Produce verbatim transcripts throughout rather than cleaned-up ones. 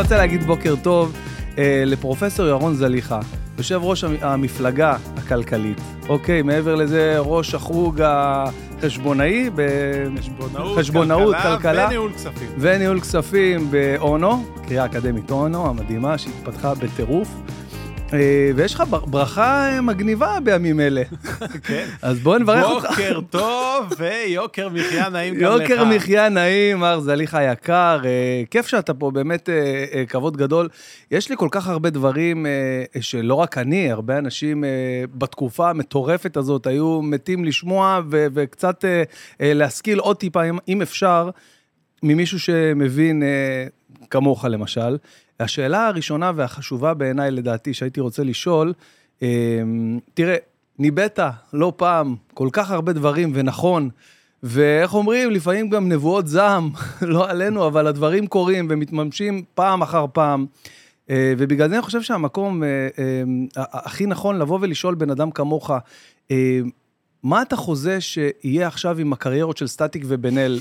רוצה להגיד בוקר טוב אה, לפרופסור ירון זליכה, יושב ראש המפלגה הכלכלית. אוקיי, מעבר לזה, ראש החוג החשבונאי, בחשבונאות, חשבונאות, כלכלה, כלכלה וניהול כספים. וניהול כספים באונו, קריאה אקדמית אונו, המדהימה שהתפתחה בטירוף. ויש לך ברכה מגניבה בימים אלה. כן. אז בואו נברך אותך. בוקר טוב ויוקר מחיה נעים גם לך. יוקר מחיה נעים, מר זליכה יקר. כיף שאתה פה, באמת כבוד גדול. יש לי כל כך הרבה דברים שלא רק אני, הרבה אנשים בתקופה המטורפת הזאת היו מתים לשמוע וקצת להשכיל עוד טיפה, אם אפשר, ממישהו שמבין כמוך למשל. השאלה הראשונה והחשובה בעיניי לדעתי שהייתי רוצה לשאול, תראה, ניבאת לא פעם כל כך הרבה דברים ונכון, ואיך אומרים, לפעמים גם נבואות זעם, לא עלינו, אבל הדברים קורים ומתממשים פעם אחר פעם, ובגלל זה אני חושב שהמקום הכי נכון לבוא ולשאול בן אדם כמוך, מה אתה חוזה שיהיה עכשיו עם הקריירות של סטטיק ובן-אל?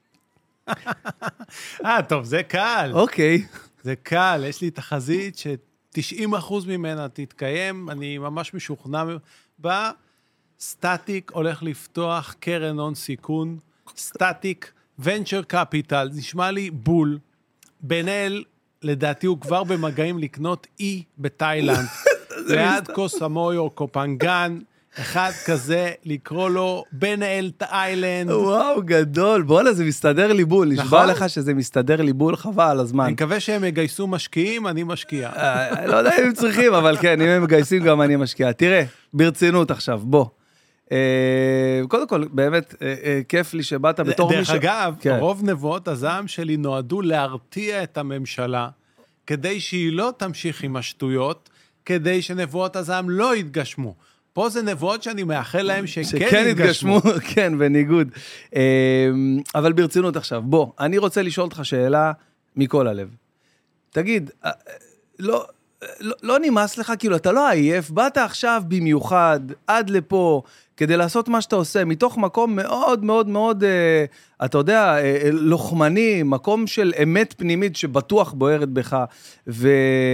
אה, טוב, זה קל. אוקיי. זה קל, יש לי תחזית ש-תשעים אחוז ממנה תתקיים, אני ממש משוכנע בה. סטטיק הולך לפתוח קרן הון סיכון, סטטיק ונצ'ר קפיטל, נשמע לי בול. בן-אל, לדעתי הוא כבר במגעים לקנות אי בתאילנד, ליד קוסמוי או קופנגן, אחד כזה, לקרוא לו בן-אל תאילנד. וואו, גדול. בוא לה, זה מסתדר לי בול. נשבע לך שזה מסתדר לי בול, חבל על הזמן. אני מקווה שהם יגייסו משקיעים, אני משקיע. לא יודע אם הם צריכים, אבל כן, אם הם מגייסים גם אני משקיע. תראה, ברצינות עכשיו, בוא. קודם כל, באמת, כיף לי שבאת בתור מישהו. דרך אגב, רוב נבואות הזעם שלי נועדו להרתיע את הממשלה, כדי שהיא לא תמשיך עם השטויות, כדי שנבואות הזעם לא יתגשמו. פה זה נבואות שאני מאחל להם שכן יתגשמו. כן, בניגוד. אבל ברצינות עכשיו, בוא, אני רוצה לשאול אותך שאלה מכל הלב. תגיד, לא, לא, לא נמאס לך, כאילו, אתה לא עייף, באת עכשיו במיוחד, עד לפה, כדי לעשות מה שאתה עושה, מתוך מקום מאוד מאוד מאוד, אתה יודע, לוחמני, מקום של אמת פנימית שבטוח בוערת בך, ו...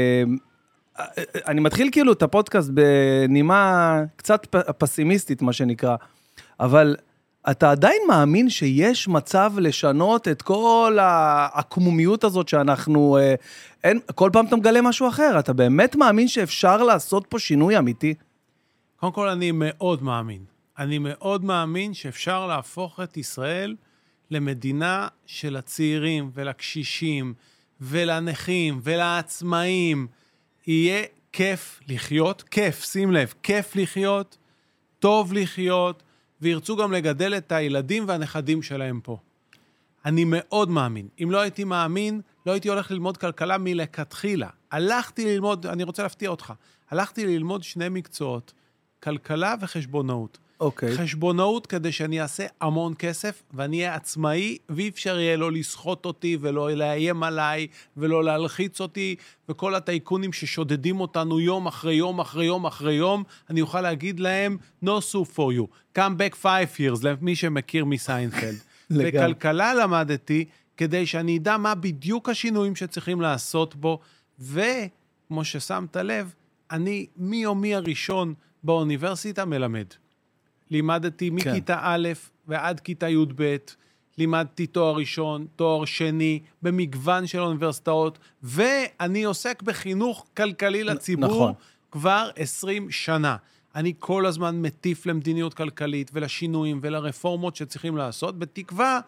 אני מתחיל כאילו את הפודקאסט בנימה קצת פסימיסטית, מה שנקרא, אבל אתה עדיין מאמין שיש מצב לשנות את כל העקמומיות הזאת שאנחנו, אין, כל פעם אתה מגלה משהו אחר, אתה באמת מאמין שאפשר לעשות פה שינוי אמיתי? קודם כל אני מאוד מאמין, אני מאוד מאמין שאפשר להפוך את ישראל למדינה של הצעירים ולקשישים ולנכים ולעצמאים, יהיה כיף לחיות, כיף, שים לב, כיף לחיות, טוב לחיות, וירצו גם לגדל את הילדים והנכדים שלהם פה. אני מאוד מאמין. אם לא הייתי מאמין, לא הייתי הולך ללמוד כלכלה מלכתחילה. הלכתי ללמוד, אני רוצה להפתיע אותך, הלכתי ללמוד שני מקצועות, כלכלה וחשבונאות. אוקיי. חשבונאות כדי שאני אעשה המון כסף, ואני אהיה עצמאי, ואי אפשר יהיה לא לסחוט אותי, ולא לאיים עליי, ולא להלחיץ אותי, וכל הטייקונים ששודדים אותנו יום אחרי יום אחרי יום אחרי יום, אני אוכל להגיד להם, no sue for you, come back five years, למי שמכיר מסיינפלד. וכלכלה למדתי, כדי שאני אדע מה בדיוק השינויים שצריכים לעשות בו, וכמו ששמת לב, אני מיומי הראשון באוניברסיטה מלמד. לימדתי מכיתה א' ועד כיתה י' ב', לימדתי תואר ראשון, תואר שני, במגוון של אוניברסיטאות, ואני עוסק בחינוך כלכלי לציבור נכון. כבר עשרים שנה. אני כל הזמן מטיף למדיניות כלכלית ולשינויים ולרפורמות שצריכים לעשות, בתקווה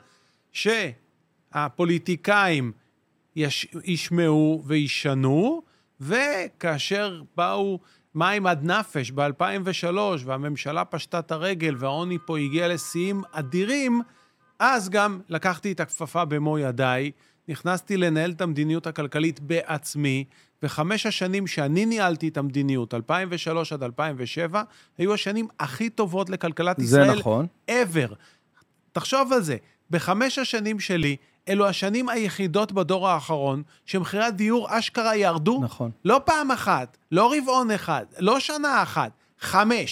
שהפוליטיקאים יש, ישמעו וישנו, וכאשר באו מים עד נפש ב-אלפיים ושלוש, והממשלה פשטה את הרגל, והעוני פה הגיע לשיאים אדירים, אז גם לקחתי את הכפפה במו ידיי, נכנסתי לנהל את המדיניות הכלכלית בעצמי, וחמש השנים שאני ניהלתי את המדיניות, אלפיים ושלוש עד אלפיים ושבע, היו השנים הכי טובות לכלכלת ישראל. זה נכון. ever. תחשוב על זה, בחמש השנים שלי, אלו השנים היחידות בדור האחרון, שמחירי הדיור אשכרה ירדו, נכון. לא פעם אחת, לא רבעון אחד, לא שנה אחת, חמש.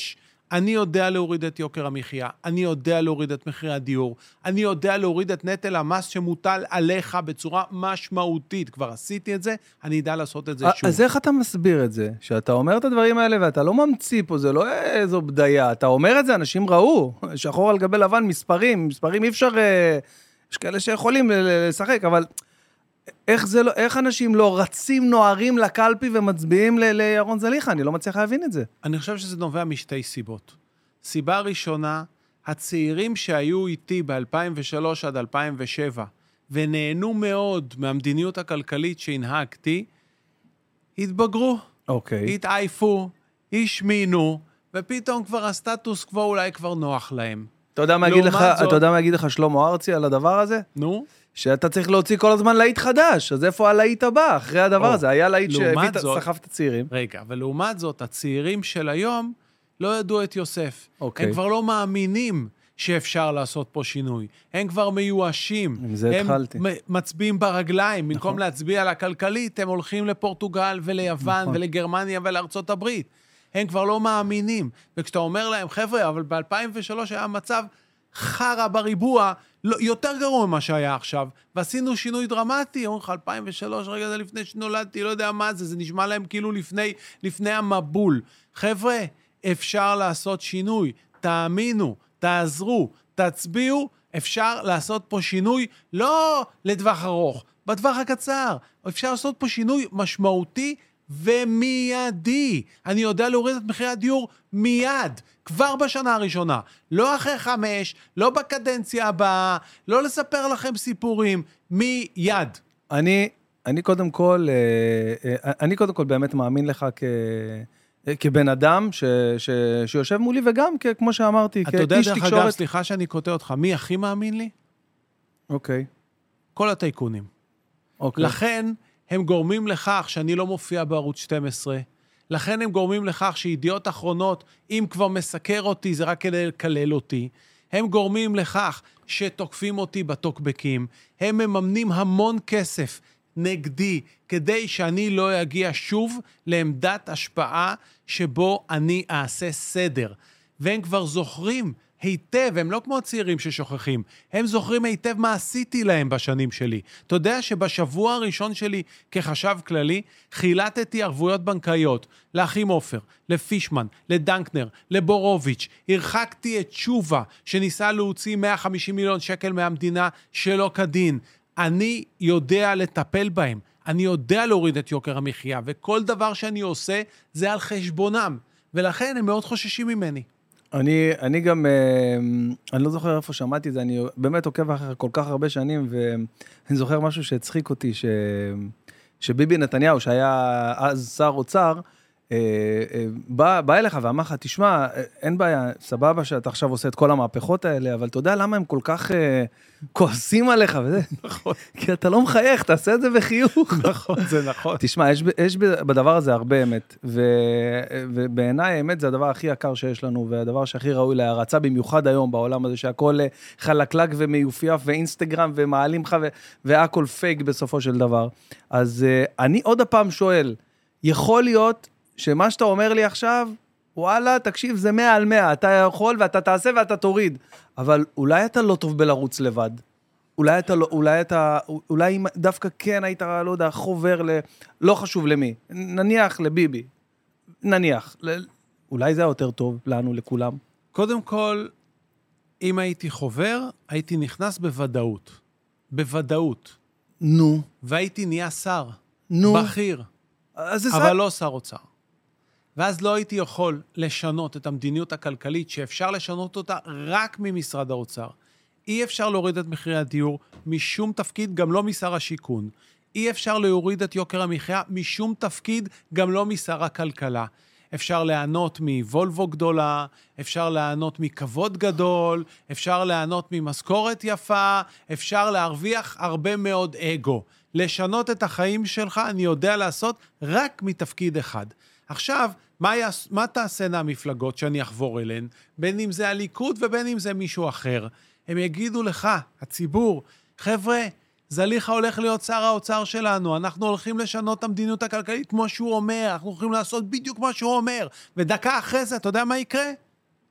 אני יודע להוריד את יוקר המחיה, אני יודע להוריד את מחירי הדיור, אני יודע להוריד את נטל המס שמוטל עליך בצורה משמעותית. כבר עשיתי את זה, אני אדע לעשות את זה שוב. אז איך אתה מסביר את זה? שאתה אומר את הדברים האלה ואתה לא ממציא פה, זה לא איזו בדיה. אתה אומר את זה, אנשים ראו, שחור על גבי לבן, מספרים, מספרים אי אפשר, יש כאלה שיכולים לשחק, אבל איך זה לא, איך אנשים לא רצים, נוערים לקלפי ומצביעים לירון זליכה? אני לא מצליח להבין את זה. אני חושב שזה נובע משתי סיבות. סיבה ראשונה, הצעירים שהיו איתי ב-אלפיים ושלוש עד אלפיים ושבע, ונהנו מאוד מהמדיניות הכלכלית שהנהגתי, התבגרו, אוקיי. התעייפו, השמינו, ופתאום כבר הסטטוס קוו אולי כבר נוח להם. אתה יודע מה אגיד לך, אתה יודע מה אגיד לך שלמה ארצי על הדבר הזה? נו? שאתה צריך להוציא כל הזמן להיט חדש, אז איפה הלהיט הבא? אחרי הדבר הזה, היה להיט שסחף את הצעירים. רגע, ולעומת זאת, הצעירים של היום לא ידעו את יוסף. אוקיי. הם כבר לא מאמינים שאפשר לעשות פה שינוי. הם כבר מיואשים. עם זה התחלתי. הם מצביעים ברגליים. במקום להצביע על הכלכלית, הם הולכים לפורטוגל וליוון ולגרמניה ולארצות הברית. הם כבר לא מאמינים. וכשאתה אומר להם, חבר'ה, אבל ב-אלפיים ושלוש היה מצב חרה בריבוע, יותר גרוע ממה שהיה עכשיו, ועשינו שינוי דרמטי, אומרים לך, אלפיים ושלוש, רגע זה לפני שנולדתי, לא יודע מה זה, זה נשמע להם כאילו לפני, לפני המבול. חבר'ה, אפשר לעשות שינוי, תאמינו, תעזרו, תצביעו, אפשר לעשות פה שינוי, לא לטווח ארוך, בטווח הקצר, אפשר לעשות פה שינוי משמעותי ומיידי. אני יודע להוריד את מחירי הדיור מיד, כבר בשנה הראשונה, לא אחרי חמש, לא בקדנציה הבאה, לא לספר לכם סיפורים, מיד. אני, אני קודם כל, אני קודם כל באמת מאמין לך כ... כבן אדם ש, ש, שיושב מולי, וגם כמו שאמרתי, כאיש תקשורת. אתה יודע, דרך אגב, סליחה שאני קוטע אותך, מי הכי מאמין לי? אוקיי. כל הטייקונים. אוקיי. לכן הם גורמים לכך שאני לא מופיע בערוץ שתים עשרה, לכן הם גורמים לכך שידיעות אחרונות, אם כבר מסקר אותי, זה רק כדי לקלל אותי. הם גורמים לכך שתוקפים אותי בטוקבקים. הם מממנים המון כסף נגדי, כדי שאני לא אגיע שוב לעמדת השפעה שבו אני אעשה סדר. והם כבר זוכרים היטב, הם לא כמו הצעירים ששוכחים, הם זוכרים היטב מה עשיתי להם בשנים שלי. אתה יודע שבשבוע הראשון שלי כחשב כללי, חילטתי ערבויות בנקאיות לאחים עופר, לפישמן, לדנקנר, לבורוביץ', הרחקתי את שובה שניסה להוציא מאה וחמישים מיליון שקל מהמדינה שלא כדין. אני יודע לטפל בהם, אני יודע להוריד את יוקר המחיה, וכל דבר שאני עושה זה על חשבונם, ולכן הם מאוד חוששים ממני. אני, אני גם, אני לא זוכר איפה שמעתי את זה, אני באמת עוקב אחרי כל כך הרבה שנים, ואני זוכר משהו שהצחיק אותי, ש, שביבי נתניהו, שהיה אז שר אוצר, בא, בא אליך ואמר לך, תשמע, אין בעיה, סבבה שאתה עכשיו עושה את כל המהפכות האלה, אבל אתה יודע למה הם כל כך כועסים עליך וזה? נכון. כי אתה לא מחייך, תעשה את זה בחיוך. נכון, זה נכון. תשמע, יש, יש בדבר הזה הרבה אמת, ו, ובעיניי האמת זה הדבר הכי יקר שיש לנו, והדבר שהכי ראוי להרצה, במיוחד היום בעולם הזה, שהכל חלקלק ומיופיף, ואינסטגרם ומעלים לך, והכל פייק בסופו של דבר. אז אני עוד הפעם שואל, יכול להיות שמה שאתה אומר לי עכשיו, וואלה, תקשיב, זה מאה על מאה, אתה יכול ואתה תעשה ואתה תוריד, אבל אולי אתה לא טוב בלרוץ לבד, אולי אתה, לא, אולי אתה, אולי דווקא כן היית, לא יודע, חובר ל, לא חשוב למי, נניח לביבי, נניח, ל, אולי זה יותר טוב לנו, לכולם. קודם כל, אם הייתי חובר, הייתי נכנס בוודאות, בוודאות. נו. והייתי נהיה שר, נו. בכיר, אבל שר... לא שר אוצר. ואז לא הייתי יכול לשנות את המדיניות הכלכלית, שאפשר לשנות אותה רק ממשרד האוצר. אי אפשר להוריד את מחירי הדיור משום תפקיד, גם לא משר השיכון. אי אפשר להוריד את יוקר המחיה משום תפקיד, גם לא משר הכלכלה. אפשר לענות מוולבו גדולה, אפשר לענות מכבוד גדול, אפשר לענות ממשכורת יפה, אפשר להרוויח הרבה מאוד אגו. לשנות את החיים שלך אני יודע לעשות רק מתפקיד אחד. עכשיו, מה, יעש, מה תעשינה המפלגות שאני אחבור אליהן? בין אם זה הליכוד ובין אם זה מישהו אחר. הם יגידו לך, הציבור, חבר'ה, זליכה הולך להיות שר האוצר שלנו, אנחנו הולכים לשנות את המדיניות הכלכלית כמו שהוא אומר, אנחנו הולכים לעשות בדיוק מה שהוא אומר, ודקה אחרי זה, אתה יודע מה יקרה?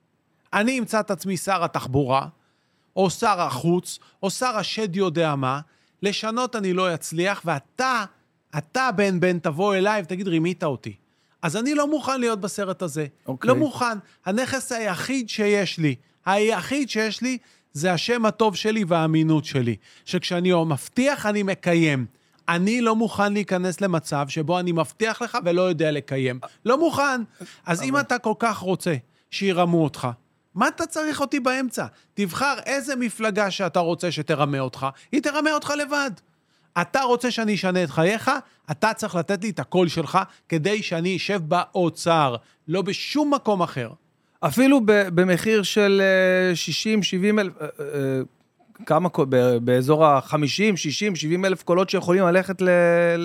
אני אמצא את עצמי שר התחבורה, או שר החוץ, או שר השד יודע מה, לשנות אני לא אצליח, ואתה, אתה בן בן תבוא אליי ותגיד, רימית אותי. אז אני לא מוכן להיות בסרט הזה. אוקיי. לא מוכן. הנכס היחיד שיש לי, היחיד שיש לי, זה השם הטוב שלי והאמינות שלי. שכשאני מבטיח, אני מקיים. אני לא מוכן להיכנס למצב שבו אני מבטיח לך ולא יודע לקיים. לא מוכן. אז אם אתה כל כך רוצה שירמו אותך, מה אתה צריך אותי באמצע? תבחר איזה מפלגה שאתה רוצה שתרמה אותך, היא תרמה אותך לבד. אתה רוצה שאני אשנה את חייך, אתה צריך לתת לי את הקול שלך, כדי שאני אשב באוצר, לא בשום מקום אחר. אפילו במחיר של שישים שבעים אלף, כמה, באזור ה-חמישים, שישים, שבעים אלף קולות שיכולים ללכת ל...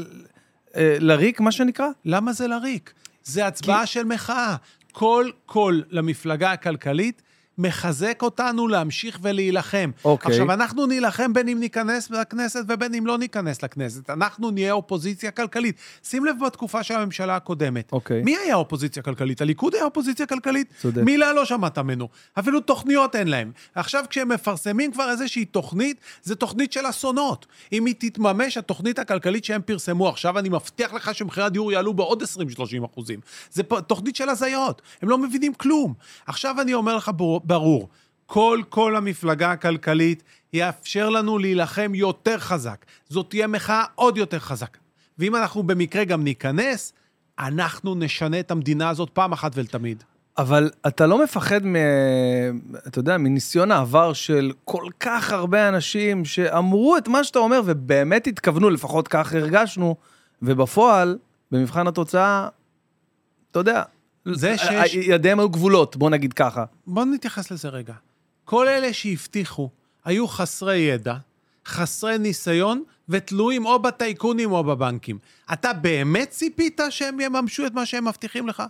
לריק, מה שנקרא? למה זה לריק? זה הצבעה כי... של מחאה. כל קול למפלגה הכלכלית מחזק אותנו להמשיך ולהילחם. אוקיי. עכשיו, אנחנו נילחם בין אם ניכנס לכנסת ובין אם לא ניכנס לכנסת. אנחנו נהיה אופוזיציה כלכלית. שים לב בתקופה של הממשלה הקודמת. אוקיי. מי היה אופוזיציה כלכלית? הליכוד היה אופוזיציה כלכלית? צודק. מילה לא שמעת ממנו. אפילו תוכניות אין להם. עכשיו, כשהם מפרסמים כבר איזושהי תוכנית, זה תוכנית של אסונות. אם היא תתממש, התוכנית הכלכלית שהם פרסמו, עכשיו אני מבטיח לך שמחירי הדיור יעלו בעוד עשרים שלושים אחוזים. זה תוכנית של הזיות. הם לא מבינים כלום. עכשיו אני אומר לך ברור, כל כל המפלגה הכלכלית יאפשר לנו להילחם יותר חזק. זאת תהיה מחאה עוד יותר חזק. ואם אנחנו במקרה גם ניכנס, אנחנו נשנה את המדינה הזאת פעם אחת ולתמיד. אבל אתה לא מפחד מ... אתה יודע, מניסיון העבר של כל כך הרבה אנשים שאמרו את מה שאתה אומר, ובאמת התכוונו, לפחות כך הרגשנו, ובפועל, במבחן התוצאה, אתה יודע, זה שיש... ידיהם היו גבולות, בוא נגיד ככה. בוא נתייחס לזה רגע. כל אלה שהבטיחו היו חסרי ידע, חסרי ניסיון, ותלויים או בטייקונים או בבנקים. אתה באמת ציפית שהם יממשו את מה שהם מבטיחים לך?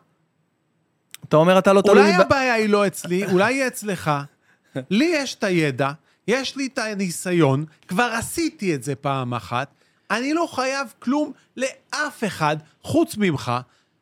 אתה אומר, אתה לא תלוי... אולי הבעיה היא לא אצלי, אולי היא אצלך. לי יש את הידע, יש לי את הניסיון, כבר עשיתי את זה פעם אחת, אני לא חייב כלום לאף אחד חוץ ממך.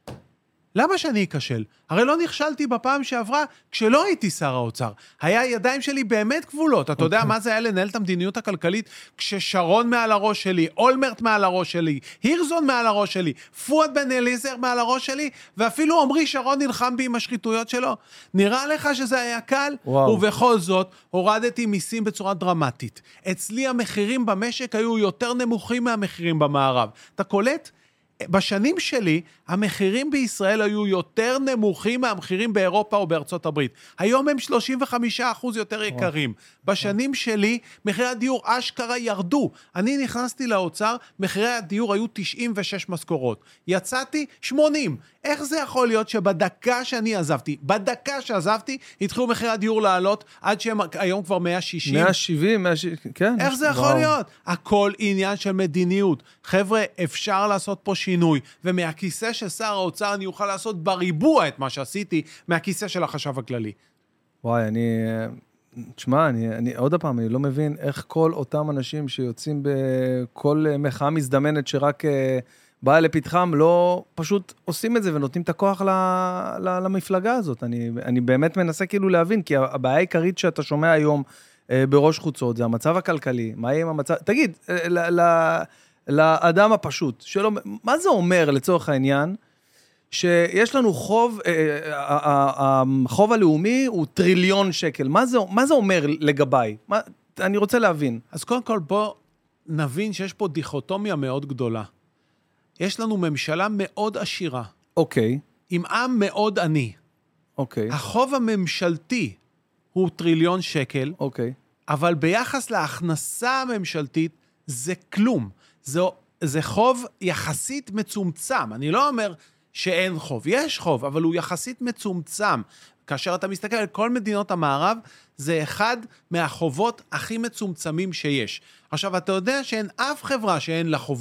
למה שאני אכשל? הרי לא נכשלתי בפעם שעברה כשלא הייתי שר האוצר. היה ידיים שלי באמת גבולות. אתה יודע מה זה היה לנהל את המדיניות הכלכלית כששרון מעל הראש שלי, אולמרט מעל הראש שלי, הירזון מעל הראש שלי, פואד בן אליעזר מעל הראש שלי, ואפילו עמרי שרון נלחם בי עם השחיתויות שלו. נראה לך שזה היה קל? וואו. ובכל זאת, הורדתי מיסים בצורה דרמטית. אצלי המחירים במשק היו יותר נמוכים מהמחירים במערב. אתה קולט? בשנים שלי, המחירים בישראל היו יותר נמוכים מהמחירים באירופה או בארצות הברית. היום הם שלושים וחמישה אחוז יותר יקרים. בשנים שלי, מחירי הדיור אשכרה ירדו. אני נכנסתי לאוצר, מחירי הדיור היו תשעים ושש משכורות. יצאתי שמונים. איך זה יכול להיות שבדקה שאני עזבתי, בדקה שעזבתי, התחילו מחירי הדיור לעלות, עד שהם היום כבר מאה שישים? מאה שבעים, מאה שבעים, כן. איך זה יכול להיות? הכל עניין של מדיניות. חבר'ה, אפשר לעשות פה שינוי, ומהכיסא של שר האוצר אני אוכל לעשות בריבוע את מה שעשיתי, מהכיסא של החשב הכללי. וואי, אני... תשמע, אני, אני, עוד הפעם, אני לא מבין איך כל אותם אנשים שיוצאים בכל מחאה מזדמנת שרק באה לפתחם, לא פשוט עושים את זה ונותנים את הכוח ל, ל, למפלגה הזאת. אני, אני באמת מנסה כאילו להבין, כי הבעיה העיקרית שאתה שומע היום בראש חוצות, זה המצב הכלכלי. מה יהיה עם המצב... תגיד, ל, ל, לאדם הפשוט, שלא, מה זה אומר לצורך העניין, שיש לנו חוב, החוב הלאומי הוא טריליון שקל. מה זה, מה זה אומר לגביי? מה, אני רוצה להבין. אז קודם כל בוא נבין שיש פה דיכוטומיה מאוד גדולה. יש לנו ממשלה מאוד עשירה. אוקיי. עם עם מאוד עני. אוקיי. החוב הממשלתי הוא טריליון שקל. אוקיי. אבל ביחס להכנסה הממשלתית זה כלום. זה, זה חוב יחסית מצומצם. אני לא אומר שאין חוב. יש חוב, אבל הוא יחסית מצומצם. כאשר אתה מסתכל על כל מדינות המערב, זה אחד מהחובות הכי מצומצמים שיש. עכשיו, אתה יודע שאין אף חברה שאין לה חובות.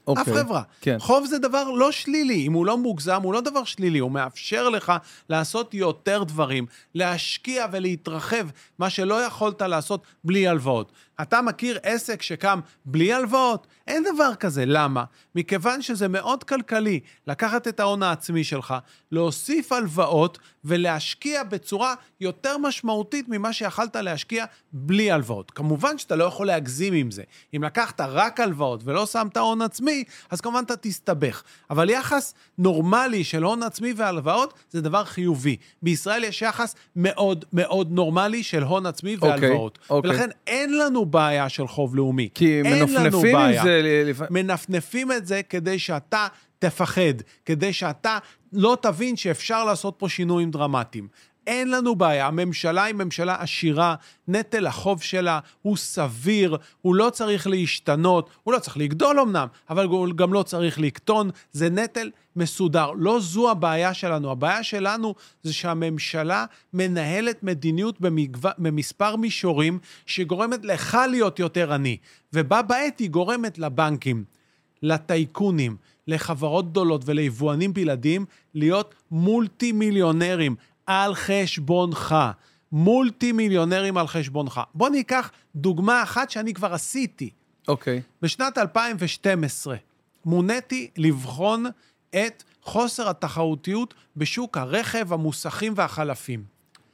אף אוקיי, חברה. כן. חוב זה דבר לא שלילי, אם הוא לא מוגזם, הוא לא דבר שלילי, הוא מאפשר לך לעשות יותר דברים, להשקיע ולהתרחב, מה שלא יכולת לעשות בלי הלוואות. אתה מכיר עסק שקם בלי הלוואות? אין דבר כזה. למה? מכיוון שזה מאוד כלכלי לקחת את ההון העצמי שלך, להוסיף הלוואות ולהשקיע בצורה יותר משמעותית ממה שיכולת להשקיע בלי הלוואות. כמובן שאתה לא יכול להגזים עם זה. אם לקחת רק הלוואות ולא שמת הון עצמי, אז כמובן אתה תסתבך. אבל יחס נורמלי של הון עצמי והלוואות זה דבר חיובי. בישראל יש יחס מאוד מאוד נורמלי של הון עצמי והלוואות. אוקיי, אוקיי. ולכן אין לנו בעיה של חוב לאומי. כי מנפנפים עם זה... מנפנפים את זה כדי שאתה תפחד, כדי שאתה לא תבין שאפשר לעשות פה שינויים דרמטיים. אין לנו בעיה, הממשלה היא ממשלה עשירה, נטל החוב שלה הוא סביר, הוא לא צריך להשתנות, הוא לא צריך לגדול אמנם, אבל הוא גם לא צריך לקטון, זה נטל מסודר. לא זו הבעיה שלנו, הבעיה שלנו זה שהממשלה מנהלת מדיניות במגו... במספר מישורים שגורמת לך להיות יותר עני, ובה בעת היא גורמת לבנקים, לטייקונים, לחברות גדולות וליבואנים בלעדיים להיות מולטי מיליונרים על חשבונך. מולטי מיליונרים על חשבונך. בוא ניקח דוגמה אחת שאני כבר עשיתי. אוקיי. בשנת אלפיים ושתים עשרה מוניתי לבחון את חוסר התחרותיות בשוק הרכב, המוסכים והחלפים.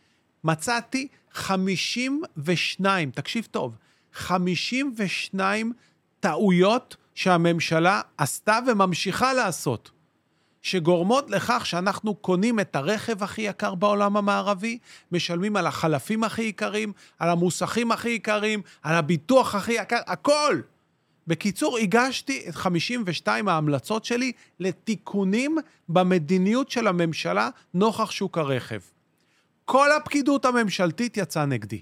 מצאתי חמישים ושתיים, תקשיב טוב, חמישים ושתיים טעויות שהממשלה עשתה וממשיכה לעשות, שגורמות לכך שאנחנו קונים את הרכב הכי יקר בעולם המערבי, משלמים על החלפים הכי יקרים, על המוסכים הכי יקרים, על הביטוח הכי יקר, הכל. בקיצור, הגשתי את חמישים ושתיים ההמלצות שלי לתיקונים במדיניות של הממשלה נוכח שוק הרכב. כל הפקידות הממשלתית יצאה נגדי.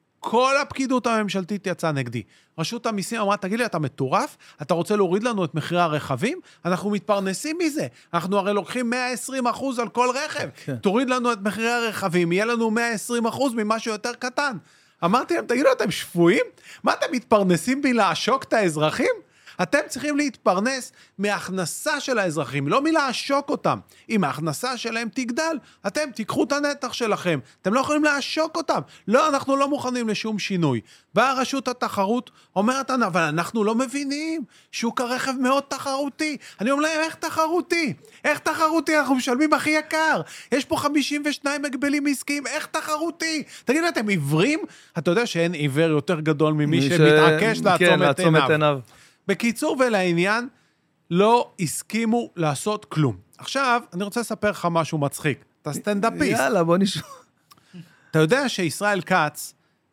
כל הפקידות הממשלתית יצאה נגדי. רשות המיסים אמרה, תגיד לי, אתה מטורף? אתה רוצה להוריד לנו את מחירי הרכבים? אנחנו מתפרנסים מזה. אנחנו הרי לוקחים מאה ועשרים אחוז על כל רכב. כן. תוריד לנו את מחירי הרכבים, יהיה לנו מאה ועשרים אחוז ממשהו יותר קטן. אמרתי להם, תגידו, אתם שפויים? מה אתם מתפרנסים בי לעשוק את האזרחים? אתם צריכים להתפרנס מההכנסה של האזרחים, לא מלעשוק אותם. אם ההכנסה שלהם תגדל, אתם תיקחו את הנתח שלכם. אתם לא יכולים לעשוק אותם. לא, אנחנו לא מוכנים לשום שינוי. באה רשות התחרות, אומרת, אבל אנחנו לא מבינים. שוק הרכב מאוד תחרותי. אני אומר להם, איך תחרותי? איך תחרותי? אנחנו משלמים הכי יקר. יש פה חמישים ושניים מגבלים עסקיים. איך תחרותי? תגידו, אתם עיוורים? אתה יודע שאין עיוור יותר גדול ממי שמתעקש לעצום את עיניו. בקיצור ולעניין, לא הסכימו לעשות כלום. עכשיו, אני רוצה לספר לך משהו מצחיק. אתה סטנדאפיסט. יאללה, בוא נשמע. אתה יודע שישראל כץ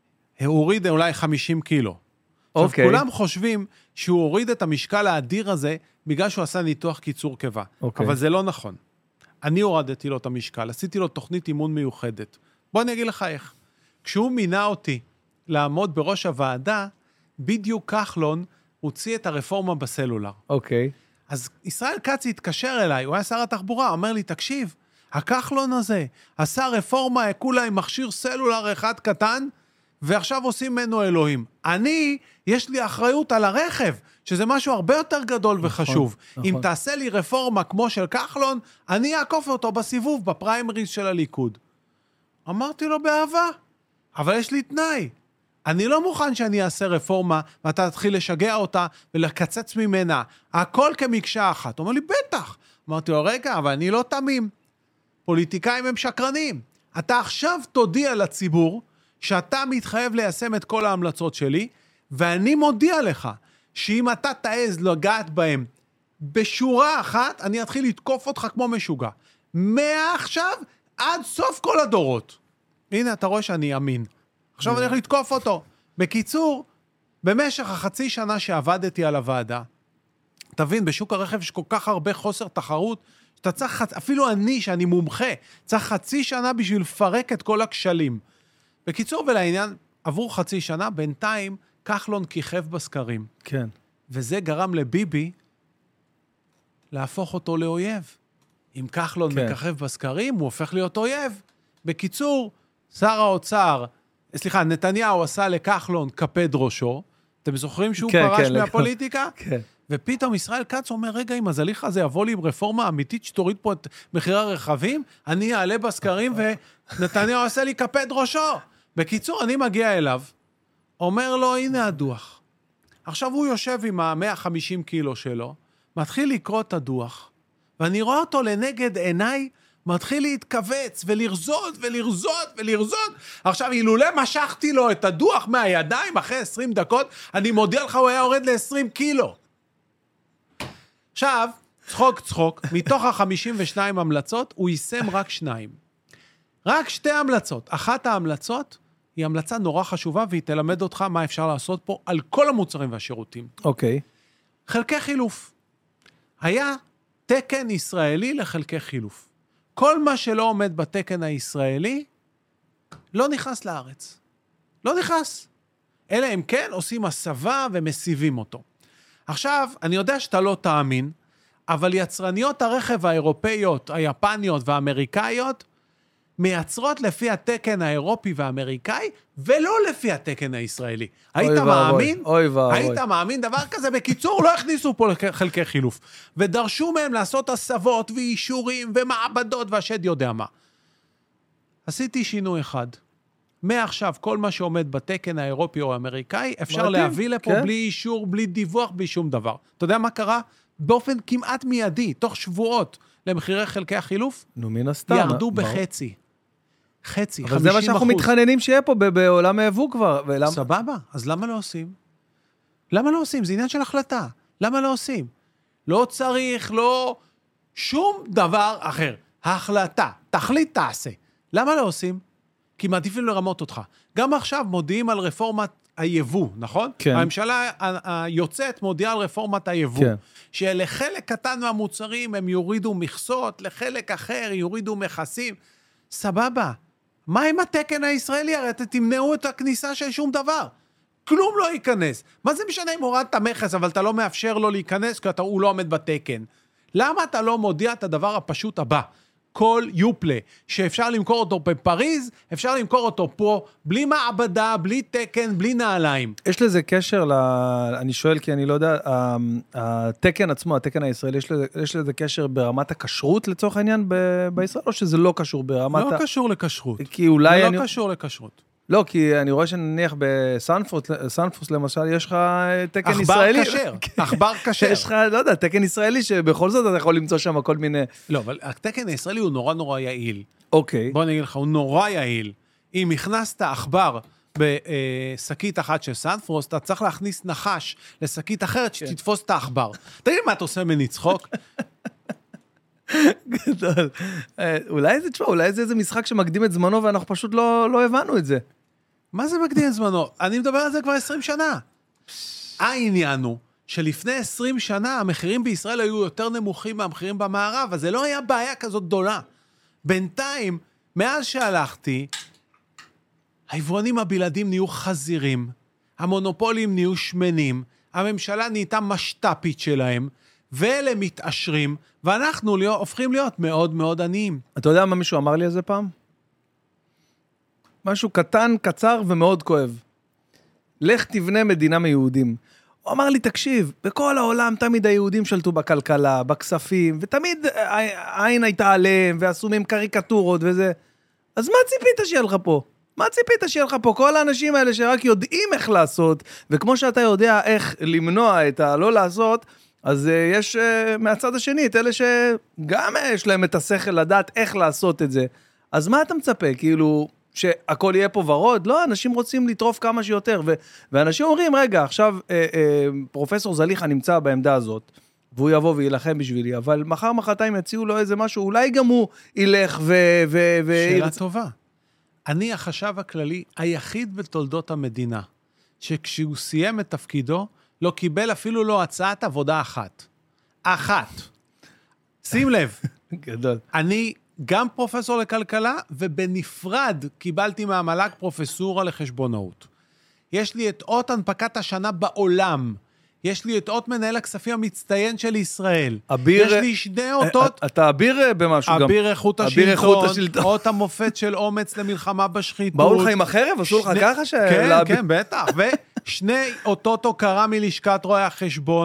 הוריד אולי חמישים קילו. אוקיי. עכשיו, כולם חושבים שהוא הוריד את המשקל האדיר הזה, בגלל שהוא עשה ניתוח קיצור קיבה. אוקיי. אבל זה לא נכון. אני הורדתי לו את המשקל, עשיתי לו תוכנית אימון מיוחדת. בוא אני אגיד לך איך. כשהוא מינה אותי לעמוד בראש הוועדה, בדיוק כחלון הוציא את הרפורמה בסלולר. אוקיי. אז ישראל כץ התקשר אליי, הוא היה שר התחבורה, אומר לי, תקשיב, הכחלון הזה עשה רפורמה, כולה עם מכשיר סלולר אחד קטן, ועכשיו עושים ממנו אלוהים. אני, יש לי אחריות על הרכב, שזה משהו הרבה יותר גדול וחשוב. נכון. אם תעשה לי רפורמה כמו של כחלון, אני אעקוף אותו בסיבוב, בפריימריז של הליכוד. אמרתי לו באהבה, אבל יש לי תנאי. אני לא מוכן שאני אעשה רפורמה, ואתה תתחיל לשגע אותה ולקצץ ממנה. הכל כמקשה אחת. הוא אומר לי, בטח. אמרתי לו, רגע, אבל אני לא תמים. פוליטיקאים הם שקרנים. אתה עכשיו תודיע לציבור שאתה מתחייב ליישם את כל ההמלצות שלי, ואני מודיע לך שאם אתה תעז לגעת בהם בשורה אחת, אני אתחיל לתקוף אותך כמו משוגע. מעכשיו עד סוף כל הדורות. הנה, אתה רואה שאני אמין. עכשיו אני הולך לתקוף אותו. בקיצור, במשך החצי שנה שעבדתי על הוועדה, תבין, בשוק הרכב יש כל כך הרבה חוסר תחרות, שאתה צריך, אפילו אני, שאני מומחה, צריך חצי שנה בשביל לפרק את כל הכשלים. בקיצור ולעניין, עברו חצי שנה, בינתיים, כחלון כיכב בסקרים. כן. וזה גרם לביבי להפוך אותו לאויב. אם כחלון כן. מככב בסקרים, הוא הופך להיות אויב. בקיצור, שר האוצר, סליחה, נתניהו עשה לכחלון כפד ראשו, אתם זוכרים שהוא כן, פרש כן, מהפוליטיקה? כן. ופתאום ישראל כץ אומר, רגע, אם הזליך הזה יבוא לי עם רפורמה אמיתית שתוריד פה את מחירי הרכבים, אני אעלה בסקרים ונתניהו עושה לי כפד ראשו. בקיצור, אני מגיע אליו, אומר לו, הנה הדוח. עכשיו הוא יושב עם ה-מאה וחמישים קילו שלו, מתחיל לקרוא את הדוח, ואני רואה אותו לנגד עיניי, מתחיל להתכווץ ולרזות ולרזות ולרזות. עכשיו, אילולא משכתי לו את הדוח מהידיים אחרי עשרים דקות, אני מודיע לך, הוא היה יורד ל-עשרים קילו. עכשיו, צחוק צחוק, מתוך ה-חמישים ושתיים המלצות, הוא יישם רק שניים. רק שתי המלצות. אחת ההמלצות היא המלצה נורא חשובה, והיא תלמד אותך מה אפשר לעשות פה על כל המוצרים והשירותים. אוקיי. חלקי חילוף. היה תקן ישראלי לחלקי חילוף. כל מה שלא עומד בתקן הישראלי, לא נכנס לארץ. לא נכנס. אלא אם כן עושים הסבה ומסיבים אותו. עכשיו, אני יודע שאתה לא תאמין, אבל יצרניות הרכב האירופאיות, היפניות והאמריקאיות, מייצרות לפי התקן האירופי והאמריקאי, ולא לפי התקן הישראלי. היית מאמין? אוי ואבוי. היית מאמין דבר כזה? בקיצור, לא הכניסו פה חלקי חילוף. ודרשו מהם לעשות הסבות ואישורים ומעבדות והשד יודע מה. עשיתי שינוי אחד. מעכשיו, כל מה שעומד בתקן האירופי או האמריקאי, אפשר להביא לפה בלי אישור, בלי דיווח, בלי שום דבר. אתה יודע מה קרה? באופן כמעט מיידי, תוך שבועות, למחירי חלקי החילוף, נו, מן הסתם. ירדו בחצי. חצי, אבל זה מה שאנחנו מתחננים שיהיה פה בעולם היבוא כבר. סבבה, אז למה לא עושים? למה לא עושים? זה עניין של החלטה. למה לא עושים? לא צריך, לא... שום דבר אחר. ההחלטה, תחליט תעשה. למה לא עושים? כי מעדיפים לרמות אותך. גם עכשיו מודיעים על רפורמת היבוא, נכון? כן. הממשלה היוצאת מודיעה על רפורמת היבוא. כן. שלחלק קטן מהמוצרים הם יורידו מכסות, לחלק אחר יורידו מכסים. סבבה. מה עם התקן הישראלי? הרי אתם תמנעו את הכניסה של שום דבר. כלום לא ייכנס. מה זה משנה אם הורדת המכס, אבל אתה לא מאפשר לו להיכנס, כי הוא לא עומד בתקן? למה אתה לא מודיע את הדבר הפשוט הבא? כל יופלה, שאפשר למכור אותו בפריז, אפשר למכור אותו פה, בלי מעבדה, בלי תקן, בלי נעליים. יש לזה קשר, ל... אני שואל כי אני לא יודע, התקן עצמו, התקן הישראלי, יש לזה, יש לזה קשר ברמת הכשרות לצורך העניין ב... בישראל, או שזה לא קשור ברמת... לא ה... קשור לכשרות. כי אולי... זה אני... לא קשור לכשרות. לא, כי אני רואה שנניח בסנפוס למשל, יש לך תקן ישראלי. אחבר כשר, אחבר כשר. יש לך, לא יודע, תקן ישראלי שבכל זאת אתה יכול למצוא שם כל מיני... לא, אבל התקן הישראלי הוא נורא נורא יעיל. אוקיי. בוא נגיד לך, הוא נורא יעיל. אם הכנסת אחבר בשקית אחת של סנפרוס, אתה צריך להכניס נחש לשקית אחרת שתתפוס את האחבר. תגיד מה אתה עושה מני צחוק? גדול. אולי זה, תשמע, אולי זה איזה משחק שמקדים את זמנו, ואנחנו פשוט לא, לא הבנו את זה. מה זה מקדים את זמנו? אני מדבר על זה כבר עשרים שנה. העניין הוא שלפני עשרים שנה המחירים בישראל היו יותר נמוכים מהמחירים במערב, אז זה לא היה בעיה כזאת גדולה. בינתיים, מאז שהלכתי, היבואנים הבלעדים נהיו חזירים, המונופולים נהיו שמנים, הממשלה נהייתה משטפית שלהם, ואלה מתעשרים, ואנחנו הופכים להיות מאוד מאוד עניים. אתה יודע מה מישהו אמר לי על זה פעם? משהו קטן, קצר ומאוד כואב. לך תבנה מדינה מיהודים. הוא אמר לי, תקשיב, בכל העולם תמיד היהודים שלטו בכלכלה, בכספים, ותמיד העין הייתה עליהם, ועשו מהם קריקטורות וזה. אז מה ציפית שיהיה לך פה? מה ציפית שיהיה לך פה? כל האנשים האלה שרק יודעים איך לעשות, וכמו שאתה יודע איך למנוע את הלא לעשות, אז uh, יש uh, מהצד השני את אלה שגם uh, יש להם את השכל לדעת איך לעשות את זה. אז מה אתה מצפה? כאילו, שהכל יהיה פה ורוד? לא, אנשים רוצים לטרוף כמה שיותר, ו- ואנשים אומרים, רגע, עכשיו uh, uh, פרופסור זליכה נמצא בעמדה הזאת, והוא יבוא וילחם בשבילי, אבל מחר מחרתיים יציעו לו איזה משהו, אולי גם הוא ילך ו... ו- ו- שאלה ירצ... טובה. אני החשב הכללי היחיד בתולדות המדינה, שכשהוא סיים את תפקידו, לא קיבל אפילו לא הצעת עבודה אחת. אחת. שים לב. גדול. אני גם פרופסור לכלכלה, ובנפרד קיבלתי מהמל"ג פרופסורה לחשבונאות. יש לי את אות הנפקת השנה בעולם. יש לי את אות מנהל הכספים המצטיין של ישראל. אביר... יש לי שני אותות... אתה אביר במשהו גם. אביר איכות השלטון, אות המופת של אומץ למלחמה בשחיתות. באו לך עם החרב? עשו לך ככה ש... כן, כן, בטח. ושני אותות הוקרה מלשכת רואי החשבון,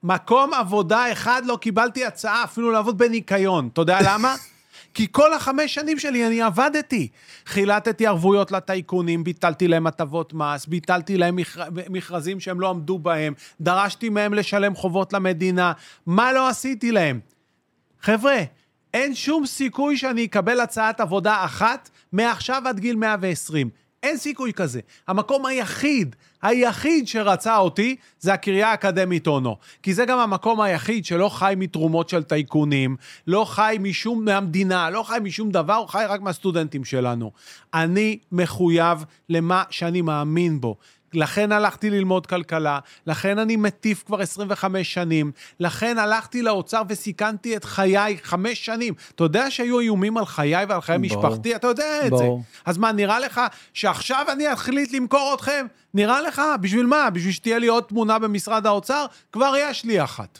מקום עבודה אחד לא קיבלתי הצעה אפילו לעבוד בניקיון. אתה יודע למה? כי כל החמש שנים שלי אני עבדתי. חילטתי ערבויות לטייקונים, ביטלתי להם הטבות מס, ביטלתי להם מכרזים שהם לא עמדו בהם, דרשתי מהם לשלם חובות למדינה. מה לא עשיתי להם? חבר'ה, אין שום סיכוי שאני אקבל הצעת עבודה אחת מעכשיו עד גיל מאה ועשרים. אין סיכוי כזה. המקום היחיד, היחיד שרצה אותי, זה הקריה האקדמית אונו. כי זה גם המקום היחיד שלא חי מתרומות של טייקונים, לא חי משום מהמדינה, לא חי משום דבר, הוא חי רק מהסטודנטים שלנו. אני מחויב למה שאני מאמין בו. לכן הלכתי ללמוד כלכלה, לכן אני מטיף כבר עשרים וחמש שנים, לכן הלכתי לאוצר וסיכנתי את חיי חמש שנים. אתה יודע שהיו איומים על חיי ועל חיי בוא. משפחתי? אתה יודע את בוא. זה. אז מה, נראה לך שעכשיו אני אחליט למכור אתכם? נראה לך? בשביל מה? בשביל שתהיה לי עוד תמונה במשרד האוצר? כבר יש לי אחת.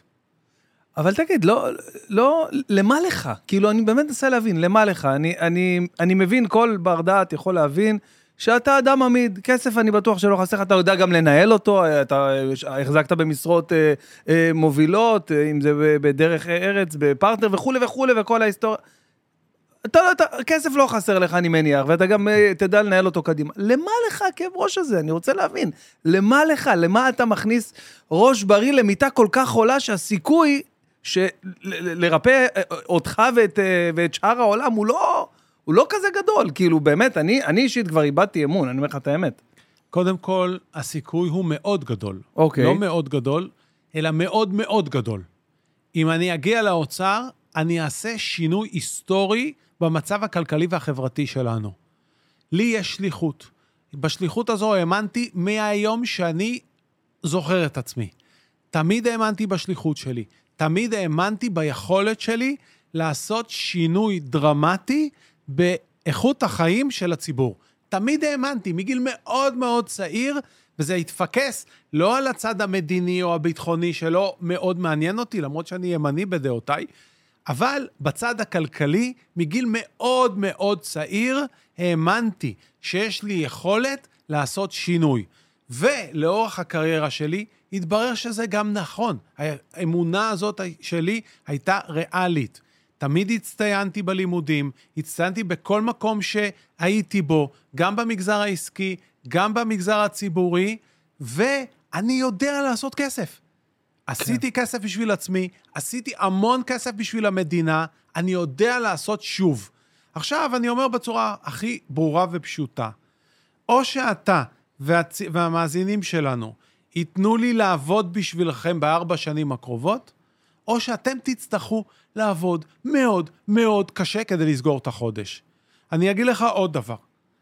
אבל תגיד, לא, לא, למה לך? כאילו, אני באמת נסה להבין, למה לך? אני, אני, אני מבין, כל בר דעת יכול להבין, שאתה אדם עמיד, כסף אני בטוח שלא חסך, אתה יודע גם לנהל אותו, אתה החזקת במשרות אה, אה, מובילות, אה, אם זה בדרך ארץ, בפרטנר וכו' וכו' וכל ההיסטוריה. אתה, אתה, כסף לא חסר לך, אני מניח, ואתה גם אה, תדע לנהל אותו קדימה. למה לך הכאב ראש הזה? אני רוצה להבין. למה לך? למה אתה מכניס ראש בריא למיטה כל כך חולה שהסיכוי של, ל, לרפא אותך ואת, ואת שאר העולם הוא לא... הוא לא כזה גדול, כאילו באמת, אני, אני אישית כבר איבדתי אמון, אני אומר לך את האמת. קודם כל, הסיכוי הוא מאוד גדול. אוקיי. לא מאוד גדול, אלא מאוד מאוד גדול. אם אני אגיע לאוצר, אני אעשה שינוי היסטורי במצב הכלכלי והחברתי שלנו. לי יש שליחות. בשליחות הזו האמנתי מהיום שאני זוכר את עצמי. תמיד האמנתי בשליחות שלי. תמיד האמנתי ביכולת שלי לעשות שינוי דרמטי באיכות החיים של הציבור. תמיד האמנתי, מגיל מאוד מאוד צעיר, וזה התפקס לא על הצד המדיני או הביטחוני שלא מאוד מעניין אותי, למרות שאני ימני בדעותיי, אבל בצד הכלכלי, מגיל מאוד מאוד צעיר, האמנתי שיש לי יכולת לעשות שינוי. ולאורך הקריירה שלי, התברר שזה גם נכון. האמונה הזאת שלי הייתה ריאלית. תמיד הצטיינתי בלימודים, הצטיינתי בכל מקום שהייתי בו, גם במגזר העסקי, גם במגזר הציבורי, ואני יודע לעשות כסף. עשיתי כסף בשביל עצמי, עשיתי המון כסף בשביל המדינה, אני יודע לעשות שוב. עכשיו אני אומר בצורה הכי ברורה ופשוטה, או שאתה והצ... והמאזינים שלנו ייתנו לי לעבוד בשבילכם בארבע שנים הקרובות, או שאתם תצטרכו לעבוד מאוד מאוד קשה כדי לסגור את החודש. אני אגיד לך עוד דבר.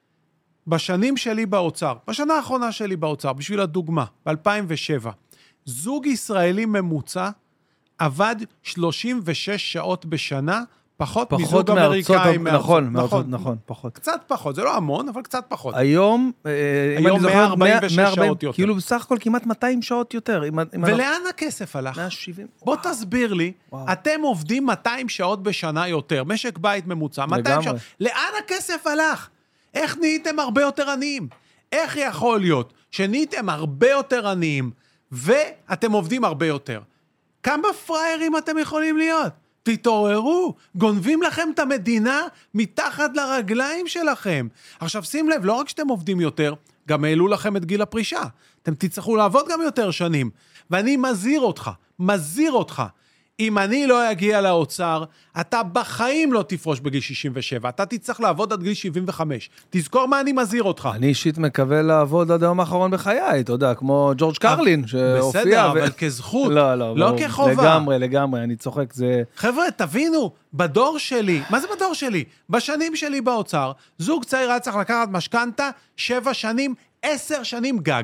בשנים שלי באוצר, בשנה האחרונה שלי באוצר, בשביל הדוגמה, ב-אלפיים ושבע, זוג ישראלי ממוצע עבד שלושים ושש שעות בשנה, פחות, פחות מזוג אמריקאי. נכון, נכון, נכון, פחות. קצת פחות, זה לא המון, אבל קצת פחות. היום, היום מאה ארבעים ושש שעות יותר. כאילו בסך הכל כמעט מאתיים שעות יותר. ולאן הכסף הלך? מאה שבעים. בוא תסביר לי, אתם עובדים מאתיים שעות בשנה יותר, משק בית ממוצע, מאתיים שעות. לאן הכסף הלך? איך נהייתם הרבה יותר עניים? איך יכול להיות שנהייתם הרבה יותר עניים, ואתם עובדים הרבה יותר? כמה פריירים אתם יכולים להיות? תתעוררו, גונבים לכם את המדינה מתחת לרגליים שלכם. עכשיו שים לב, לא רק שאתם עובדים יותר, גם העלו לכם את גיל הפרישה. אתם תצטרכו לעבוד גם יותר שנים. ואני מזהיר אותך, מזהיר אותך. אם אני לא אגיע לאוצר, אתה בחיים לא תפרוש בגיל שישים ושבע, אתה תצטרך לעבוד עד גיל שבעים וחמש. תזכור מה אני מזהיר אותך. אני אישית מקווה לעבוד עד היום האחרון בחיי, אתה יודע, כמו ג'ורג' קרלין, שהופיע. בסדר, אבל כזכות, לא, לא, לא כחובה. לגמרי, לגמרי, אני צוחק, זה... חבר'ה, תבינו, בדור שלי, מה זה בדור שלי? בשנים שלי באוצר, זוג צעיר היה צריך לקחת משכנתה, שבע שנים, עשר שנים גג.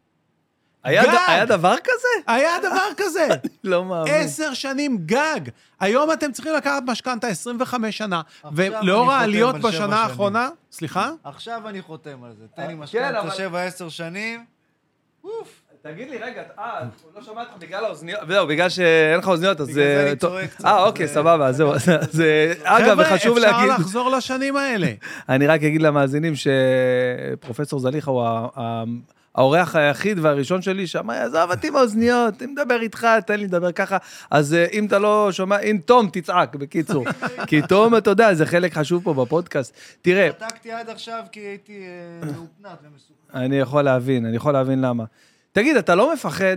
היה דבר כזה? היה דבר כזה. לא מאמין. עשר שנים גג. היום אתם צריכים לקחת משכנתה עשרים וחמש שנה, ולאור העליות בשנה האחרונה, סליחה? עכשיו אני חותם על זה. תן לי משכנתה שבע עשר שנים. אוף. תגיד לי, רגע, אה, לא שמעת לך בגלל האוזניות, זהו, בגלל שאין לך אוזניות, אז... בגלל זה אני צועק קצת. אה, אוקיי, סבבה, זהו. אגב, וחשוב להגיד... חבר'ה, אפשר לחזור לשנים האלה. אני רק אגיד למאזינים שפרופסור זליכה הוא האורח היחיד והראשון שלי, שמע, עזוב אותי באוזניות, אם מדבר איתך, תן לי לדבר ככה, אז אם אתה לא שומע, אם תום, תצעק, בקיצור. כי תום, אתה יודע, זה חלק חשוב פה בפודקאסט. תראה... שתקתי עד עכשיו כי הייתי מאופנת ומסוכן. אני יכול להבין, אני יכול להבין למה. תגיד, אתה לא מפחד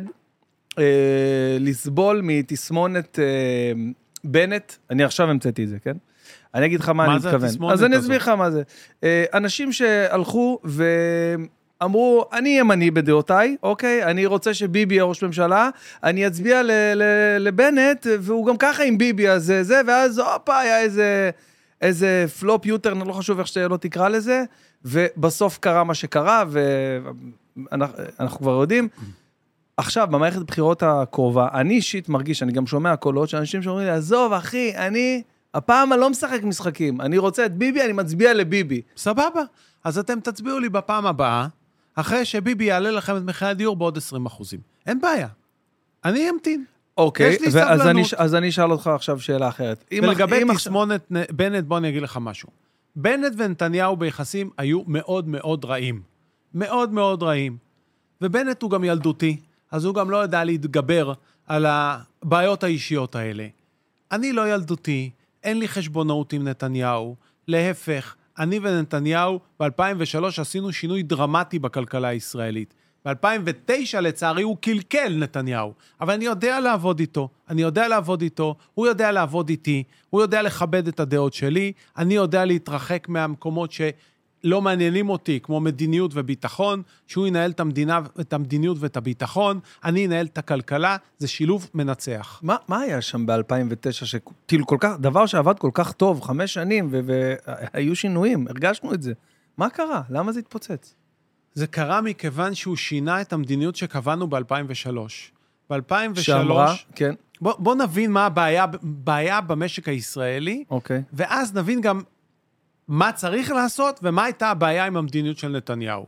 לסבול מתסמונת בנט? אני עכשיו המצאתי את זה, כן? אני אגיד לך מה אני מתכוון. אז אני אסביר לך מה זה. אנשים שהלכו ואמרו, אני ימני בדעותיי, אוקיי? אני רוצה שביבי יהיה ראש ממשלה, אני אצביע לבנט, והוא גם ככה עם ביבי, אז זה, ואז, אופה, היה איזה, איזה פלופ יוטר, לא חשוב איך שלא תקרא לזה, ובסוף קרה מה שקרה, ואנחנו כבר יודעים. עכשיו, במערכת הבחירות הקרובה, אני אישית מרגיש, אני גם שומע קולות, שאנשים שאומרים לי, עזוב, אחי, אני... הפעם אני לא משחק משחקים, אני רוצה את ביבי, אני מצביע לביבי. סבבה, אז אתם תצביעו לי בפעם הבאה, אחרי שביבי יעלה לכם את מחירי הדיור בעוד עשרים אחוזים. אין בעיה, אני אמתין. אוקיי, יש לי סבלנות. אז אני, אז אני אשאל אותך עכשיו שאלה אחרת. ולגבי תסמונת בנט, בוא אני אגיד לך משהו. בנט ונתניהו ביחסים היו מאוד מאוד רעים. מאוד מאוד רעים. ובנט הוא גם ילדותי, אז הוא גם לא ידע להתגבר על הבעיות האישיות האלה. אני לא ילדותי, אין לי חשבונאות עם נתניהו, להפך, אני ונתניהו ב-אלפיים ושלוש עשינו שינוי דרמטי בכלכלה הישראלית. ב-אלפיים ותשע לצערי הוא קלקל נתניהו, אבל אני יודע לעבוד איתו, אני יודע לעבוד איתו, הוא יודע לעבוד איתי, הוא יודע לכבד את הדעות שלי, אני יודע להתרחק מהמקומות שלא מעניינים אותי, כמו מדיניות וביטחון, שהוא ינהל את המדינה, את המדיניות ואת הביטחון, אני אנהל את הכלכלה, זה שילוב מנצח. מה, מה היה שם ב-אלפיים ותשע, שכאילו כל כך, דבר שעבד כל כך טוב, חמש שנים, והיו שינויים, הרגשנו את זה. מה קרה? למה זה התפוצץ? זה קרה מכיוון שהוא שינה את המדיניות שקבענו ב-אלפיים ושלוש. ב-אלפיים ושלוש... שאמרה, כן. בוא, בוא נבין מה הבעיה, בעיה במשק הישראלי, אוקיי. ואז נבין גם מה צריך לעשות, ומה הייתה הבעיה עם המדיניות של נתניהו.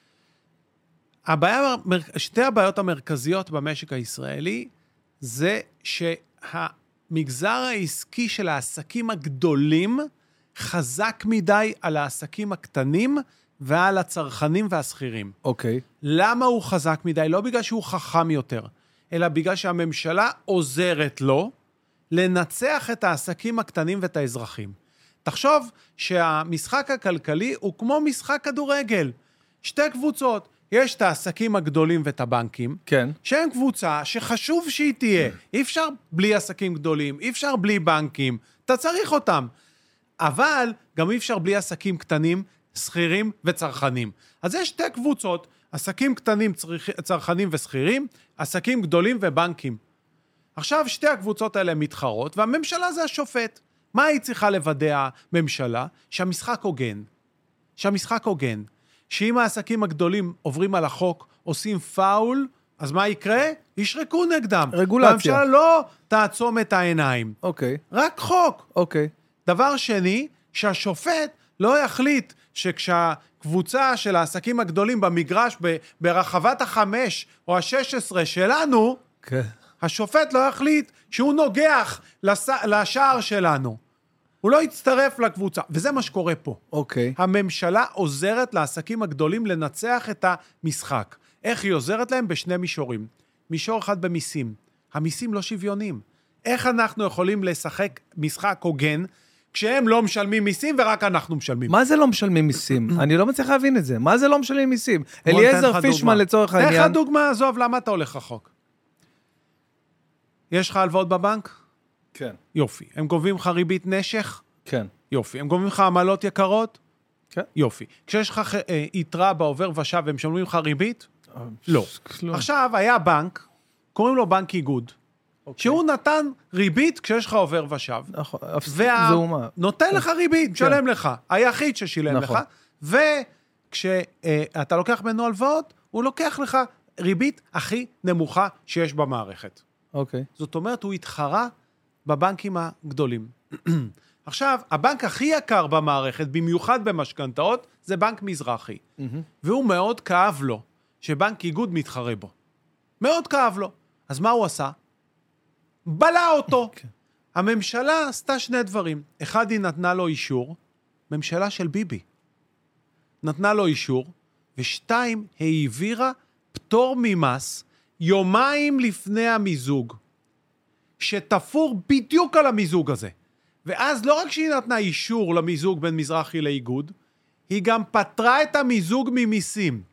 הבעיה, שתי הבעיות המרכזיות במשק הישראלי, זה שהמגזר העסקי של העסקים הגדולים, חזק מדי על העסקים הקטנים, ועל הצרכנים והשכירים. אוקיי. למה הוא חזק מדי? לא בגלל שהוא חכם יותר, אלא בגלל שהממשלה עוזרת לו לנצח את העסקים הקטנים ואת האזרחים. תחשוב שהמשחק הכלכלי הוא כמו משחק כדורגל. שתי קבוצות, יש את העסקים הגדולים ואת הבנקים, כן. שהם קבוצה שחשוב שהיא תהיה. אי אפשר בלי עסקים גדולים, אי אפשר בלי בנקים, אתה צריך אותם. אבל גם אי אפשר בלי עסקים קטנים, שכירים וצרכנים. אז יש שתי קבוצות, עסקים קטנים, צרכנים ושכירים, עסקים גדולים ובנקים. עכשיו שתי הקבוצות האלה מתחרות, והממשלה זה השופט. מה היא צריכה לוודא הממשלה? שהמשחק הוגן. שהמשחק הוגן. שאם העסקים הגדולים עוברים על החוק, עושים פאול, אז מה יקרה? ישרקו נגדם. רגולציה. והממשלה לא תעצום את העיניים. אוקיי. רק חוק. אוקיי. דבר שני, שהשופט לא יחליט שכשהקבוצה של העסקים הגדולים במגרש, ברחבת החמש או השש עשרה שלנו, כן. השופט לא יחליט שהוא נוגח לשער שלנו. הוא לא יצטרף לקבוצה, וזה מה שקורה פה. אוקיי. הממשלה עוזרת לעסקים הגדולים לנצח את המשחק. איך היא עוזרת להם? בשני מישורים. מישור אחד במיסים. המיסים לא שוויונים. איך אנחנו יכולים לשחק משחק הוגן, כשהם לא משלמים מיסים ורק אנחנו משלמים? מה זה לא משלמים מיסים? אני לא מצליח להבין את זה. מה זה לא משלמים מיסים? אליעזר פישמן לצורך העניין. תן לך דוגמה, עזוב, למה אתה הולך רחוק? יש לך הלוואות בבנק? כן. יופי. הם גובים לך ריבית נשך? כן. יופי. הם גובים לך עמלות יקרות? כן. יופי. כשיש לך יתרה בעובר ושב, הם משלמים לך ריבית? לא. עכשיו, היה בנק, קוראים לו בנק איגוד, שהוא נתן ריבית כשיש לך עובר ושב. נכון. זהומה. נותן לך ריבית, משלם לך. היחיד ששילם לך. וכשאתה לוקח ממנו הלוואות, הוא לוקח לך ריבית הכי נמוכה שיש במערכת. אוקיי. זאת אומרת, הוא התחרה בבנקים הגדולים. עכשיו, הבנק הכי יקר במערכת, במיוחד במשכנתאות, זה בנק מזרחי. והוא מאוד כאב לו, שבנק איגוד מתחרה בו. מאוד כאב לו. אז מה הוא עשה? בלה אותו. הממשלה עשתה שני דברים. אחד, היא נתנה לו אישור, ממשלה של ביבי. נתנה לו אישור, ושתיים, העבירה פטור ממס יומיים לפני המיזוג, שתפור בדיוק על המיזוג הזה. ואז לא רק שהיא נתנה אישור למיזוג בין מזרחי לאיגוד, היא גם פטרה את המיזוג ממיסים.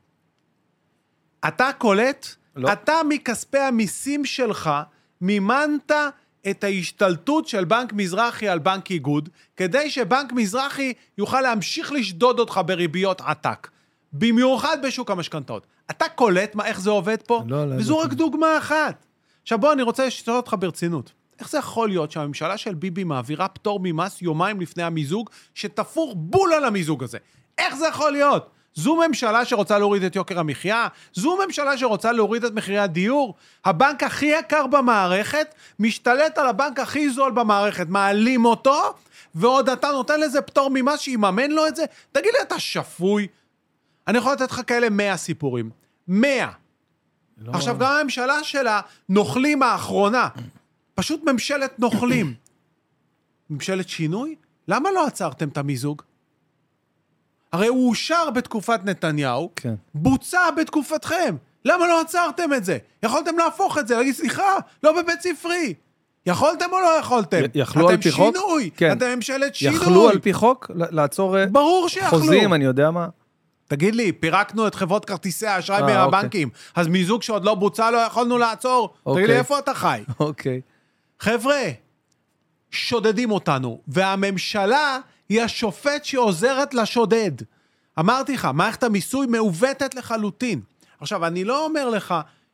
אתה קולט? לא. אתה מכספי המיסים שלך מימנת את ההשתלטות של בנק מזרחי על בנק איגוד, כדי שבנק מזרחי יוכל להמשיך לשדוד אותך בריביות עתק. במיוחד בשוק המשכנתאות. אתה קולט מה, איך זה עובד פה? לא, לא, וזו לא רק לא. דוגמה אחת. עכשיו בוא, אני רוצה לשאול אותך ברצינות. איך זה יכול להיות שהממשלה של ביבי מעבירה פטור ממס יומיים לפני המיזוג, שתפור בול על המיזוג הזה? איך זה יכול להיות? זו ממשלה שרוצה להוריד את יוקר המחיה? זו ממשלה שרוצה להוריד את מחירי הדיור? הבנק הכי יקר במערכת, משתלט על הבנק הכי זול במערכת, מעלים אותו, ועוד אתה נותן לזה פטור ממס שיממן לו את זה? תגיד לי, אתה שפוי? אני יכול לתת לך כאלה מאה סיפורים. מאה. לא עכשיו, גם הממשלה של הנוכלים האחרונה, פשוט ממשלת נוכלים. ממשלת שינוי? למה לא עצרתם את המיזוג? הרי הוא אושר בתקופת נתניהו, כן. בוצע בתקופתכם. למה לא עצרתם את זה? יכולתם להפוך את זה, להגיד, סליחה, לא בבית ספרי. יכולתם או לא יכולתם? יכלו על פי חוק? אתם שינוי, כן. אתם ממשלת שינוי. יכלו על פי חוק לעצור ברור שיכלו. חוזים, אני יודע מה. תגיד לי, פירקנו את חברות כרטיסי האשראי מהבנקים, אז מיזוג שעוד לא בוצע לא יכולנו לעצור. תגיד לי, איפה אתה חי? אוקיי. חבר'ה, שודדים אותנו, והממשלה היא השופט שעוזרת לשודד. אמרתי לך, מערכת המיסוי מעוותת לחלוטין. עכשיו, אני לא אומר לך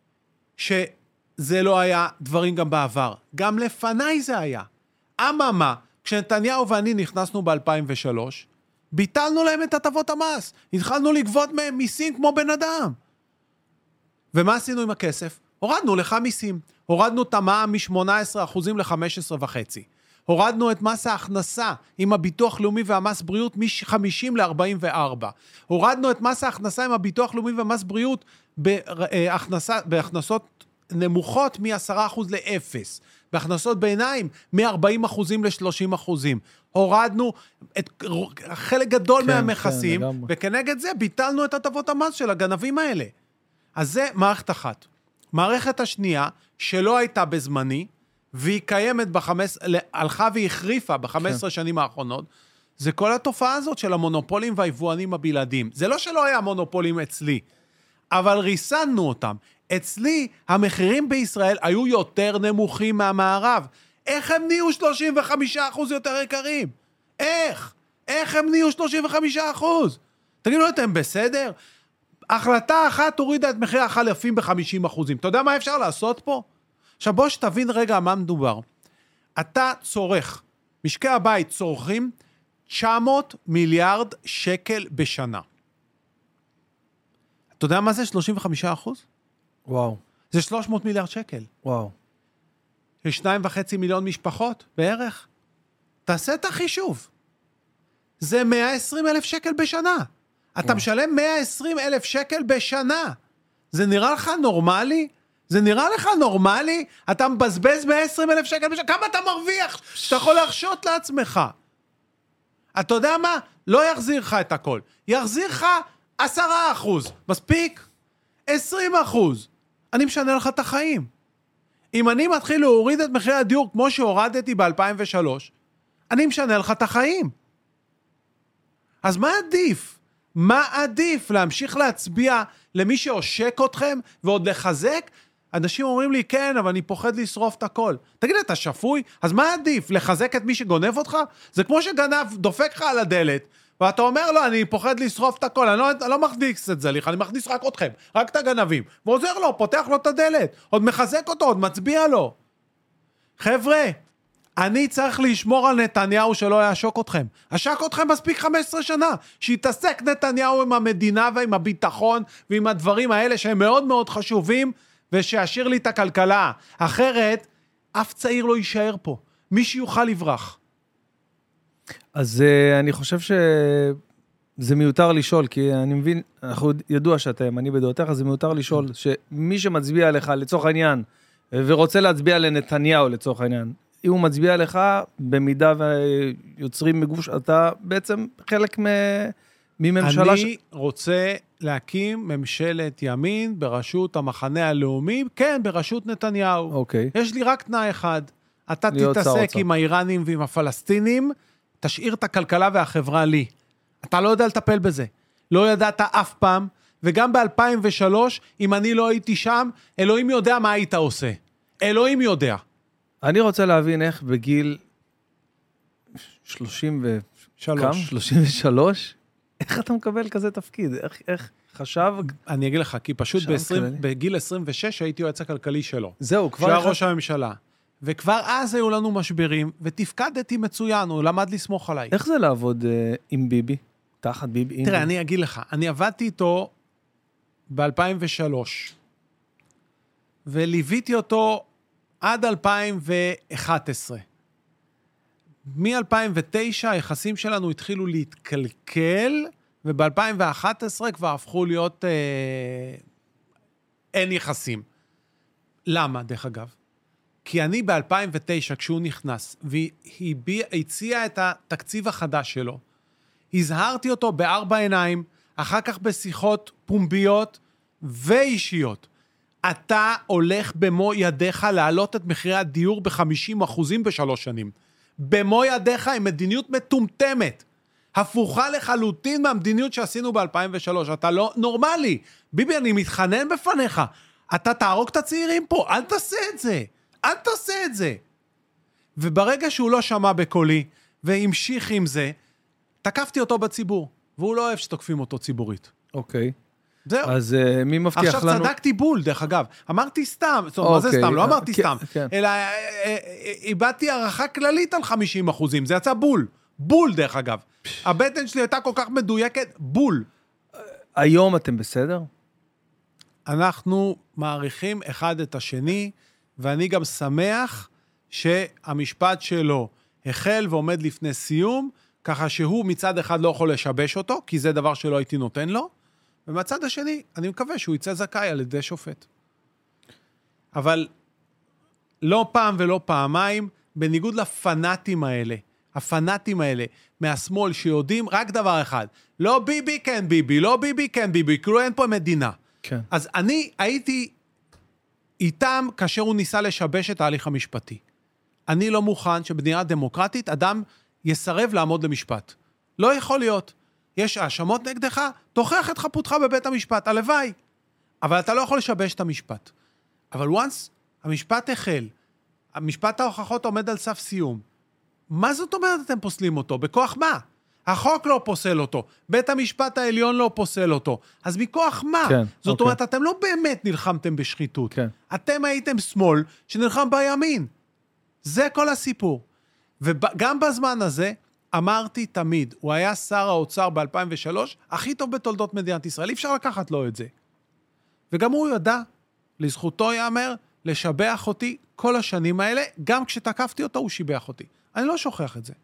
שזה לא היה דברים גם בעבר. גם לפניי זה היה. אממה, כשנתניהו ואני נכנסנו ב-אלפיים ושלוש, ביטלנו להם את הטבות המס. התחלנו לגבות מהם מיסים כמו בן אדם. ומה עשינו עם הכסף? הורדנו לך מיסים. הורדנו את המע"מ מ-שמונה עשרה אחוז ל-חמש עשרה וחצי. הורדנו את מס ההכנסה עם הביטוח לאומי והמס בריאות מ-חמישים ל-ארבעים וארבע. הורדנו את מס ההכנסה עם הביטוח לאומי והמס בריאות בהכנסה, בהכנסות נמוכות מ-עשרה אחוז ל-אפס. בהכנסות ביניים מ-ארבעים אחוז ל-שלושים אחוז. הורדנו את חלק גדול כן, מהמכסים, כן, וכנגד זה ביטלנו את הטבות המס של הגנבים האלה. אז זה מערכת אחת. מערכת השנייה, שלא הייתה בזמני, והיא קיימת בחמש, הלכה והיא החריפה ב-חמש עשרה כן. שנים האחרונות, זה כל התופעה הזאת של המונופולים והיבואנים הבלעדיים. זה לא שלא היה מונופולים אצלי, אבל ריסנו אותם. אצלי המחירים בישראל היו יותר נמוכים מהמערב. איך הם נהיו שלושים וחמישה אחוז יותר יקרים? איך? איך הם נהיו שלושים וחמישה אחוז? תגידו, אתם בסדר? החלטה אחת הורידה את מחיר החלפים ב-חמישים אחוזים. אתה יודע מה אפשר לעשות פה? עכשיו בוא שתבין רגע מה מדובר. אתה צורך, משקי הבית צורכים תשע מאות מיליארד שקל בשנה. אתה יודע מה זה שלושים וחמישה אחוז? וואו. זה שלוש מאות מיליארד שקל. וואו. יש שניים וחצי מיליון משפחות בערך. תעשה את החישוב. זה מאה ועשרים אלף שקל בשנה. אתה וואו. משלם מאה ועשרים אלף שקל בשנה. זה נראה לך נורמלי? זה נראה לך נורמלי? אתה מבזבז מאה ועשרים אלף שקל בשנה. כמה אתה מרוויח שאתה יכול להרשות לעצמך? אתה יודע מה? לא יחזיר לך את הכל. יחזיר לך עשרה אחוז. מספיק? עשרים אחוז. אני משנה לך את החיים. אם אני מתחיל להוריד את מחירי הדיור כמו שהורדתי ב-אלפיים ושלוש, אני משנה לך את החיים. אז מה עדיף? מה עדיף? להמשיך להצביע למי שעושק אתכם ועוד לחזק? אנשים אומרים לי, כן, אבל אני פוחד לשרוף את הכל. תגיד, אתה שפוי? אז מה עדיף? לחזק את מי שגונב אותך? זה כמו שגנב דופק לך על הדלת, ואתה אומר לו, אני פוחד לשרוף את הכל, אני לא, אני לא מכניס את זה לך, אני מכניס רק אתכם, רק את הגנבים. ועוזר לו, פותח לו את הדלת, עוד מחזק אותו, עוד מצביע לו. חבר'ה, אני צריך לשמור על נתניהו שלא יעשוק אתכם. עשק אתכם מספיק חמש עשרה שנה, שיתעסק נתניהו עם המדינה ועם הביטחון, ועם הדברים האלה שהם מאוד מאוד חשובים, ושישאיר לי את הכלכלה. אחרת, אף צעיר לא יישאר פה. מי שיוכל לברח. אז uh, אני חושב שזה מיותר לשאול, כי אני מבין, אנחנו ידוע שאתה ימני בדעותיך, זה מיותר לשאול שמי שמצביע לך לצורך העניין, ורוצה להצביע לנתניהו לצורך העניין, אם הוא מצביע לך, במידה ויוצרים מגוש, אתה בעצם חלק מ... מממשלה אני ש... רוצה להקים ממשלת ימין בראשות המחנה הלאומי, כן, בראשות נתניהו. אוקיי. יש לי רק תנאי אחד, אתה תתעסק עם האיראנים ועם הפלסטינים, תשאיר את הכלכלה והחברה לי. אתה לא יודע לטפל בזה. לא ידעת אף פעם, וגם ב-אלפיים ושלוש, אם אני לא הייתי שם, אלוהים יודע מה היית עושה. אלוהים יודע. אני רוצה להבין איך בגיל שלושים ושלוש, שלושים ושלוש, איך אתה מקבל כזה תפקיד? איך, איך חשב? אני אגיד לך, כי פשוט בגיל עשרים ושש הייתי יועץ הכלכלי שלו. זהו, כבר... שהיה ראש הממשלה. וכבר אז היו לנו משברים, ותפקדתי מצוין, הוא למד לסמוך עליי. איך זה לעבוד uh, עם ביבי? תחת ביבי? תראה, אני אגיד לך, אני עבדתי איתו ב-אלפיים ושלוש, וליוויתי אותו עד אלפיים ואחת עשרה. מ-אלפיים ותשע היחסים שלנו התחילו להתקלקל, וב-אלפיים ואחת עשרה כבר הפכו להיות אה, אין יחסים. למה, דרך אגב? כי אני ב-אלפיים ותשע, כשהוא נכנס, והציע את התקציב החדש שלו, הזהרתי אותו בארבע עיניים, אחר כך בשיחות פומביות ואישיות. אתה הולך במו ידיך להעלות את מחירי הדיור ב-חמישים אחוזים בשלוש שנים. במו ידיך עם מדיניות מטומטמת. הפוכה לחלוטין מהמדיניות שעשינו ב-אלפיים ושלוש. אתה לא נורמלי. ביבי, אני מתחנן בפניך. אתה תהרוג את הצעירים פה. אל תעשה את זה. אל תעשה את זה. וברגע שהוא לא שמע בקולי, והמשיך עם זה, תקפתי אותו בציבור. והוא לא אוהב שתוקפים אותו ציבורית. אוקיי. זהו. אז uh, מי מבטיח לנו? עכשיו צדקתי בול, דרך אגב. אמרתי סתם, זאת אומרת, מה זה סתם? לא אמרתי סתם. אלא איבדתי הערכה כללית על חמישים אחוזים. זה יצא בול. בול, דרך אגב. הבטן שלי הייתה כל כך מדויקת, בול. היום אתם בסדר? אנחנו מעריכים אחד את השני, ואני גם שמח שהמשפט שלו החל ועומד לפני סיום, ככה שהוא מצד אחד לא יכול לשבש אותו, כי זה דבר שלא הייתי נותן לו, ומצד השני, אני מקווה שהוא יצא זכאי על ידי שופט. אבל לא פעם ולא פעמיים, בניגוד לפנאטים האלה, הפנאטים האלה מהשמאל שיודעים רק דבר אחד, לא ביבי כן ביבי, לא ביבי כן ביבי, כאילו אין פה מדינה. כן. אז אני הייתי איתם כאשר הוא ניסה לשבש את ההליך המשפטי. אני לא מוכן שבמדינה דמוקרטית אדם יסרב לעמוד למשפט. לא יכול להיות. יש האשמות נגדך, תוכח את חפותך בבית המשפט, הלוואי. אבל אתה לא יכול לשבש את המשפט. אבל once המשפט החל, המשפט ההוכחות עומד על סף סיום. מה זאת אומרת אתם פוסלים אותו? בכוח מה? החוק לא פוסל אותו, בית המשפט העליון לא פוסל אותו. אז מכוח מה? כן, זאת אוקיי. אומרת, אתם לא באמת נלחמתם בשחיתות. כן. אתם הייתם שמאל שנלחם בימין. זה כל הסיפור. וגם בזמן הזה, אמרתי תמיד, הוא היה שר האוצר ב-אלפיים ושלוש, הכי טוב בתולדות מדינת ישראל, אי אפשר לקחת לו את זה. וגם הוא ידע, לזכותו יאמר, לשבח אותי כל השנים האלה, גם כשתקפתי אותו הוא שיבח אותי. אני לא שוכח את זה.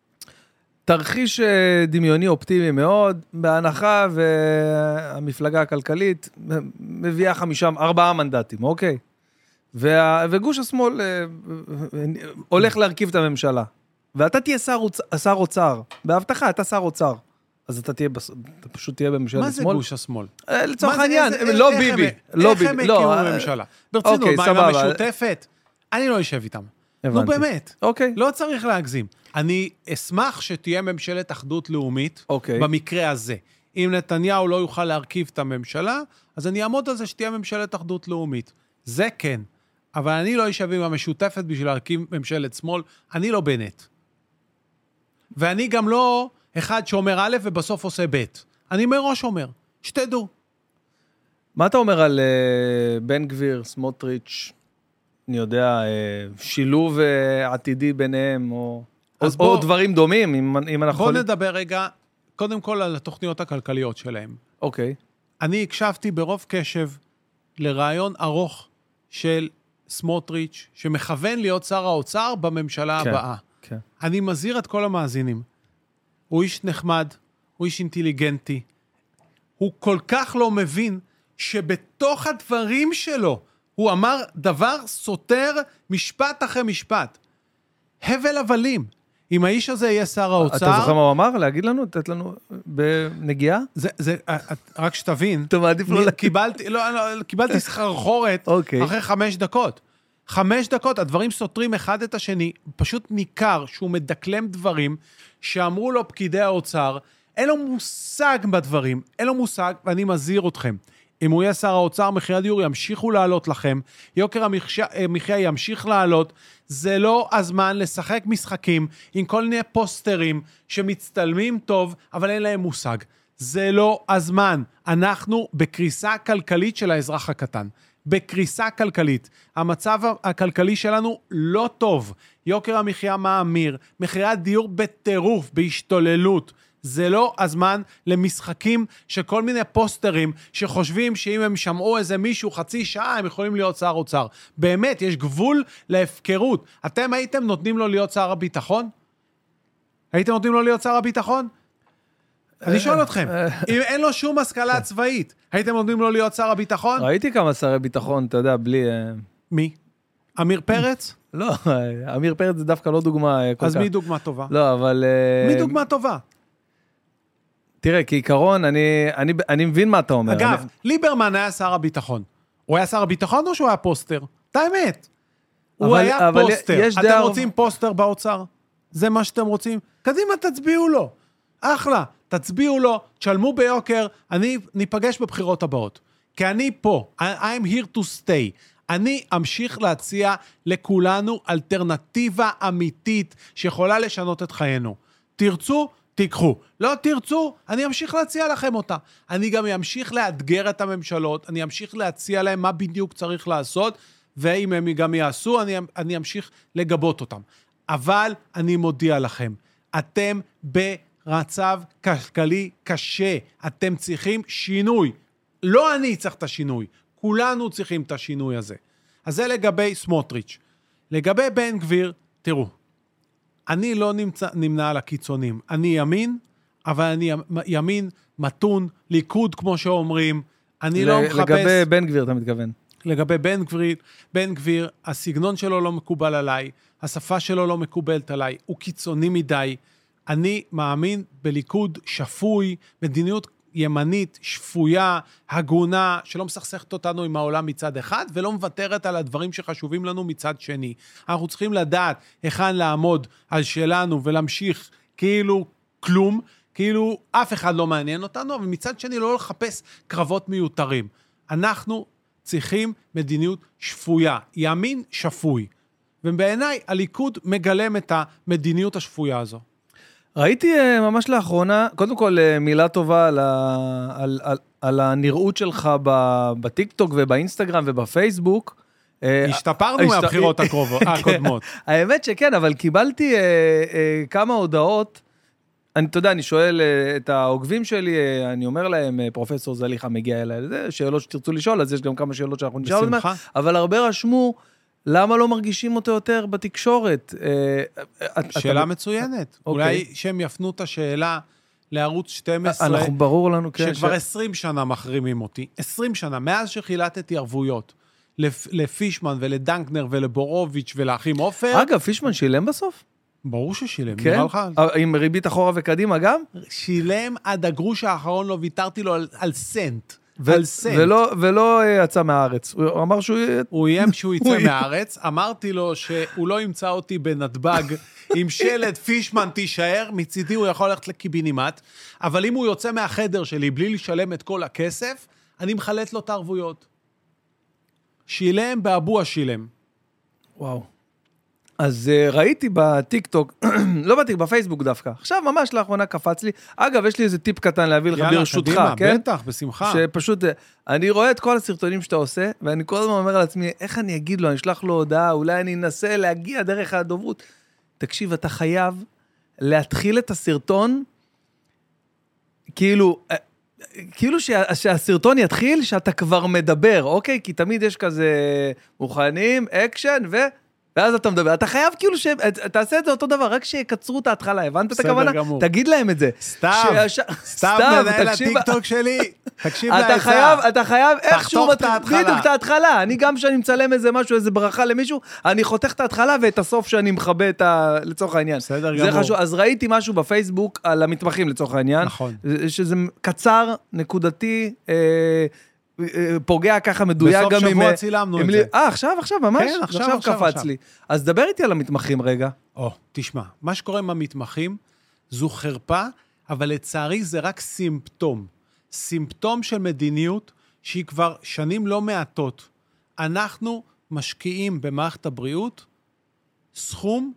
תרחיש דמיוני אופטימי מאוד, בהנחה והמפלגה הכלכלית מביאה חמישה, ארבעה מנדטים, אוקיי? וה, וגוש השמאל הולך להרכיב את הממשלה. ואתה תהיה שר, שר אוצר, בהבטחה, אתה שר אוצר. אז אתה תהיה, אתה פשוט תהיה בממשלת שמאל. מה זה גוש השמאל? לצורך העניין, לא ביבי. איך הם הקימו בממשלה? ברצינות, מה עם המשותפת? אני לא אשב איתם. נו באמת. אוקיי. לא צריך להגזים. אני אשמח שתהיה ממשלת אחדות לאומית, במקרה הזה. אם נתניהו לא יוכל להרכיב את הממשלה, אז אני אעמוד על זה שתהיה ממשלת אחדות לאומית. זה כן. אבל אני לא אשב עם המשותפת בשביל להרכיב ממשלת שמאל. אני לא בנט. ואני גם לא אחד שאומר א' ובסוף עושה ב'. אני מראש אומר, שתדעו. מה אתה אומר על uh, בן גביר, סמוטריץ', אני יודע, uh, שילוב uh, עתידי ביניהם, או, או, בוא, או דברים דומים, אם, אם אנחנו... בוא נדבר רגע, קודם כל על התוכניות הכלכליות שלהם. אוקיי. אני הקשבתי ברוב קשב לרעיון ארוך של סמוטריץ', שמכוון להיות שר האוצר בממשלה כן. הבאה. כן. אני מזהיר את כל המאזינים. הוא איש נחמד, הוא איש אינטליגנטי. הוא כל כך לא מבין שבתוך הדברים שלו הוא אמר דבר סותר משפט אחרי משפט. הבל הבלים. אם האיש הזה יהיה שר האוצר... אתה זוכר מה הוא אמר? להגיד לנו? לתת לנו בנגיעה? זה, זה, רק שתבין. אתה מעדיף לא... קיבלתי, לא, לא, קיבלתי סחרחורת אחרי חמש דקות. חמש דקות, הדברים סותרים אחד את השני, פשוט ניכר שהוא מדקלם דברים שאמרו לו פקידי האוצר, אין לו מושג בדברים, אין לו מושג, ואני מזהיר אתכם. אם הוא יהיה שר האוצר, מחירי הדיור ימשיכו לעלות לכם, יוקר המחיה ימשיך לעלות, זה לא הזמן לשחק משחקים עם כל מיני פוסטרים שמצטלמים טוב, אבל אין להם מושג. זה לא הזמן. אנחנו בקריסה כלכלית של האזרח הקטן. בקריסה כלכלית. המצב הכלכלי שלנו לא טוב. יוקר המחיה מאמיר, מחירי הדיור בטירוף, בהשתוללות. זה לא הזמן למשחקים שכל מיני פוסטרים שחושבים שאם הם שמעו איזה מישהו חצי שעה, הם יכולים להיות שר אוצר. באמת, יש גבול להפקרות. אתם הייתם נותנים לו להיות שר הביטחון? הייתם נותנים לו להיות שר הביטחון? אני שואל אתכם, אם אין לו שום השכלה צבאית, הייתם נותנים לו להיות שר הביטחון? ראיתי כמה שרי ביטחון, אתה יודע, בלי... מי? אמיר פרץ? לא, אמיר פרץ זה דווקא לא דוגמה כל כך. אז מי דוגמה טובה? לא, אבל... מי דוגמה טובה? תראה, כעיקרון, אני, אני, אני מבין מה אתה אומר. אגב, אני... ליברמן היה שר הביטחון. הוא היה שר הביטחון או שהוא היה פוסטר? את האמת. הוא היה פוסטר. אתם דער... רוצים פוסטר באוצר? זה מה שאתם רוצים? קדימה, תצביעו לו. אחלה, תצביעו לו, תשלמו ביוקר, אני ניפגש בבחירות הבאות. כי אני פה, I'm here to stay. אני אמשיך להציע לכולנו אלטרנטיבה אמיתית שיכולה לשנות את חיינו. תרצו, תיקחו. לא תרצו, אני אמשיך להציע לכם אותה. אני גם אמשיך לאתגר את הממשלות, אני אמשיך להציע להם מה בדיוק צריך לעשות, ואם הם גם יעשו, אני, אני אמשיך לגבות אותם. אבל אני מודיע לכם, אתם במצב כלכלי קשה, אתם צריכים שינוי. לא אני צריך את השינוי, כולנו צריכים את השינוי הזה. אז זה לגבי סמוטריץ'. לגבי בן גביר, תראו, אני לא נמצא, נמנע על הקיצונים. אני ימין, אבל אני ימין מתון, ליכוד כמו שאומרים. אני לא מחפש... לגבי בן גביר אתה מתכוון. לגבי בן גביר, בן גביר, הסגנון שלו לא מקובל עליי, השפה שלו לא מקובלת עליי, הוא קיצוני מדי. אני מאמין בליכוד שפוי, מדיניות ימנית, שפויה, הגונה, שלא מסכסכת אותנו עם העולם מצד אחד, ולא מוותרת על הדברים שחשובים לנו מצד שני. אנחנו צריכים לדעת היכן לעמוד על שלנו, ולהמשיך כאילו כלום, כאילו אף אחד לא מעניין אותנו, אבל מצד שני לא לחפש קרבות מיותרים. אנחנו צריכים מדיניות שפויה, ימין שפוי. ובעיניי הליכוד מגלם את המדיניות השפויה הזו. ראיתי ממש לאחרונה, קודם כל מילה טובה על, על, על, על הנראות שלך בטיקטוק ובאינסטגרם ובפייסבוק. השתפרנו מהבחירות הקודמות. האמת שכן, אבל קיבלתי כמה הודעות, אני, אתה יודע, אני שואל את העוקבים שלי, אני אומר להם, פרופסור זליכה מגיע אליי, זה שאלות שתרצו לשאול, אז יש גם כמה שאלות שאנחנו נשאל עוד מעט, אבל הרבה רשמו, למה לא מרגישים אותו יותר בתקשורת? שאלה מצוינת. אולי שהם יפנו את השאלה לערוץ שתים עשרה, אנחנו ברור לנו, כן. שכבר עשרים שנה מחרימים אותי, עשרים שנה, מאז שחילטתי ערבויות, לפישמן ולדנקנר ולבורוביץ' ולאחים עופר. אגב, פישמן שילם בסוף? ברור ששילם, כן? נראה לך? עם ריבית אחורה וקדימה גם? שילם עד הגרוש האחרון, לא ויתרתי לו על, על סנט. על סנט. ולא, ולא יצא מהארץ. הוא אמר שהוא... הוא איים שהוא יצא מהארץ. אמרתי לו שהוא לא ימצא אותי בנתב"ג עם שלט פישמן תישאר, מצידי הוא יכול ללכת לקיבינימט, אבל אם הוא יוצא מהחדר שלי בלי לשלם את כל הכסף, אני מחלט לו את הערבויות. שילם באבו השילם. וואו. אז uh, ראיתי בטיקטוק, לא בטיקטוק, בפייסבוק דווקא. עכשיו ממש לאחרונה קפץ לי. אגב, יש לי איזה טיפ קטן להביא לך ברשותך, קדימה, כן? בטח, בשמחה. שפשוט, אני רואה את כל הסרטונים שאתה עושה, ואני כל הזמן אומר לעצמי, איך אני אגיד לו, אני אשלח לו הודעה, אולי אני אנסה להגיע דרך הדוברות. תקשיב, אתה חייב להתחיל את הסרטון, כאילו, כאילו שה, שהסרטון יתחיל, שאתה כבר מדבר, אוקיי? כי תמיד יש כזה מוכנים, אקשן, ו... ואז אתה מדבר, אתה חייב כאילו ש... תעשה את זה אותו דבר, רק שיקצרו את ההתחלה, הבנת את הכוונה? תגיד להם את זה. סתיו, סתיו, מנהל הטיקטוק שלי, תקשיב אתה לעצה. חייב, אתה חייב איכשהו... תחתוך את ההתחלה. בדיוק את ההתחלה. אני גם כשאני מצלם איזה משהו, איזה ברכה למישהו, אני חותך את ההתחלה ואת הסוף שאני מכבה את ה... לצורך העניין. בסדר זה גמור. חשוב. אז ראיתי משהו בפייסבוק על המתמחים לצורך העניין. נכון. שזה קצר, נקודתי, אה, פוגע ככה מדויק גם עם... בסוף שבוע צילמנו את זה. אה, עכשיו, עכשיו, ממש? כן, עכשיו, עכשיו עכשיו, קפץ עכשיו. לי. אז דבר איתי על המתמחים רגע. או, תשמע, מה שקורה עם המתמחים זו חרפה, אבל לצערי זה רק סימפטום. סימפטום של מדיניות שהיא כבר שנים לא מעטות. אנחנו משקיעים במערכת הבריאות סכום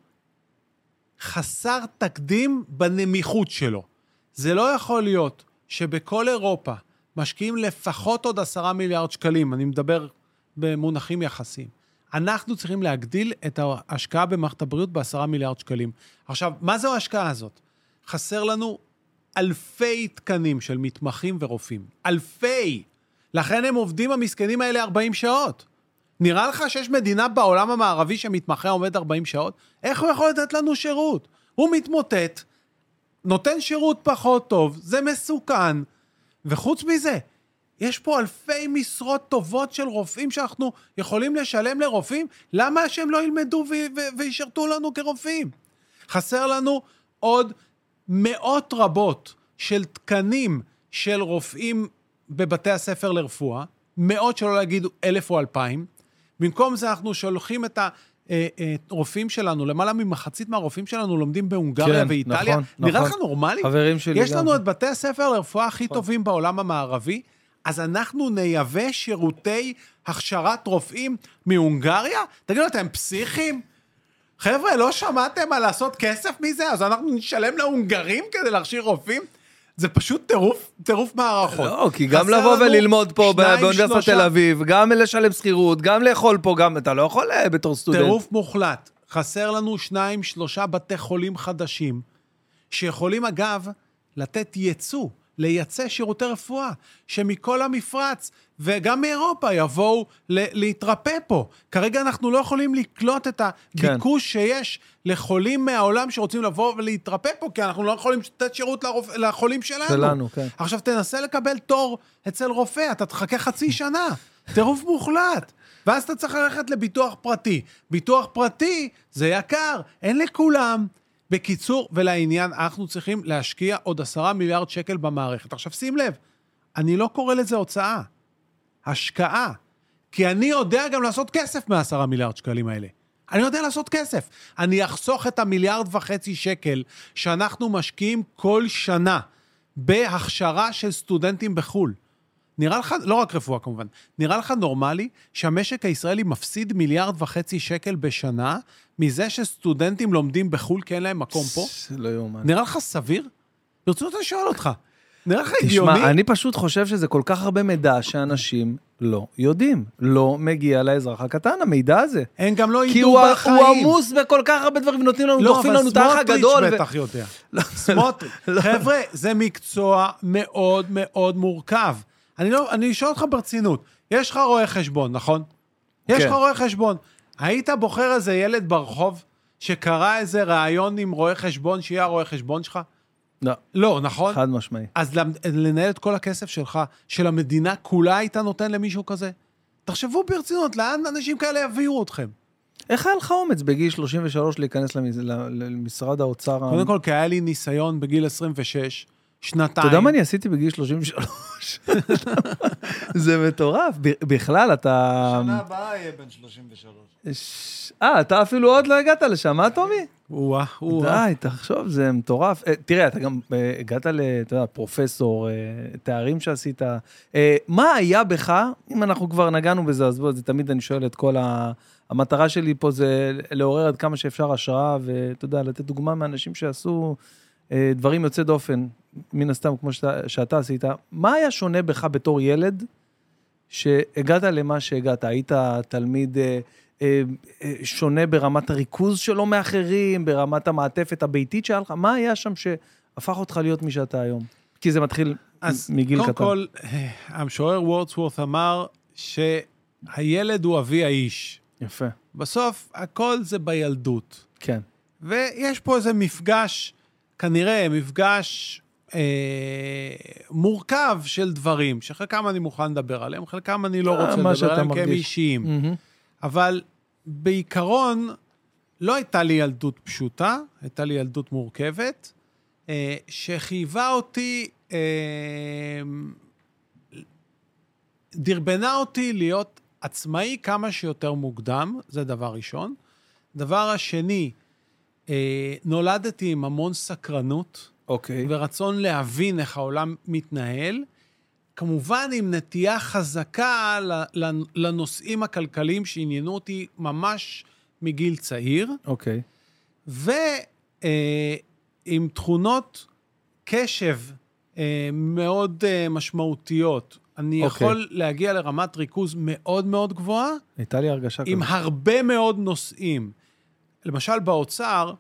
חסר תקדים בנמיכות שלו. זה לא יכול להיות שבכל אירופה משקיעים לפחות עוד עשרה מיליארד שקלים, אני מדבר במונחים יחסיים. אנחנו צריכים להגדיל את ההשקעה במערכת הבריאות בעשרה מיליארד שקלים. עכשיו, מה זו ההשקעה הזאת? חסר לנו אלפי תקנים של מתמחים ורופאים. אלפי! לכן הם עובדים המסכנים האלה ארבעים שעות. נראה לך שיש מדינה בעולם המערבי שמתמחה עומד ארבעים שעות? איך הוא יכול לתת לנו שירות? הוא מתמוטט, נותן שירות פחות טוב, זה מסוכן. וחוץ מזה, יש פה אלפי משרות טובות של רופאים שאנחנו יכולים לשלם לרופאים, למה שהם לא ילמדו ו- ו- וישרתו לנו כרופאים? חסר לנו עוד מאות רבות של תקנים של רופאים בבתי הספר לרפואה, מאות שלא להגיד אלף או אלפיים, במקום זה אנחנו שולחים את הרופאים שלנו, למעלה ממחצית מהרופאים שלנו לומדים בהונגריה כן, ואיטליה, נכון, נראה נכון. לך נורמלי? חברים שלי יש גם. לנו את בתי הספר לרפואה הכי טובים בעולם המערבי, אז אנחנו נייבא שירותי הכשרת רופאים מהונגריה? תגידו, אתם פסיכים? חבר'ה, לא שמעתם על לעשות כסף מזה? אז אנחנו נשלם להונגרים כדי להכשיר רופאים? זה פשוט טירוף, טירוף מערכות. לא, כי גם לבוא וללמוד פה באוניברסיטת תל אביב, גם לשלם שכירות, גם לאכול פה, גם אתה לא יכול בתור סטודנט. טירוף מוחלט. חסר לנו שניים, שלושה בתי חולים חדשים, שיכולים אגב לתת ייצוא, לייצא שירותי רפואה, שמכל המפרץ וגם מאירופה יבואו להתרפא פה. כרגע אנחנו לא יכולים לקלוט את הביקוש שיש לחולים מהעולם שרוצים לבוא ולהתרפא פה, כי אנחנו לא יכולים לתת שירות לרופ... לחולים שלנו. שלנו, כן. עכשיו תנסה לקבל תור אצל רופא, אתה תחכה חצי שנה, טירוף מוחלט. ואז אתה צריך ללכת לביטוח פרטי. ביטוח פרטי זה יקר, אין לכולם. בקיצור ולעניין, אנחנו צריכים להשקיע עוד עשרה מיליארד שקל במערכת. עכשיו שים לב, אני לא קורא לזה הוצאה, השקעה, כי אני יודע גם לעשות כסף מהעשרה מיליארד שקלים האלה. אני יודע לעשות כסף. אני אחסוך את המיליארד וחצי שקל שאנחנו משקיעים כל שנה בהכשרה של סטודנטים בחול. נראה לך, לא רק רפואה כמובן, נראה לך נורמלי שהמשק הישראלי מפסיד מיליארד וחצי שקל בשנה, מזה שסטודנטים לומדים בחול כי אין להם מקום פה? לא יאומן. נראה לך סביר? ברצונות אני שואל אותך. נראה לך הגיוני? תשמע, אני פשוט חושב שזה כל כך הרבה מידע שאנשים לא יודעים. לא מגיע לאזרח הקטן, המידע הזה. הם גם לא כי ידעו הוא, בחיים. הוא עמוס בכל כך הרבה דברים, ונותנים לנו, לא, דוחפים לנו את האח הגדול. אבל סמוטריץ' בטח יודע. סמוטריץ'. חבר'ה, זה מקצוע מאוד מאוד מורכב. אני לא, אני אשאל אותך ברצינות. יש לך רואה חשבון, נכון? יש לך רואה חשבון. היית בוחר איזה ילד ברחוב שקרא איזה רעיון עם רואה חשבון שיהיה הרואה חשבון שלך? לא. לא, נכון? חד משמעי. אז לנהל את כל הכסף שלך, של המדינה כולה היית נותן למישהו כזה? תחשבו ברצינות, לאן אנשים כאלה יביאו אתכם? איך היה לך אומץ בגיל שלושים ושלוש להיכנס למשרד האוצר? קודם כל, כי היה לי ניסיון בגיל עשרים ושש, שנתיים. אתה יודע מה אני עשיתי בגיל שלושים ושלוש? זה מטורף. בכלל, אתה... שנה הבאה יהיה בן שלושים ושלוש. אה, אתה אפילו עוד לא הגעת לשם, מה, טומי? וואה, וואה. די, תחשוב, זה מטורף. תראה, אתה גם הגעת לפרופסור, תארים שעשית. מה היה בך, אם אנחנו כבר נגענו בזה, אז בוא, זה תמיד אני שואל את כל ה... המטרה שלי פה זה לעורר עד כמה שאפשר השראה, ואתה יודע, לתת דוגמה מאנשים שעשו דברים יוצא דופן, מן הסתם, כמו שאתה, שאתה עשית. מה היה שונה בך בתור ילד, שהגעת למה שהגעת? היית תלמיד שונה ברמת הריכוז שלו מאחרים, ברמת המעטפת הביתית שהיה לך? מה היה שם שהפך אותך להיות מי שאתה היום? כי זה מתחיל מגיל קטן. קודם כל, המשורר וורדסוורת' אמר שהילד הוא אבי האיש. יפה. בסוף, הכל זה בילדות. כן. ויש פה איזה מפגש, כנראה מפגש אה, מורכב של דברים, שחלקם אני מוכן לדבר עליהם, חלקם אני לא רוצה לדבר עליהם, כי הם אישיים. Mm-hmm. אבל בעיקרון, לא הייתה לי ילדות פשוטה, הייתה לי ילדות מורכבת, אה, שחייבה אותי, אה, דרבנה אותי להיות עצמאי כמה שיותר מוקדם, זה דבר ראשון. דבר השני, אה, נולדתי עם המון סקרנות, אוקיי. ורצון להבין איך העולם מתנהל, כמובן עם נטייה חזקה לנושאים הכלכליים שעניינו אותי ממש מגיל צעיר. אוקיי. ועם תכונות קשב מאוד משמעותיות. אני יכול להגיע לרמת ריכוז מאוד מאוד גבוהה. הייתה לי הרגשה כזאת. עם הרבה מאוד נושאים. למשל באוצר,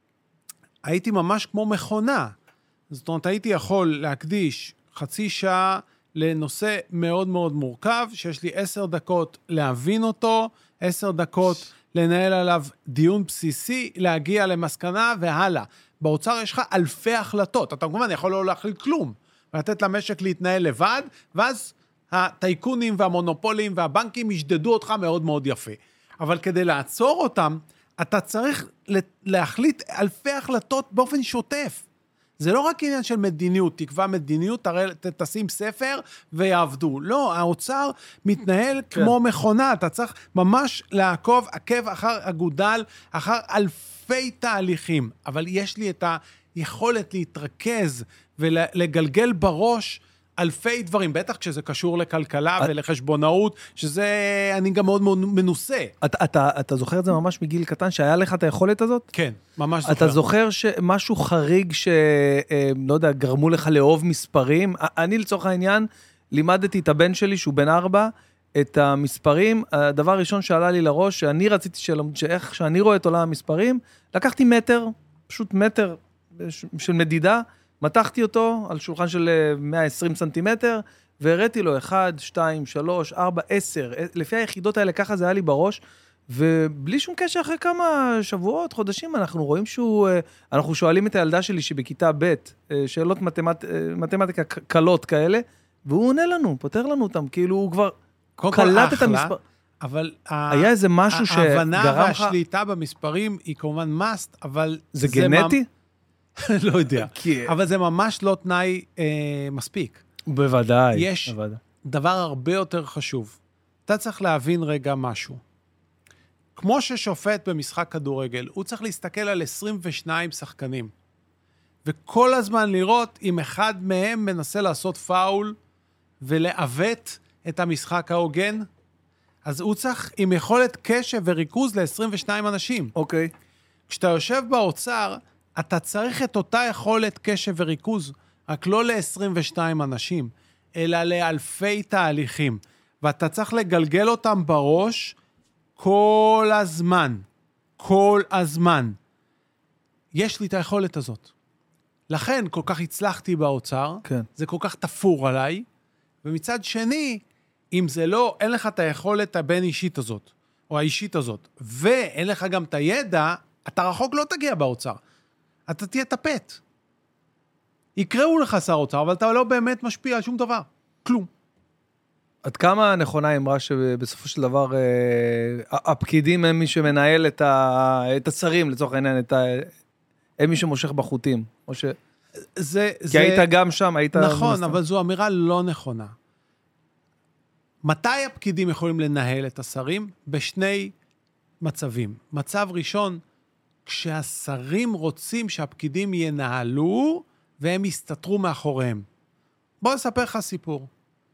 הייתי ממש כמו מכונה. זאת אומרת, הייתי יכול להקדיש חצי שעה לנושא מאוד מאוד מורכב, שיש לי עשר דקות להבין אותו, עשר דקות לנהל עליו דיון בסיסי, להגיע למסקנה והלאה. באוצר יש לך אלפי החלטות. אתה כמובן יכול לא להחליט כלום, ולתת למשק להתנהל לבד, ואז הטייקונים והמונופולים והבנקים ישדדו אותך מאוד מאוד יפה. אבל כדי לעצור אותם, אתה צריך להחליט אלפי החלטות באופן שוטף. זה לא רק עניין של מדיניות, תקבע מדיניות, תראה, תשים ספר ויעבדו. לא, האוצר מתנהל כן. כמו מכונה, אתה צריך ממש לעקוב, עקב אחר אגודל, אחר אלפי תהליכים. אבל יש לי את היכולת להתרכז ולגלגל בראש אלפי דברים, בטח כשזה קשור לכלכלה את... ולחשבונאות, שזה אני גם מאוד מאוד מנוסה. אתה, אתה, אתה זוכר את זה ממש מגיל קטן, שהיה לך את היכולת הזאת? כן, ממש זוכר. אתה זוכר שמשהו חריג ש... לא יודע, גרמו לך לאהוב מספרים? אני לצורך העניין, לימדתי את הבן שלי, שהוא בן ארבע, את המספרים. הדבר הראשון שעלה לי לראש, שאני רציתי של... שאיך שאני רואה את עולם המספרים, לקחתי מטר, פשוט מטר של מדידה, מתחתי אותו על שולחן של מאה ועשרים סנטימטר, והראיתי לו אחד, שתיים, שלוש, ארבע, עשר. לפי היחידות האלה, ככה זה היה לי בראש, ובלי שום קשר אחרי כמה שבועות, חודשים, אנחנו רואים שהוא, אנחנו שואלים את הילדה שלי שבכיתה ב', שאלות מתמט, מתמטיקה קלות כאלה, והוא עונה לנו, פותר לנו אותם, כאילו הוא כבר קלט את המספר. אבל היה איזה משהו שגרם לך... ההבנה והשליטה במספרים היא כמובן מאסט, אבל... זה גנטי? לא יודע. אבל זה ממש לא תנאי אה, מספיק. בוודאי. יש בוודאי. דבר הרבה יותר חשוב. אתה צריך להבין רגע משהו. כמו ששופט במשחק כדורגל, הוא צריך להסתכל על עשרים ושניים שחקנים. וכל הזמן לראות אם אחד מהם מנסה לעשות פאול ולעוות את המשחק ההוגן, אז הוא צריך עם יכולת קשב וריכוז ל-עשרים ושניים אנשים. אוקיי. כשאתה יושב באוצר, אתה צריך את אותה יכולת קשב וריכוז, רק לא ל-עשרים ושניים אנשים, אלא לאלפי תהליכים. ואתה צריך לגלגל אותם בראש כל הזמן. כל הזמן. יש לי את היכולת הזאת. לכן כל כך הצלחתי באוצר, כן. זה כל כך תפור עליי, ומצד שני, אם זה לא, אין לך את היכולת הבין אישית הזאת, או האישית הזאת, ואין לך גם את הידע, אתה רחוק לא תגיע באוצר. אתה תהיה טפט. יקראו לך שר אוצר, אבל אתה לא באמת משפיע על שום דבר. כלום. עד כמה נכונה האמרה שבסופו של דבר הפקידים הם מי שמנהל את השרים, לצורך העניין, הם מי שמושך בחוטים. או ש... זה, כי זה... היית גם שם, היית... נכון, מסתם. אבל זו אמירה לא נכונה. מתי הפקידים יכולים לנהל את השרים? בשני מצבים. מצב ראשון, כשהשרים רוצים שהפקידים ינהלו, והם יסתתרו מאחוריהם. בוא נספר לך סיפור.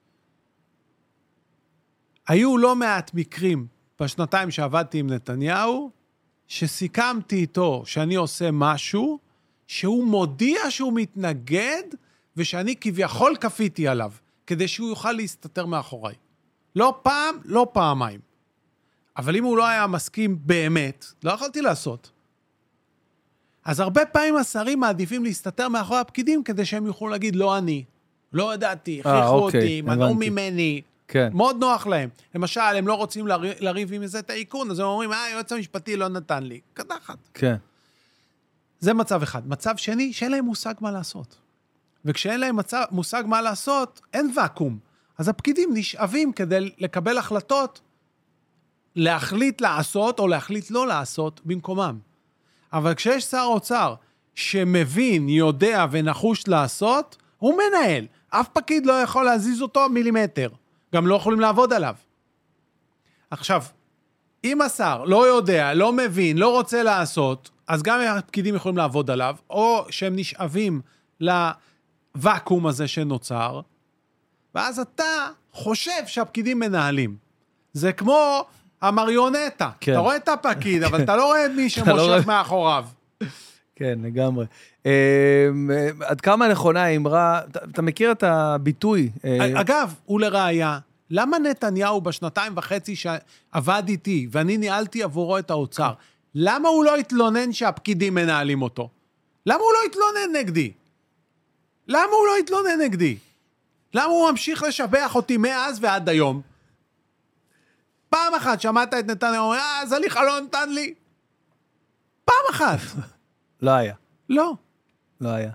היו לא מעט מקרים בשנתיים שעבדתי עם נתניהו, שסיכמתי איתו שאני עושה משהו, שהוא מודיע שהוא מתנגד, ושאני כביכול כפיתי עליו, כדי שהוא יוכל להסתתר מאחוריי. לא פעם, לא פעמיים. אבל אם הוא לא היה מסכים באמת, לא יכולתי לעשות. אז הרבה פעמים השרים מעדיפים להסתתר מאחורי הפקידים, כדי שהם יוכלו להגיד, לא אני, לא ידעתי, הכריחו אותי, מנעו ממני. כן. מאוד נוח להם. למשל, הם לא רוצים לריב, לריב עם איזה תעיקון, אז הם אומרים, אה, היועץ המשפטי לא נתן לי. קדחת. כן. זה מצב אחד. מצב שני, שאין להם מושג מה לעשות. וכשאין להם מצא, מושג מה לעשות, אין ואקום. אז הפקידים נשאבים כדי לקבל החלטות, להחליט לעשות או להחליט לא לעשות במקומם. אבל כשיש שר אוצר שמבין, יודע ונחוש לעשות, הוא מנהל. אף פקיד לא יכול להזיז אותו מילימטר. גם לא יכולים לעבוד עליו. עכשיו, אם השר לא יודע, לא מבין, לא רוצה לעשות, אז גם הפקידים יכולים לעבוד עליו, או שהם נשאבים לוואקום הזה שנוצר, ואז אתה חושב שהפקידים מנהלים. זה כמו המריונטה. כן. אתה רואה את הפקיד, אבל אתה לא רואה את מי שמושך מאחוריו. כן, לגמרי. עד כמה נכונה האמרה, אתה מכיר את הביטוי? אגב, הוא לראיה, למה נתניהו בשנתיים וחצי שעבד איתי, ואני ניהלתי עבורו את האוצר, למה הוא לא התלונן שהפקידים מנהלים אותו? למה הוא לא התלונן נגדי? למה הוא לא התלונן נגדי? למה הוא ממשיך לשבח אותי מאז ועד היום? פעם אחת שמעת את נתניהו, אה, זליכה לא נתן לי. פעם אחת. לא היה. לא. לא היה.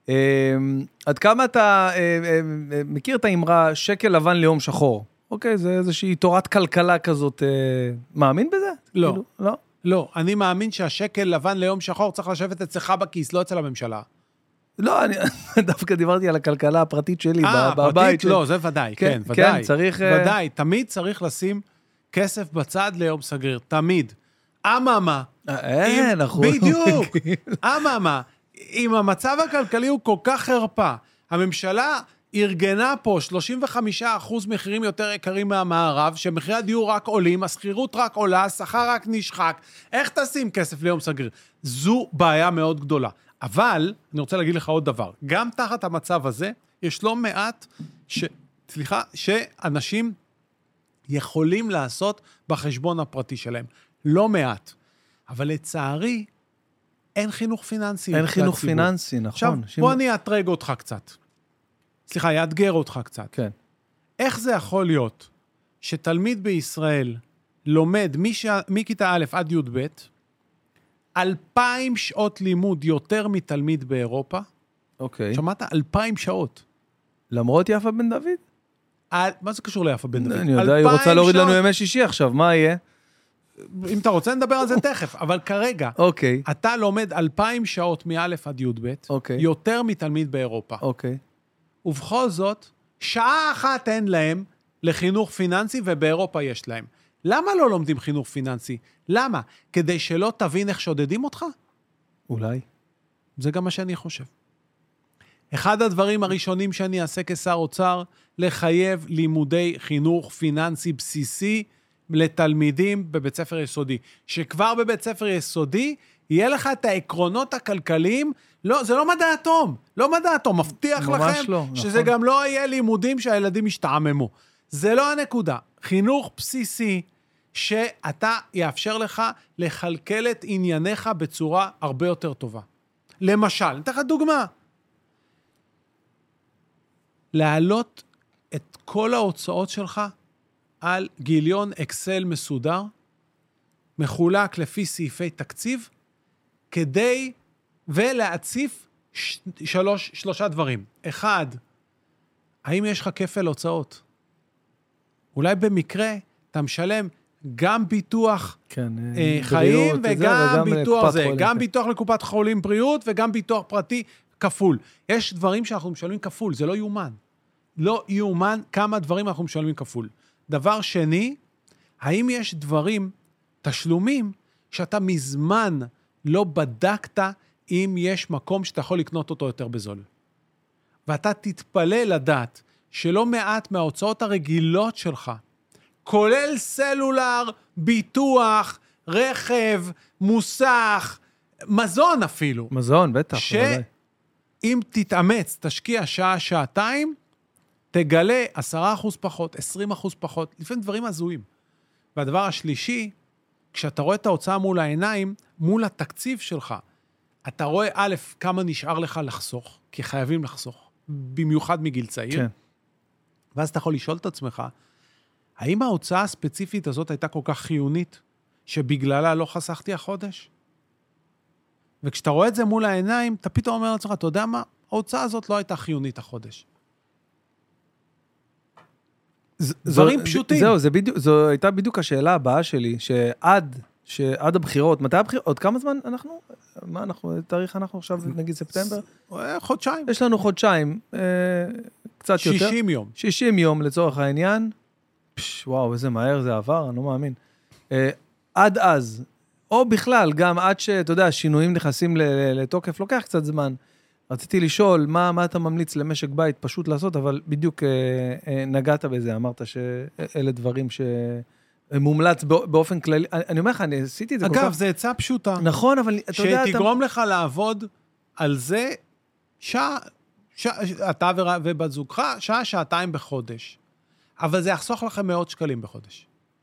עד כמה אתה מכיר את האמרה שקל לבן ליום שחור? אוקיי, זה איזושהי תורת כלכלה כזאת. מאמין בזה? לא. לא. לא, אני מאמין שהשקל לבן ליום שחור צריך לשבת אצלך בכיס, לא אצל הממשלה. לא, אני דווקא דיברתי על הכלכלה הפרטית שלי, אה, בבית. פרטית? לא, זה ודאי, כן, ודאי. כן, צריך... ודאי, תמיד צריך לשים כסף בצד ליום סגריר, תמיד. אממה. אה, נכון. בדיוק. אממה. אם המצב הכלכלי הוא כל כך חרפה, הממשלה ארגנה פה שלושים וחמישה אחוז מחירים יותר יקרים מהמערב, שמחירי הדיור רק עולים, הסחירות רק עולה, השכר רק נשחק. איך תשים כסף ליום סגריר? זו בעיה מאוד גדולה. אבל, אני רוצה להגיד לך עוד דבר, גם תחת המצב הזה, יש לא מעט, ש... סליחה, שאנשים יכולים לעשות בחשבון הפרטי שלהם. לא מעט. אבל לצערי, אין חינוך פיננסי. אין חינוך פיננסי, נכון. עכשיו, בוא אני אתרג אותך קצת. סליחה, יאתגר אותך קצת. כן. איך זה יכול להיות שתלמיד בישראל לומד מכיתה א' עד י' ב', אלפיים שעות לימוד יותר מתלמיד באירופה? אוקיי. שמעת? אלפיים שעות. למרות יפה בן דוד? על... מה זה קשור ליפה בן דוד? אני יודע, היא רוצה להוריד לנו ימי שישי עכשיו, מה יהיה? אם אתה רוצה, נדבר על זה תכף, אבל כרגע, אוקיי. אתה לומד אלפיים שעות מא' עד י' ב', אוקיי. יותר מתלמיד באירופה. אוקיי. ובכל זאת, שעה אחת אין להם לחינוך פיננסי, ובאירופה יש להם. למה לא לומדים חינוך פיננסי? למה? כדי שלא תבין איך שודדים אותך? אולי. זה גם מה שאני חושב. אחד הדברים הראשונים שאני אעשה כשר אוצר, לחייב לימודי חינוך פיננסי בסיסי לתלמידים בבית ספר יסודי. שכבר בבית ספר יסודי, יהיה לך את העקרונות הכלכליים, לא, זה לא מדע אטום, לא מדע אטום, מבטיח לכם לא, שזה נכון. גם לא יהיה לימודים שהילדים ישתעממו. זה לא הנקודה. חינוך בסיסי שאתה יאפשר לך לכלכל את ענייניך בצורה הרבה יותר טובה. למשל, נתן לך דוגמה. להעלות את כל ההוצאות שלך על גיליון אקסל מסודר, מחולק לפי סעיפי תקציב, כדי ולהציף ש... שלוש, שלושה דברים. אחד, האם יש לך כפל הוצאות? אולי במקרה אתה משלם גם ביטוח כן, אה, חיים וגם וגם ביטוח זה, חולים, גם כן. ביטוח לקופת חולים בריאות וגם ביטוח פרטי כפול. יש דברים שאנחנו משלמים כפול, זה לא יומן. לא יומן כמה דברים אנחנו משלמים כפול. דבר שני, האם יש דברים, תשלומים, שאתה מזמן לא בדקת אם יש מקום שאתה יכול לקנות אותו יותר בזול. ואתה תתפלא לדעת שלא מעט מההוצאות הרגילות שלך, כולל סלולר, ביטוח, רכב, מוסך, מזון אפילו. מזון, בטח. שאם תתאמץ, תשקיע שעה, שעתיים, תגלה עשרה אחוז פחות, עשרים אחוז פחות, לפעמים דברים הזויים. והדבר השלישי, כשאתה רואה את ההוצאה מול העיניים, מול התקציב שלך, אתה רואה א', כמה נשאר לך לחסוך, כי חייבים לחסוך, במיוחד מגיל צעיר. כן. ואז אתה יכול לשאול את עצמך, האם ההוצאה הספציפית הזאת הייתה כל כך חיונית, שבגללה לא חסכתי החודש? וכשאתה רואה את זה מול העיניים, אתה פתאום אומר לעצמך, אתה יודע מה? ההוצאה הזאת לא הייתה חיונית החודש. ז- דברים זו- פשוטים. זהו, זה בדיוק, זו הייתה בדיוק השאלה הבאה שלי, שעד, שעד הבחירות, מתי הבחירות, עוד כמה זמן אנחנו? מה אנחנו, תאריך אנחנו עכשיו, נגיד ספטמבר? אה, חודשיים. יש לנו חודשיים, אה, קצת יותר. שישים יום. שישים יום לצורך העניין. פש, וואו, איזה מהר זה עבר, אני לא מאמין. אה, עד אז, או בכלל, גם עד שאתה יודע, שינויים נכנסים ל- ל- לתוקף, לוקח קצת זמן. רציתי לשאול, מה, מה אתה ממליץ למשק בית פשוט לעשות, אבל בדיוק אה, אה, נגעת בזה, אמרת שאלה דברים שמומלץ באופן כללי. אני, אני אומר לך, אני עשיתי את זה אגב, כל כך... זה עצה פשוטה. נכון, אבל אתה יודע... שתגרום לך לעבוד על זה שעה, שעה, אתה ו- ובת זוגך, שעה, שעתיים בחודש. אבל זה יחסוך לכם מאות שקלים בחודש.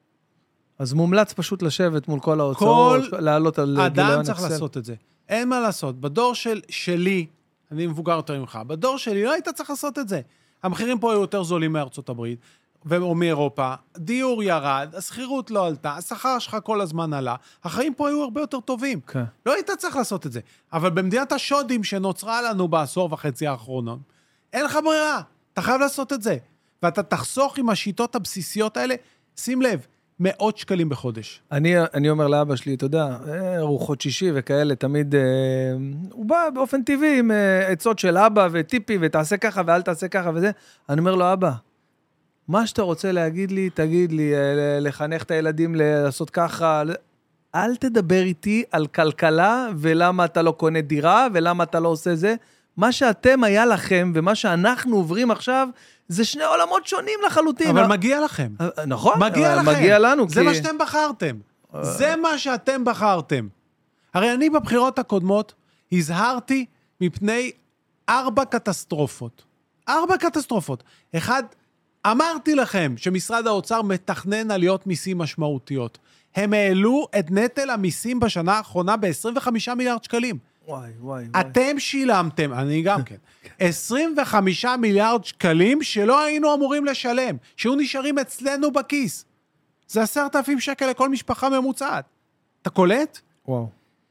אז מומלץ פשוט לשבת מול כל ההוצאות, כל לעלות על אדם צריך לעשות את זה. אין מה לעשות. בדור של, שלי, אני מבוגר יותר ממך, בדור שלי לא היית צריך לעשות את זה. המחירים פה היו יותר זולים מארצות הברית, או מאירופה, דיור ירד, הסחירות לא עלתה, השכר שלך כל הזמן עלה, החיים פה היו הרבה יותר טובים. כן. לא היית צריך לעשות את זה. אבל במדינת השודים שנוצרה לנו בעשור וחצי האחרונה, אין לך ברירה, אתה חייב לעשות את זה. ואתה תחסוך עם השיטות הבסיסיות האלה, שים לב, מאות שקלים בחודש. אני, אני אומר לאבא שלי, אתה יודע, ארוחות שישי וכאלה, תמיד, אה, הוא בא באופן טבעי עם אה, עצות של אבא וטיפי, ותעשה ככה ואל תעשה ככה וזה. אני אומר לו, אבא, מה שאתה רוצה להגיד לי, תגיד לי, אה, לחנך את הילדים לעשות ככה, אל תדבר איתי על כלכלה, ולמה אתה לא קונה דירה, ולמה אתה לא עושה זה. מה שאתם היה לכם, ומה שאנחנו עוברים עכשיו, זה שני עולמות שונים לחלוטין. אבל מגיע לכם. נכון, מגיע לכם. מגיע לנו. זה כי... מה שאתם בחרתם. זה מה שאתם בחרתם. הרי אני בבחירות הקודמות הזהרתי מפני ארבע קטסטרופות. ארבע קטסטרופות. אחד, אמרתי לכם שמשרד האוצר מתכנן עליות מיסים משמעותיות. הם העלו את נטל המיסים בשנה האחרונה ב-עשרים וחמישה מיליארד שקלים. וואי, וואי, וואי. אתם שילמתם, אני גם כן, עשרים וחמישה מיליארד שקלים שלא היינו אמורים לשלם, שהיו נשארים אצלנו בכיס. זה עשרת אלפים שקל לכל משפחה ממוצעת. אתה קולט? וואו.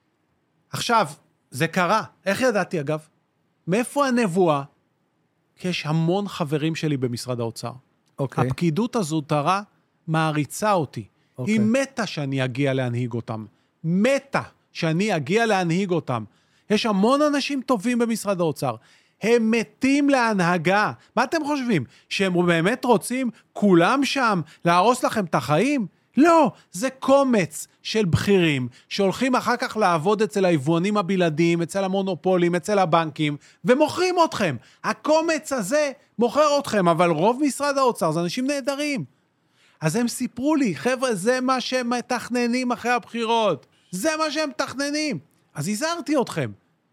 עכשיו, זה קרה. איך ידעתי אגב? מאיפה הנבואה? כי יש המון חברים שלי במשרד האוצר. אוקיי. הפקידות הזוטרה מעריצה אותי. אוקיי. היא מתה שאני אגיע להנהיג אותם. מתה שאני אגיע להנהיג אותם. יש המון אנשים טובים במשרד האוצר. הם מתים להנהגה. מה אתם חושבים? שהם באמת רוצים כולם שם להרוס לכם את החיים? לא, זה קומץ של בכירים שהולכים אחר כך לעבוד אצל היבואנים הבלעדיים, אצל המונופולים, אצל הבנקים, ומוכרים אתכם. הקומץ הזה מוכר אתכם, אבל רוב משרד האוצר זה אנשים נהדרים. אז הם סיפרו לי, חבר'ה, זה מה שהם מתכננים אחרי הבחירות. זה מה שהם מתכננים. אז הזהרתי אתכם.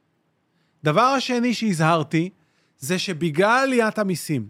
דבר השני שהזהרתי, זה שבגלל עליית המיסים,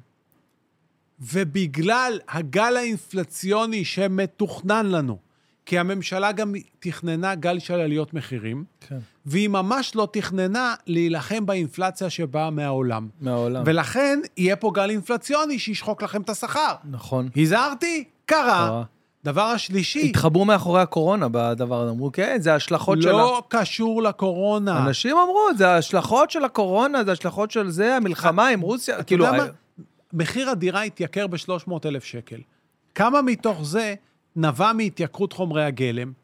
ובגלל הגל האינפלציוני שמתוכנן לנו, כי הממשלה גם תכננה גל של עליות מחירים, כן. והיא ממש לא תכננה להילחם באינפלציה שבאה מהעולם. מהעולם. ולכן יהיה פה גל אינפלציוני שישחוק לכם את השכר. נכון. הזהרתי, קרה. קרה. דבר השלישי, התחברו מאחורי הקורונה בדבר הזה, אמרו, כן, זה השלכות שלה. לא קשור לקורונה. אנשים אמרו, זה ההשלכות של הקורונה, זה השלכות של זה, המלחמה עם רוסיה, אתה כאילו... יודע מה? מחיר הדירה התייקר ב-שלוש מאות אלף שקל. כמה מתוך זה נבע מהתייקרות חומרי הגלם?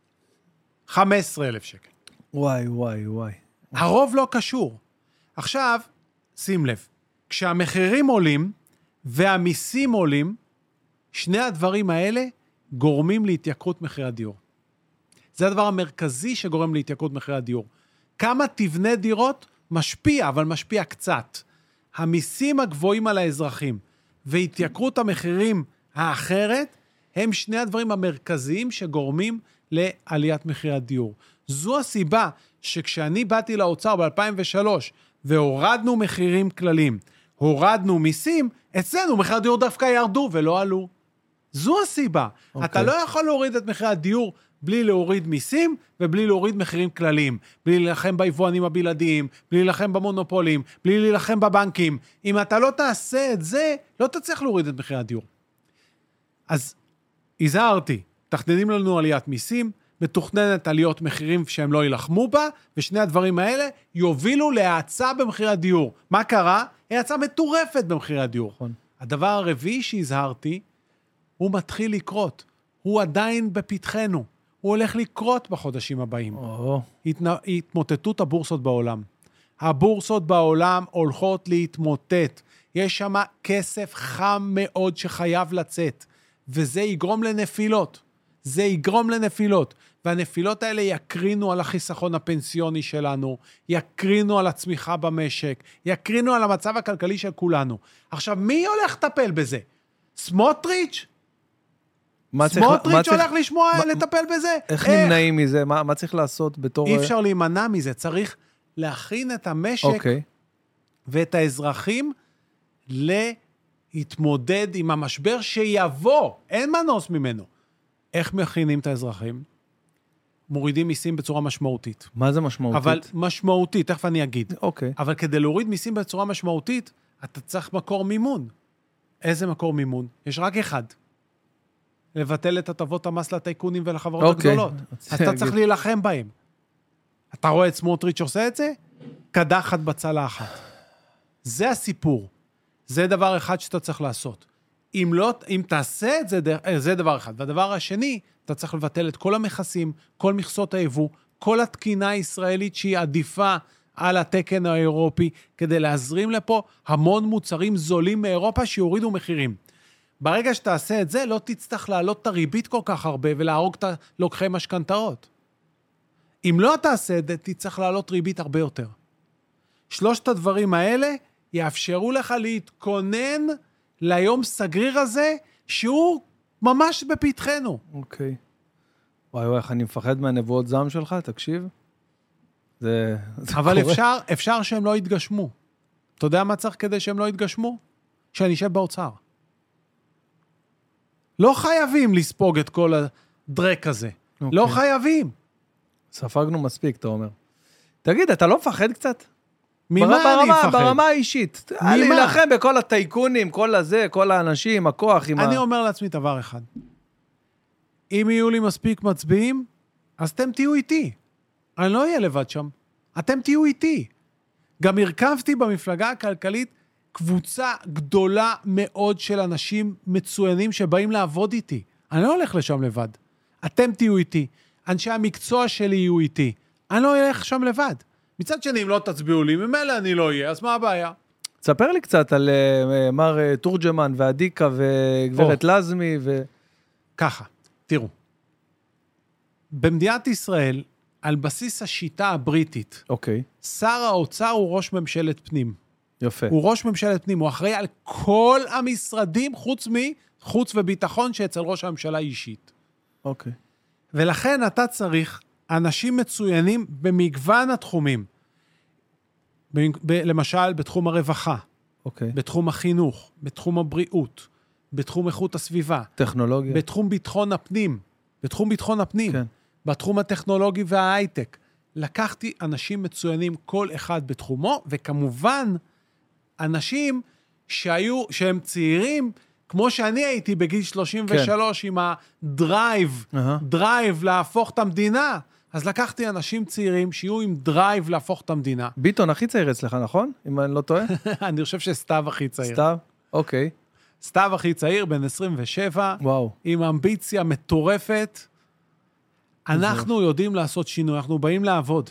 חמישה עשר אלף שקל. וואי, וואי, וואי. הרוב לא קשור. עכשיו, שים לב, כשהמחירים עולים והמיסים עולים, שני הדברים האלה גורמים להתייקרות מחירי הדיור. זה הדבר המרכזי שגורם להתייקרות מחירי הדיור. כמה תבנה דירות משפיע, אבל משפיע קצת. המיסים הגבוהים על האזרחים והתייקרות המחירים האחרת, הם שני הדברים המרכזיים שגורמים לעליית מחירי הדיור. זו הסיבה שכשאני באתי לאוצר ב-אלפיים ושלוש והורדנו מחירים כללים, הורדנו מיסים, אצלנו מחירי הדיור דווקא ירדו ולא עלו. זו הסיבה. Okay. אתה לא יכול להוריד את מחירי הדיור בלי להוריד מיסים ובלי להוריד מחירים כלליים, בלי להילחם ביבואנים הבלעדיים, בלי להילחם במונופולים, בלי להילחם בבנקים. אם אתה לא תעשה את זה, לא תצליח להוריד את מחירי הדיור. אז הזהרתי, תכננים לנו עליית מיסים, מתוכננת עליות מחירים שהם לא ילחמו בה, ושני הדברים האלה יובילו להאצה במחיר הדיור. מה קרה? האצה מטורפת במחיר הדיור. נכון. הדבר הרביעי שהזהרתי, הוא מתחיל לקרות. הוא עדיין בפתחנו. הוא הולך לקרות בחודשים הבאים. או, התנ- התמוטטות הבורסות בעולם. הבורסות בעולם הולכות להתמוטט. יש שם כסף חם מאוד שחייב לצאת, וזה יגרום לנפילות. זה יגרום לנפילות, והנפילות האלה יקרינו על החיסכון הפנסיוני שלנו, יקרינו על הצמיחה במשק, יקרינו על המצב הכלכלי של כולנו. עכשיו, מי הולך לטפל בזה? סמוטריץ'? מה צריך- מה סמוטריץ' צריך- הולך לשמוע, מה- לטפל בזה? איך נמנעים מזה? מה מה צריך לעשות בתור... אי אפשר להימנע מזה, צריך להכין את המשק אוקיי. ואת האזרחים להתמודד עם המשבר שיבוא, אין מנוס ממנו. איך מכינים את האזרחים? מורידים מיסים בצורה משמעותית. מה זה משמעותית? אבל משמעותית, תכף אני אגיד. אוקיי. אבל כדי להוריד מיסים בצורה משמעותית, אתה צריך מקור מימון. איזה מקור מימון? יש רק אחד. לבטל את הטבות המס לטייקונים ולחברות אוקיי. הגדולות. אז אתה צריך להילחם בהם. אתה רואה את סמוטריץ' עושה את זה? קדחת בצלחת. זה הסיפור. זה דבר אחד שאתה צריך לעשות. אם לא, אם תעשה את זה, זה דבר אחד. והדבר השני, אתה צריך לבטל את כל המכסים, כל מכסות היבוא, כל התקינה הישראלית שהיא עדיפה על התקן האירופי, כדי להזרים לפה המון מוצרים זולים מאירופה שיורידו מחירים. ברגע שתעשה את זה, לא תצטרך להעלות את הריבית כל כך הרבה ולהרוג את לוקחי משכנתאות. אם לא תעשה את זה, תצטרך להעלות ריבית הרבה יותר. שלושת הדברים האלה יאפשרו לך להתכונן ליום סגריר הזה, שהוא ממש בפתחנו. אוקיי. וואי וואי, איך אני מפחד מהנבואות זעם שלך, תקשיב. זה, זה אבל קורה. אפשר, אפשר שהם לא יתגשמו. אתה יודע מה צריך כדי שהם לא יתגשמו? שאני אשב באוצר. לא חייבים לספוג את כל הדרק הזה. אוקיי. לא חייבים. ספגנו מספיק, אתה אומר. תגיד, אתה לא מפחד קצת? ממה ברמה, אני מפחד? ברמה האישית. ממה? להילחם בכל הטייקונים, כל הזה, כל האנשים, הכוח, עם אני ה... אומר לעצמי דבר אחד. אם יהיו לי מספיק מצביעים, אז אתם תהיו איתי. אני לא אהיה לבד שם. אתם תהיו איתי. גם הרכבתי במפלגה הכלכלית קבוצה גדולה מאוד של אנשים מצוינים שבאים לעבוד איתי. אני לא הולך לשם לבד. אתם תהיו איתי. אנשי המקצוע שלי יהיו איתי. אני לא אלך שם לבד. מצד שני, אם לא תצביעו לי, ממילא אני לא אהיה, אז מה הבעיה? תספר לי קצת על uh, מר uh, תורג'מן והדיקה וגברת או. לזמי ו... ככה, תראו. במדינת ישראל, על בסיס השיטה הבריטית, אוקיי, שר האוצר הוא ראש ממשלת פנים. יפה. הוא ראש ממשלת פנים, הוא אחראי על כל המשרדים, חוץ מחוץ וביטחון שאצל ראש הממשלה אישית. אוקיי. ולכן אתה צריך אנשים מצוינים במגוון התחומים. ב- ב- למשל, בתחום הרווחה, אוקיי. בתחום החינוך, בתחום הבריאות, בתחום איכות הסביבה, טכנולוגיה. בתחום ביטחון הפנים, בתחום ביטחון הפנים, כן. בתחום הטכנולוגי וההייטק. לקחתי אנשים מצוינים, כל אחד בתחומו, וכמובן, אנשים שהיו, שהם צעירים, כמו שאני הייתי בגיל שלושים ושלוש, כן. עם הדרייב, אהה. דרייב להפוך את המדינה. אז לקחתי אנשים צעירים שיהיו עם דרייב להפוך את המדינה. ביטון הכי צעיר אצלך, נכון? אם אני לא טועה? אני חושב שסתיו הכי צעיר. סתיו? אוקיי. סתיו הכי צעיר, בן עשרים ושבע, וואו. עם אמביציה מטורפת. אנחנו יודעים לעשות שינוי, אנחנו באים לעבוד.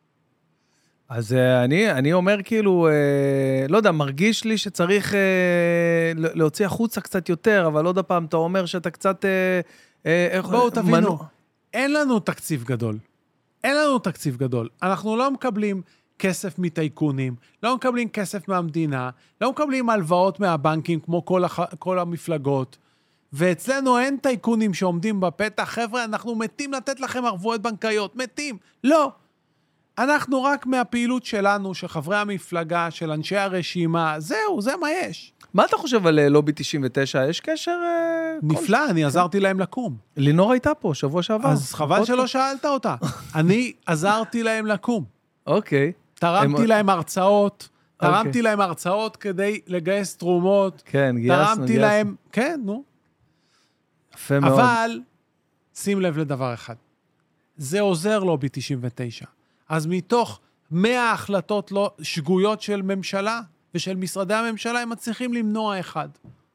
אז אה, אני, אני אומר כאילו, אה, לא יודע, מרגיש לי שצריך אה, להוציא החוצה קצת יותר, אבל עוד הפעם אתה אומר שאתה קצת... אה, אה, איך- בואו תבינו, מנוע- אין לנו תקציב גדול. אין לנו תקציב גדול. אנחנו לא מקבלים כסף מטייקונים, לא מקבלים כסף מהמדינה, לא מקבלים הלוואות מהבנקים כמו כל, הח... כל המפלגות, ואצלנו אין טייקונים שעומדים בפתח. חבר'ה, אנחנו מתים לתת לכם ערבויות בנקאיות, מתים. לא. אנחנו רק מהפעילות שלנו, של חברי המפלגה, של אנשי הרשימה, זהו, זה מה יש. מה אתה חושב על אה, לובי תשעים ותשע? יש קשר? אה, נפלא, אני עזרתי להם לקום. לינור הייתה פה שבוע שעבר. אז חבל שלא שאלת אותה. אני עזרתי להם לקום. אוקיי. תרמתי הם- להם הרצאות, אוקיי. תרמתי להם הרצאות כדי לגייס תרומות. כן, גייסנו, תרמתי גייסנו. להם, כן, נו. יפה מאוד. אבל שים לב לדבר אחד. זה עוזר לובי תשעים ותשע. אז מתוך מאה החלטות לא, שגויות של ממשלה ושל משרדי הממשלה, הם מצליחים למנוע אחד.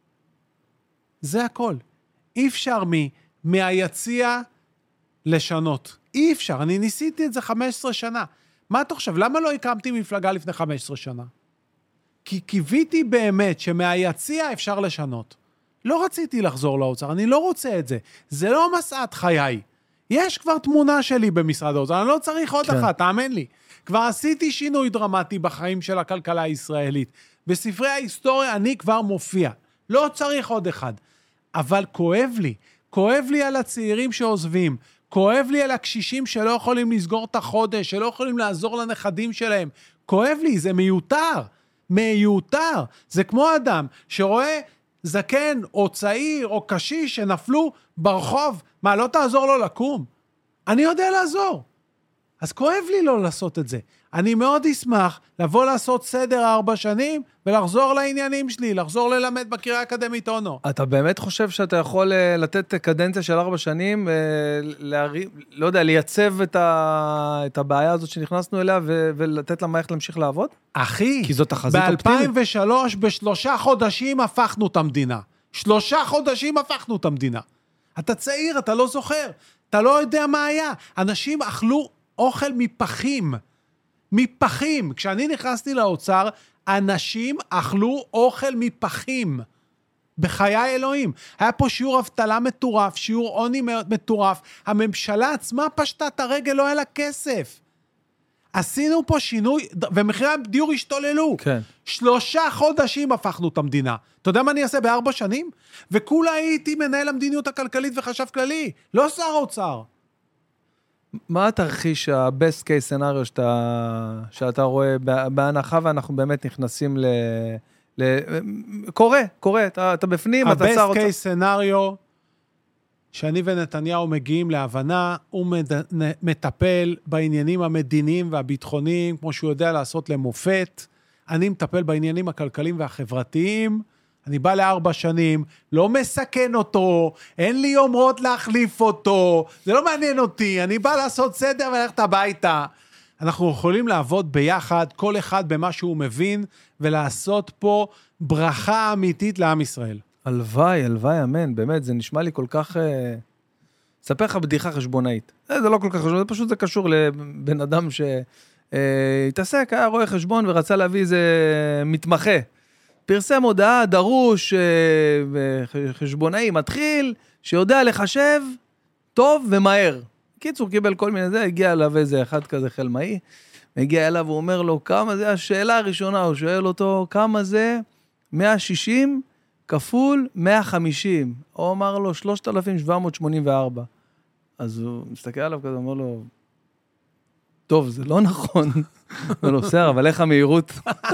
זה הכל. אי אפשר מ, מהיציע לשנות. אי אפשר. אני ניסיתי את זה חמש עשרה שנה. מה אתה חושב? למה לא הקמתי מפלגה לפני חמש עשרה שנה? כי קיוויתי באמת שמהיציע אפשר לשנות. לא רציתי לחזור לאוצר, אני לא רוצה את זה. זה לא מסעת חיי. יש כבר תמונה שלי במשרד האוצר, אני לא צריך עוד כן. אחת, תאמן לי. כבר עשיתי שינוי דרמטי בחיים של הכלכלה הישראלית. בספרי ההיסטוריה אני כבר מופיע. לא צריך עוד אחד. אבל כואב לי. כואב לי על הצעירים שעוזבים. כואב לי על הקשישים שלא יכולים לסגור את החודש, שלא יכולים לעזור לנכדים שלהם. כואב לי, זה מיותר. מיותר. זה כמו אדם שרואה זקן או צעיר או קשיש שנפלו ברחוב. מה, לא תעזור לו לקום? אני יודע לעזור. אז כואב לי לא לעשות את זה. אני מאוד אשמח לבוא לעשות סדר ארבע שנים, ולחזור לעניינים שלי, לחזור ללמד בקריה האקדמית אונו. אתה באמת חושב שאתה יכול לתת קדנציה של ארבע שנים, להרים, לא יודע, לייצב את, ה... את הבעיה הזאת שנכנסנו אליה, ו... ולתת למערכת להמשיך לעבוד? אחי, כי זאת תחזית אופטימית. ב-אלפיים ושלוש, בשלושה חודשים הפכנו את המדינה. שלושה חודשים הפכנו את המדינה. אתה צעיר, אתה לא זוכר. אתה לא יודע מה היה. אנשים אכלו אוכל מפחים. מפחים. כשאני נכנסתי לאוצר, אנשים אכלו אוכל מפחים. בחיי אלוהים. היה פה שיעור אבטלה מטורף, שיעור עוני מטורף. הממשלה עצמה פשטה את הרגל, לא היה לה כסף. עשינו פה שינוי, ומחירי הדיור השתוללו. כן. שלושה חודשים הפכנו את המדינה. אתה יודע מה אני אעשה בארבע שנים? וכולה הייתי מנהל המדיניות הכלכלית וחשב כללי. לא שר האוצר. מה התרחיש, ה-best case scenario שאתה, שאתה רואה בהנחה, ואנחנו באמת נכנסים ל... ל... קורה, קורה, אתה, אתה בפנים, אתה שר אותה. ה-best case scenario, שאני ונתניהו מגיעים להבנה, הוא מטפל בעניינים המדיניים והביטחוניים, כמו שהוא יודע לעשות למופת. אני מטפל בעניינים הכלכליים והחברתיים, אני בא לארבע שנים, לא מסכן אותו, אין לי יומרות להחליף אותו, זה לא מעניין אותי, אני בא לעשות סדר וללכת הביתה. אנחנו יכולים לעבוד ביחד, כל אחד במה שהוא מבין, ולעשות פה ברכה אמיתית לעם ישראל. הלוואי, הלוואי, אמן, באמת, זה נשמע לי כל כך... ספר לך בדיחה חשבונאית. זה לא כל כך חשבונאית, פשוט זה קשור לבן אדם שהתעסק, היה רואה חשבון ורצה להביא איזה מתמחה. פרסם הודעה, דרוש, חשבונאי מתחיל, שיודע לחשב טוב ומהר. קיצור, קיבל כל מיני זה, הגיע אליו איזה אחד כזה חלמאי, הגיע אליו ואומר לו, כמה זה? השאלה הראשונה, הוא שואל אותו, כמה זה? מאה ושישים כפול מאה וחמישים. הוא אמר לו, שלושת אלפים שבע מאות שמונים וארבע. אז הוא מסתכל עליו כזה, אומר לו, טוב, זה לא נכון. הוא לא בסדר, אבל איך המהירות?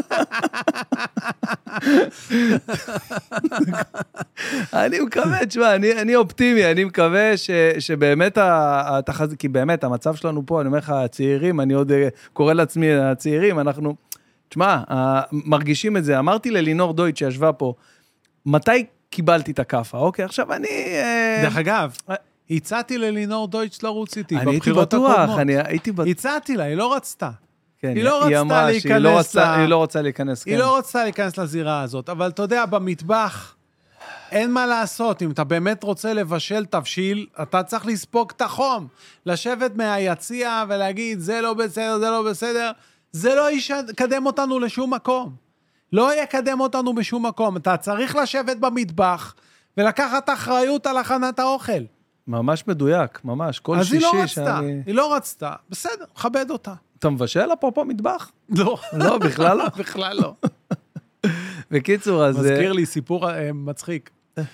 אני מקווה, תשמע, אני, אני אופטימי, אני מקווה ש, שבאמת התחזית, כי באמת המצב שלנו פה, אני אומר לך, הצעירים, אני עוד קורא לעצמי הצעירים, אנחנו, תשמע, מרגישים את זה. אמרתי ללינור דויט שישבה פה, מתי קיבלתי את הקפה? אוקיי, עכשיו אני... דרך אגב, הצעתי ללינור דויטש לרוץ איתי. אני הייתי בטוח, אני הייתי בטוח. הצעתי לה, היא לא רצתה. כן, היא לא רצתה להיכנס לה... היא לא רוצה להיכנס, כן. היא לא רצתה להיכנס לזירה הזאת, אבל אתה יודע, במטבח, אין מה לעשות. אם אתה באמת רוצה לבשל תבשיל, אתה צריך לספוג את החום. לשבת מהיציע ולהגיד, זה לא בסדר, זה לא בסדר, זה לא יקדם אותנו לשום מקום. לא יקדם אותנו בשום מקום. אתה צריך לשבת במטבח ולקחת אחריות על הכנת האוכל. ממש מדויק, ממש. כל שישי שאני... אז היא לא רצתה, שאני... היא לא רצתה. בסדר, חבד אותה. אתה מבשל אפרופו מטבח? לא. לא, בכלל לא. בכלל לא. בקיצור, אז... מזכיר לי סיפור מצחיק.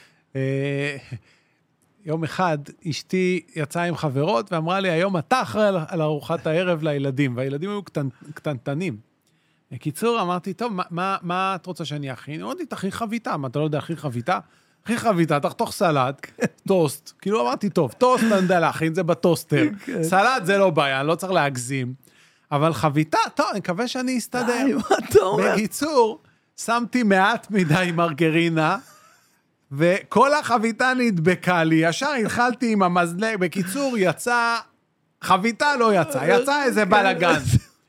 יום אחד אשתי יצאה עם חברות ואמרה לי, היום אתה אחראי על ארוחת הערב לילדים, והילדים היו קטנטנים. בקיצור, אמרתי, טוב, מה, מה את רוצה שאני אכין? אמרתי, תכין חביתה. מה, אתה לא יודע, אכין חביתה? אכין חביתה, תחתוך סלט, טוסט. כאילו אמרתי, טוב, טוסט, אני יודע להכין, זה בטוסטר. סלט זה לא בעיה, אני לא צריך להגזים. אבל חביתה, טוב, אני מקווה שאני אסתדר. בקיצור, שמתי מעט מדי מרגרינה, וכל החביתה נדבקה לי. ישר התחלתי עם המזלג. בקיצור, יצא חביתה לא יצא, יצא איזה בלגן.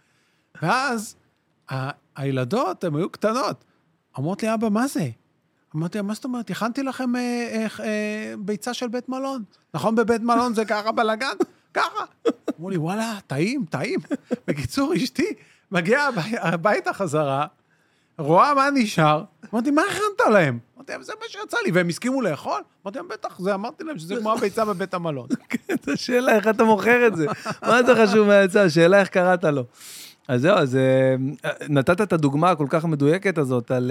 ואז הילדות, הן היו קטנות. אמרות לי, אבא, מה זה? אמרתי, מה זאת אומרת? הכנתי לכם ביצה של בית מלון. נכון, בבית מלון זה ככה בלגן? ככה. אמרו לי, וואלה, טעים, טעים. בקיצור, אשתי מגיעה הביתה חזרה, רואה מה נשאר. אמרתי, מה הכנת להם? אמרתי, זה מה שיצא לי, והם הסכימו לאכול? אמרתי, בטח, זה אמרתי להם שזה כמו הביצה בבית המלון. זו שאלה, איך אתה מוכר את זה? מה זה חשוב מהיצא? השאלה, איך קראת לו? אז זהו, אז נתת את הדוגמה הכל כך מדויקת הזאת על...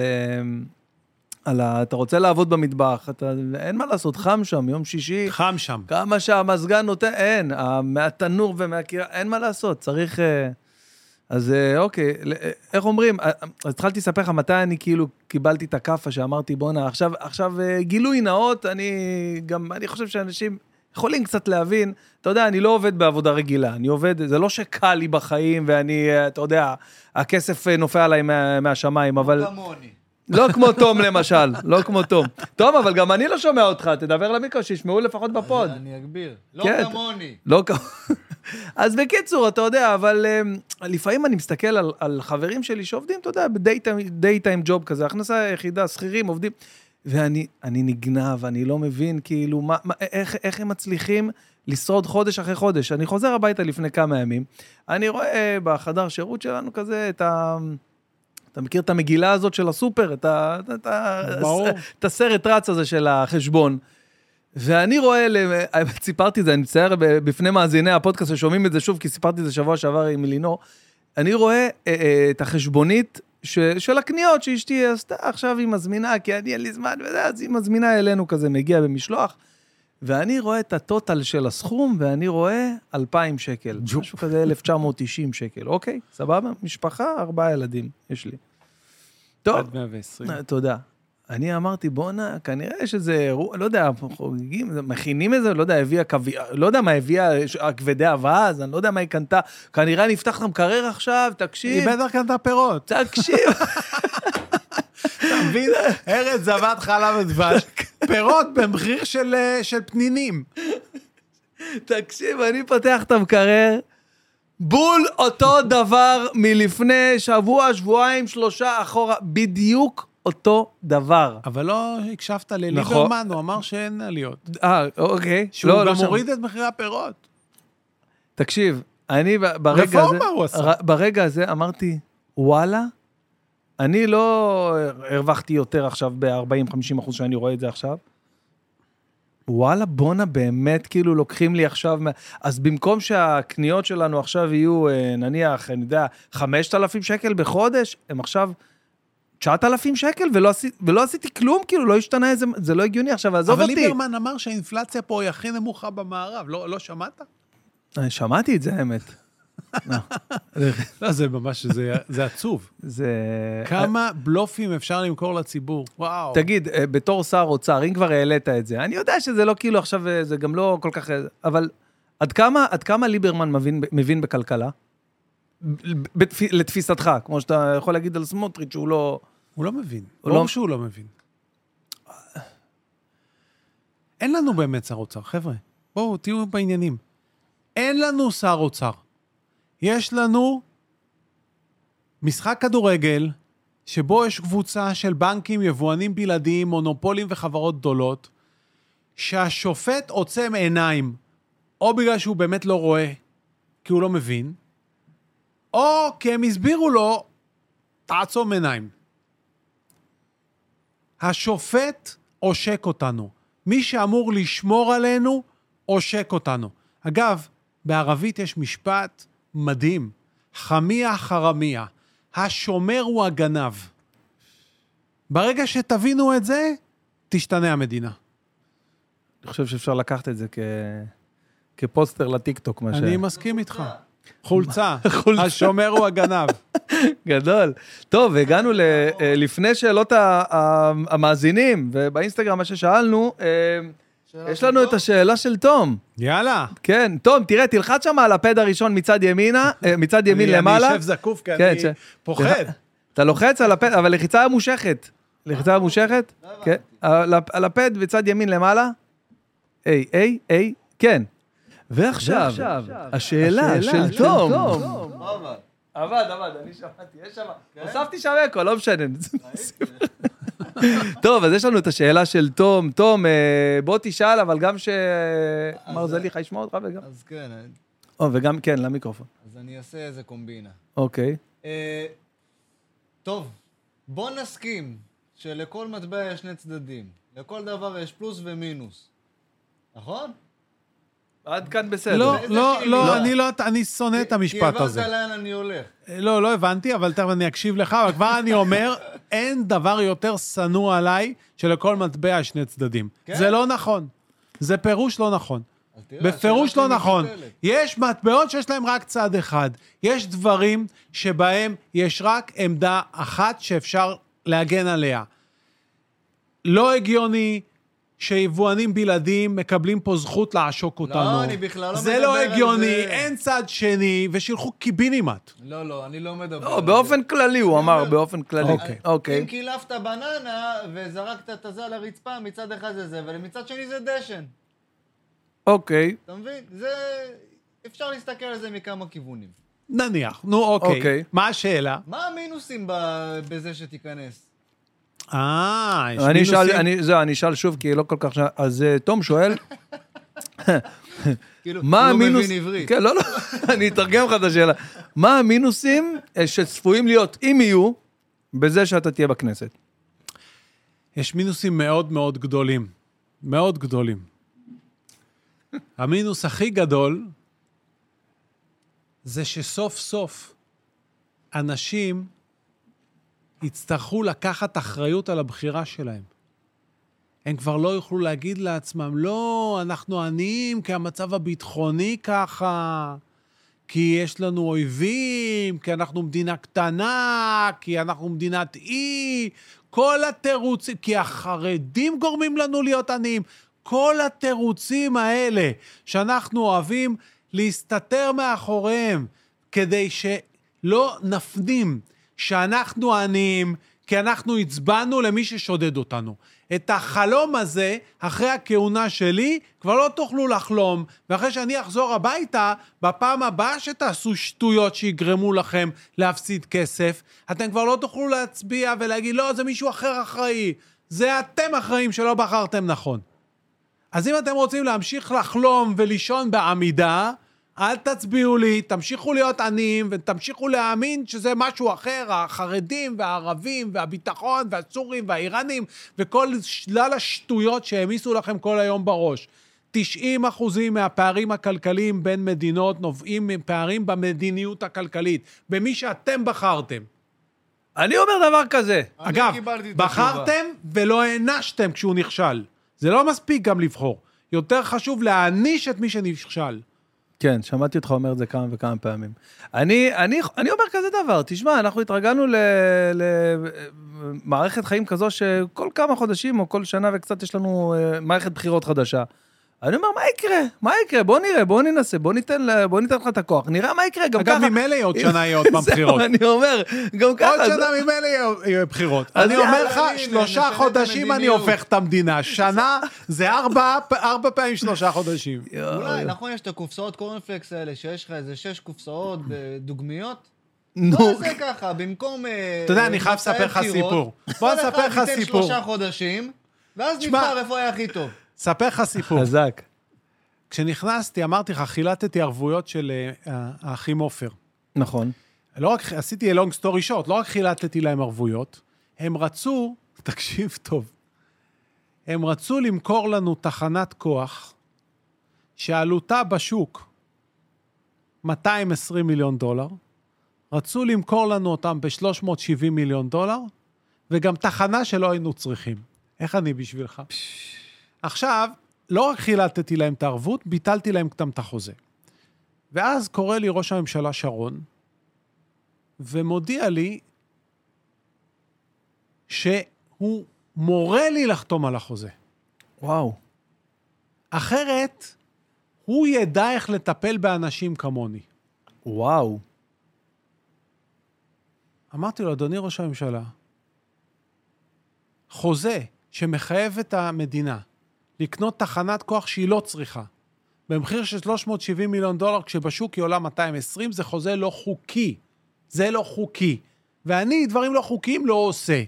על ה... אתה רוצה לעבוד במטבח, אתה... אין מה לעשות, חם שם, יום שישי. חם שם. כמה שהמזגן נותן, אין. מהתנור ומהקירה, אין מה לעשות, צריך... אז אוקיי, איך אומרים? אז התחלתי לספר לך מתי אני כאילו קיבלתי את הקפה שאמרתי, בונה, עכשיו, עכשיו גילוי נאות, אני גם, אני חושב שאנשים יכולים קצת להבין, אתה יודע, אני לא עובד בעבודה רגילה, אני עובד, זה לא שקל לי בחיים, ואני, אתה יודע, הכסף נופל עליי מה, מהשמיים, אבל... כמוני. לא כמו תום למשל, לא כמו תום. תום, אבל גם אני לא שומע אותך, תדבר למיקרו, שישמעו לפחות בפוד. אני אגביר. לא כמוני. לא כמוני. אז בקיצור, אתה יודע, אבל לפעמים אני מסתכל על, על חברים שלי שעובדים, אתה יודע, ב-day time job כזה, הכנסה יחידה, שכירים, עובדים, ואני אני נגנב, אני לא מבין, כאילו, מה, מה, איך, איך הם מצליחים לשרוד חודש אחרי חודש. אני חוזר הביתה לפני כמה ימים, אני רואה בחדר שירות שלנו כזה את ה... אתה מכיר את המגילה הזאת של הסופר, את, ה, את, ה, את הסרט רץ הזה של החשבון. ואני רואה, סיפרתי את זה, אני מצייר בפני מאזיני הפודקאסט ששומעים את זה שוב, כי סיפרתי את זה שבוע שעבר עם אלינור, אני רואה את החשבונית של הקניות שאשתי עשתה, עכשיו היא מזמינה, כי אני אין לי זמן, אז היא מזמינה אלינו כזה, מגיע במשלוח, ואני רואה את הטוטל של הסכום, ואני רואה אלפיים שקל, משהו כזה אלף תשע מאות תשעים שקל, אוקיי? סבבה? משפחה, ארבעה ילדים, יש לי. טוב, עד מאה ועשרים. תודה. אני אמרתי, בואנה, כנראה שזה, לא יודע, חוגגים, מכינים את זה, לא יודע, הביאה קוויה, לא יודע מה הביאה, כבדי אבאז, אני לא יודע מה היא קנתה, כנראה נפתח את המקרר עכשיו, תקשיב. היא בטח קנתה פירות. תקשיב. אתה מבין? ארץ זבת חלב ודבש, פירות במחיר של, של פנינים. תקשיב, אני פותח את המקרר, בול אותו דבר מלפני שבוע, שבועיים, שלושה אחורה, בדיוק אותו דבר. אבל לא הקשבת לליברמן, הוא אמר שאין עליות. אה, אוקיי. שהוא גם מוריד את מחירי הפירות. תקשיב, אני ברגע הזה, ברגע הזה אמרתי, וואלה, אני לא הרווחתי יותר עכשיו ב-ארבעים חמישים אחוז שאני רואה את זה עכשיו. וואלה, בונה באמת כאילו לוקחים לי עכשיו, אז במקום שהקניות שלנו עכשיו יהיו, נניח, אני יודע, חמשת אלפים שקל בחודש, הם עכשיו תשעת אלפים שקל, ולא, עשי, ולא עשיתי כלום, כאילו לא השתנה איזה, זה לא הגיוני עכשיו, עזוב אותי. אבל ליברמן אמר שהאינפלציה פה היא הכי נמוכה במערב, לא, לא שמעת? שמעתי את זה, האמת. לא, זה ממש, זה, זה עצוב. זה... כמה בלופים אפשר למכור לציבור? וואו. תגיד, בתור שר אוצר, אם כבר העלית את זה, אני יודע שזה לא כאילו עכשיו, זה גם לא כל כך, אבל עד כמה, עד כמה ליברמן מבין, מבין בכלכלה? לתפיסתך, כמו שאתה יכול להגיד על סמוטריץ' שהוא לא... הוא לא מבין. ברור שהוא לא מבין. אין לנו באמת שר אוצר, חבר'ה. בואו, תהיו בעניינים. אין לנו שר אוצר. יש לנו משחק כדורגל, שבו יש קבוצה של בנקים, יבואנים בלעדיים, מונופולים וחברות גדולות, שהשופט עוצם עיניים, או בגלל שהוא באמת לא רואה, כי הוא לא מבין, או כי הם הסבירו לו, תעצום עיניים. השופט עושק אותנו. מי שאמור לשמור עלינו, עושק אותנו. אגב, בערבית יש משפט מדהים. חמיה חרמיה. השומר הוא הגנב. ברגע שתבינו את זה, תשתנה המדינה. אני חושב שאפשר לקחת את זה כ... כפוסטר לטיקטוק. אני מסכים איתך. חולצה. השומר הוא הגנב. גדול. טוב, הגענו לפני שאלות המאזינים, ובאינסטגרם מה ששאלנו, יש לנו את השאלה של תום. יאללה. כן, תום, תראה, תלחץ שם על הפד הראשון מצד ימינה, מצד ימין למעלה. אני אשב זקוף, כי אני פוחד. אתה לוחץ על הפד, אבל לחיצה מושכת. לחיצה מושכת? כן. על הפד בצד ימין למעלה. איי, איי, איי, כן. ועכשיו, השאלה של תום. עבד, עבד, אני שמעתי, יש שם, הוספתי שם אקו, לא משנה. טוב, אז יש לנו את השאלה של תום. תום, בוא תשאל, אבל גם שמר זליכה ישמע אותך וגם... אז כן. או, וגם, כן, למיקרופון. אז אני אעשה איזה קומבינה. אוקיי. טוב, בוא נסכים שלכל מטבע יש שני צדדים. לכל דבר יש פלוס ומינוס. נכון? עד כאן בסדר. לא, לא, לא, אני לא, אני שונא את המשפט הזה. כי הבנת לאן אני הולך. לא, לא הבנתי, אבל תכף אני אקשיב לך, אבל כבר אני אומר, אין דבר יותר שנוא עליי שלכל מטבע שני צדדים. זה לא נכון. זה פירוש לא נכון. בפירוש לא נכון. יש מטבעות שיש להם רק צד אחד. יש דברים שבהם יש רק עמדה אחת שאפשר להגן עליה. לא הגיוני שיבואנים בלעדים מקבלים פה זכות לעשוק אותנו. לא, אני בכלל לא מדבר על זה. זה לא הגיוני, אין צד שני, ושילכו קיבינימט. לא, לא, אני לא מדבר על זה. באופן כללי, הוא אמר, באופן כללי. אוקיי. אם קילפת בננה וזרקת את הזה לרצפה, מצד אחד זה זה, ומצד שני זה דשן. אוקיי. אתה מבין? זה... אפשר להסתכל על זה מכמה כיוונים. נניח, נו אוקיי. מה השאלה? מה המינוסים בזה שתיכנס? אה, יש אני אשאל, אני, זה, אני אשאל שוב, כי לא כל כך... אז תום שואל, כאילו, הוא לא מבין עברית. כן, לא, לא, אני אתרגם לך את השאלה. מה המינוסים שצפויים להיות, אם יהיו, בזה שאתה תהיה בכנסת? יש מינוסים מאוד מאוד גדולים. מאוד גדולים. המינוס הכי גדול, זה שסוף סוף אנשים יצטרכו לקחת אחריות על הבחירה שלהם. הם כבר לא יוכלו להגיד לעצמם, לא, אנחנו עניים, כי המצב הביטחוני ככה, כי יש לנו אויבים, כי אנחנו מדינה קטנה, כי אנחנו מדינת אי, כל התירוצים, כי החרדים גורמים לנו להיות עניים, כל התירוצים האלה שאנחנו אוהבים להסתתר מאחוריהם, כדי שלא נפנים שאנחנו עניים, כי אנחנו הצבענו למי ששודד אותנו. את החלום הזה, אחרי הכהונה שלי, כבר לא תוכלו לחלום, ואחרי שאני אחזור הביתה, בפעם הבאה שתעשו שטויות שיגרמו לכם להפסיד כסף, אתם כבר לא תוכלו להצביע ולהגיד, לא, זה מישהו אחר אחראי. זה אתם אחראים שלא בחרתם נכון. אז אם אתם רוצים להמשיך לחלום ולישון בעמידה, אל תצביעו לי, תמשיכו להיות עניים, ותמשיכו להאמין שזה משהו אחר, החרדים והערבים והביטחון והסורים והאיראנים, וכל שלל השטויות שהמיסו לכם כל היום בראש. תשעים אחוזים מהפערים הכלכליים בין מדינות נובעים מפערים במדיניות הכלכלית, במי שאתם בחרתם. אני אומר דבר כזה. אגב, בחרתם ולא הענשתם כשהוא נכשל. זה לא מספיק גם לבחור. יותר חשוב להעניש את מי שנכשל. כן, שמעתי אותך אומר את זה כמה וכמה פעמים. אני, אני, אני אומר כזה דבר, תשמע, אנחנו התרגלנו למערכת חיים כזו שכל כמה חודשים או כל שנה וקצת יש לנו מערכת בחירות חדשה. אני אומר, מה יקרה? מה יקרה? בוא נראה, בוא ננסה, בוא ניתן, בוא ניתן לך את הכוח. נראה מה יקרה, גם ככה. אגב, ממילא עוד שנה יהיה עוד פעם בחירות. אני אומר, גם ככה. עוד שנה ממילא יהיה בחירות. אני אומר לך, שלושה חודשים אני הופך את המדינה. שנה זה ארבע, ארבע פעמים שלושה חודשים. אולי, נכון, יש את הקופסאות קורנפלקס האלה, שיש לך איזה שש קופסאות דוגמיות. נו. בוא נעשה ככה, במקום... אתה יודע, אני חייב לספר לך סיפור. בוא נספר לך סיפור. שלושה חודשים, ואז נבחר איפה היה הכי טוב. ספר לך סיפור. חזק. כשנכנסתי, אמרתי לך, חילטתי ערבויות של האחים עופר. נכון. לא רק, עשיתי long story short, לא רק חילטתי להם ערבויות, הם רצו, תקשיב טוב, הם רצו למכור לנו תחנת כוח, שעלותה בשוק מאתיים ועשרים מיליון דולר, רצו למכור לנו אותם ב-שלוש מאות שבעים מיליון דולר, וגם תחנה שלא היינו צריכים. איך אני בשבילך? עכשיו, לא רק חילטתי להם את הערבות, ביטלתי להם את החוזה. ואז קורא לי ראש הממשלה שרון, ומודיע לי שהוא מורה לי לחתום על החוזה. וואו. אחרת, הוא ידע איך לטפל באנשים כמוני. וואו. אמרתי לו, אדוני ראש הממשלה, חוזה שמחייב את המדינה לקנות תחנת כוח שהיא לא צריכה, במחיר של שלוש מאות שבעים מיליון דולר, כשבשוק היא עולה מאתיים ועשרים, זה חוזה לא חוקי. זה לא חוקי. ואני דברים לא חוקיים לא עושה.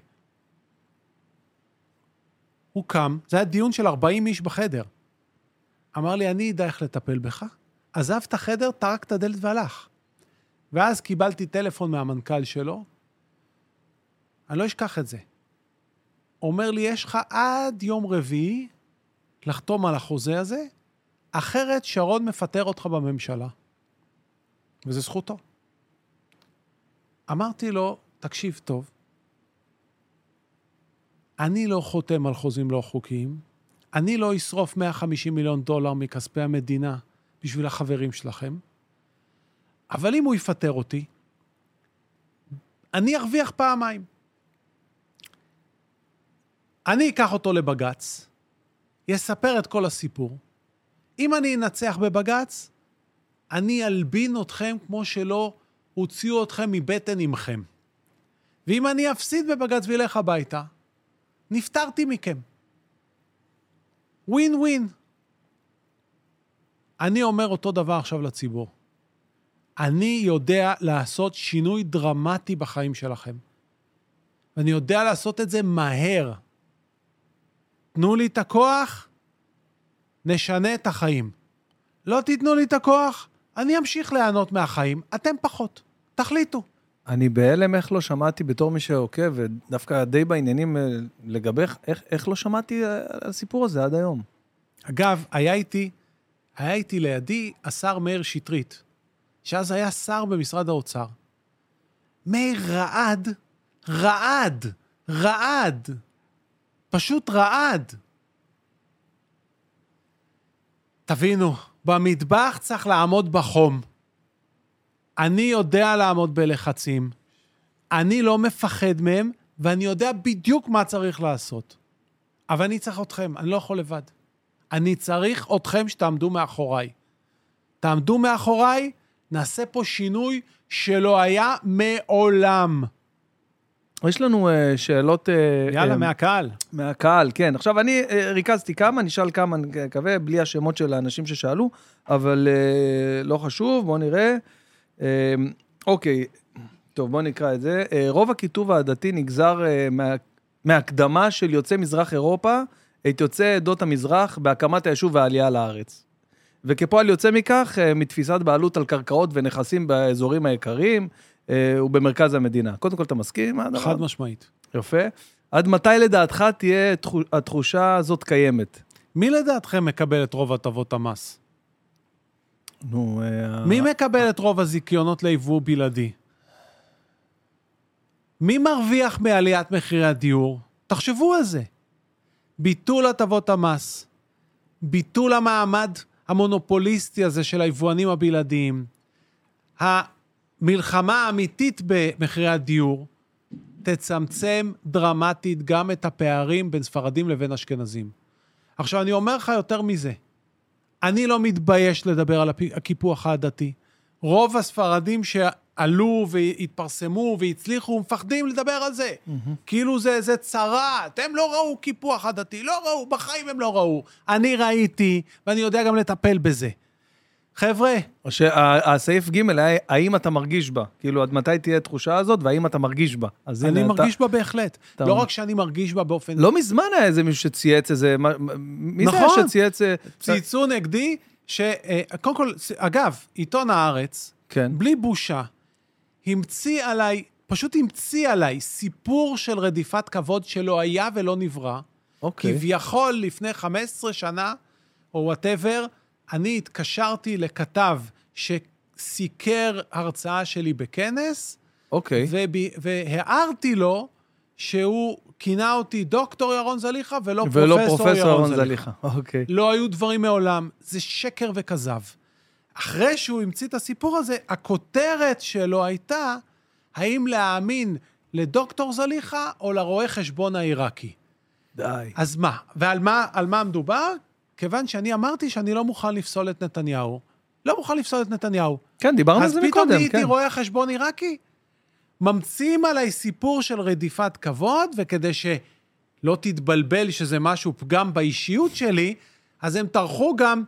הוא קם, זה היה דיון של ארבעים איש בחדר. אמר לי, אני יודע איך לטפל בך. עזב את החדר, טרק את הדלת והלך. ואז קיבלתי טלפון מהמנכ"ל שלו, אני לא אשכח את זה. אומר לי, יש לך עד יום רביעי לחתום על החוזה הזה, אחרת שרון מפטר אותך בממשלה. וזה זכותו. אמרתי לו, תקשיב טוב, אני לא חותם על חוזים לא חוקיים, אני לא אשרוף מאה וחמישים מיליון דולר מכספי המדינה בשביל החברים שלכם, אבל אם הוא יפטר אותי, אני ארוויח פעמיים. אני אקח אותו לבגץ, יספר את כל הסיפור. אם אני אנצח בבגץ, אני אלבין אתכם כמו שלא הוציאו אתכם מבטן עמכם. ואם אני אפסיד בבגץ וילך הביתה, נפטרתי מכם. ווין ווין. אני אומר אותו דבר עכשיו לציבור. אני יודע לעשות שינוי דרמטי בחיים שלכם. ואני יודע לעשות את זה מהר. תנו לי את הכוח, נשנה את החיים. לא תיתנו לי את הכוח, אני אמשיך ליהנות מהחיים, אתם פחות. תחליטו. אני בהלם איך לא שמעתי בתור מי שעוקב, ודווקא די בעניינים לגביך, איך, איך לא שמעתי על הסיפור הזה עד היום? אגב, היה איתי, היה איתי לידי השר מאיר שטרית, שאז היה שר במשרד האוצר. מאיר רעד, רעד, רעד, פשוט רעד. תבינו, במטבח צריך לעמוד בחום. אני יודע לעמוד בלחצים, אני לא מפחד מהם, ואני יודע בדיוק מה צריך לעשות. אבל אני צריך אתכם, אני לא יכול לבד. אני צריך אתכם שתעמדו מאחוריי. תעמדו מאחוריי, נעשה פה שינוי שלא היה מעולם. יש לנו uh, שאלות... Uh, יאללה, uh, מהקהל. מהקהל, כן. עכשיו, אני uh, ריכזתי כמה, נשאל כמה, אני מקווה, בלי השמות של האנשים ששאלו, אבל uh, לא חשוב, בואו נראה. Uh, אוקיי, טוב, בואו נקרא את זה. Uh, רוב הכיתוב העדתי נגזר uh, מה, מהקדמה של יוצאי מזרח אירופה, את יוצאי עדות המזרח בהקמת היישוב והעלייה לארץ. וכפועל יוצא מכך, uh, מתפיסת בעלות על קרקעות ונכסים באזורים היקרים, ובמרכז המדינה. קודם כל, אתה מסכים? חד משמעית. יפה. עד מתי לדעתך תהיה התחושה הזאת קיימת? מי לדעתכם מקבל את רוב הטבות המס? נו... מי מקבל את רוב הזיכיונות ליבוא בלעדי? מי מרוויח מעליית מחירי הדיור? תחשבו על זה. ביטול הטבות המס, ביטול המעמד המונופוליסטי הזה של היבואנים הבלעדיים, ה... מלחמה האמיתית במחירי הדיור, תצמצם דרמטית גם את הפערים בין ספרדים לבין אשכנזים. עכשיו, אני אומר לך יותר מזה. אני לא מתבייש לדבר על הקיפוח העדתי. רוב הספרדים שעלו והתפרסמו והצליחו, מפחדים לדבר על זה. Mm-hmm. כאילו זה, זה צרה. הם לא ראו קיפוח עדתי, לא ראו, בחיים הם לא ראו. אני ראיתי, ואני יודע גם לטפל בזה. חבר'ה. הסעיף ג' האם אתה מרגיש בה? כאילו, עד מתי תהיה התחושה הזאת, והאם אתה מרגיש בה? אני מרגיש בה בהחלט. לא רק שאני מרגיש בה באופן... לא מזמן היה איזה מישהו שצייץ איזה... מי זה היה שצייץ... צייצו נגדי, שקודם כל, אגב, עיתון הארץ, בלי בושה, המציא עליי, פשוט המציא עליי, סיפור של רדיפת כבוד שלא היה ולא נברא, כביכול לפני חמש עשרה שנה, או whatever, אני התקשרתי לכתב שסיקר הרצאה שלי בכנס, אוקיי. והערתי לו שהוא כינה אותי דוקטור ירון זליכה, ולא, ולא פרופסור, פרופסור ירון, ירון זליכה. זליכה. אוקיי. לא היו דברים מעולם. זה שקר וכזב. אחרי שהוא המציא את הסיפור הזה, הכותרת שלו הייתה, האם להאמין לדוקטור זליכה, או לרואה חשבון העיראקי. די. אז מה? ועל מה, על מה מדובר? כיוון שאני אמרתי שאני לא מוכן לפסול את נתניהו. לא מוכן לפסול את נתניהו. כן, דיברנו על זה מקודם. אז פתאום נהייתי כן. רואה חשבון עיראקי. ממציאים עליי סיפור של רדיפת כבוד, וכדי שלא תתבלבל שזה משהו פגם באישיות שלי, אז הם טרחו גם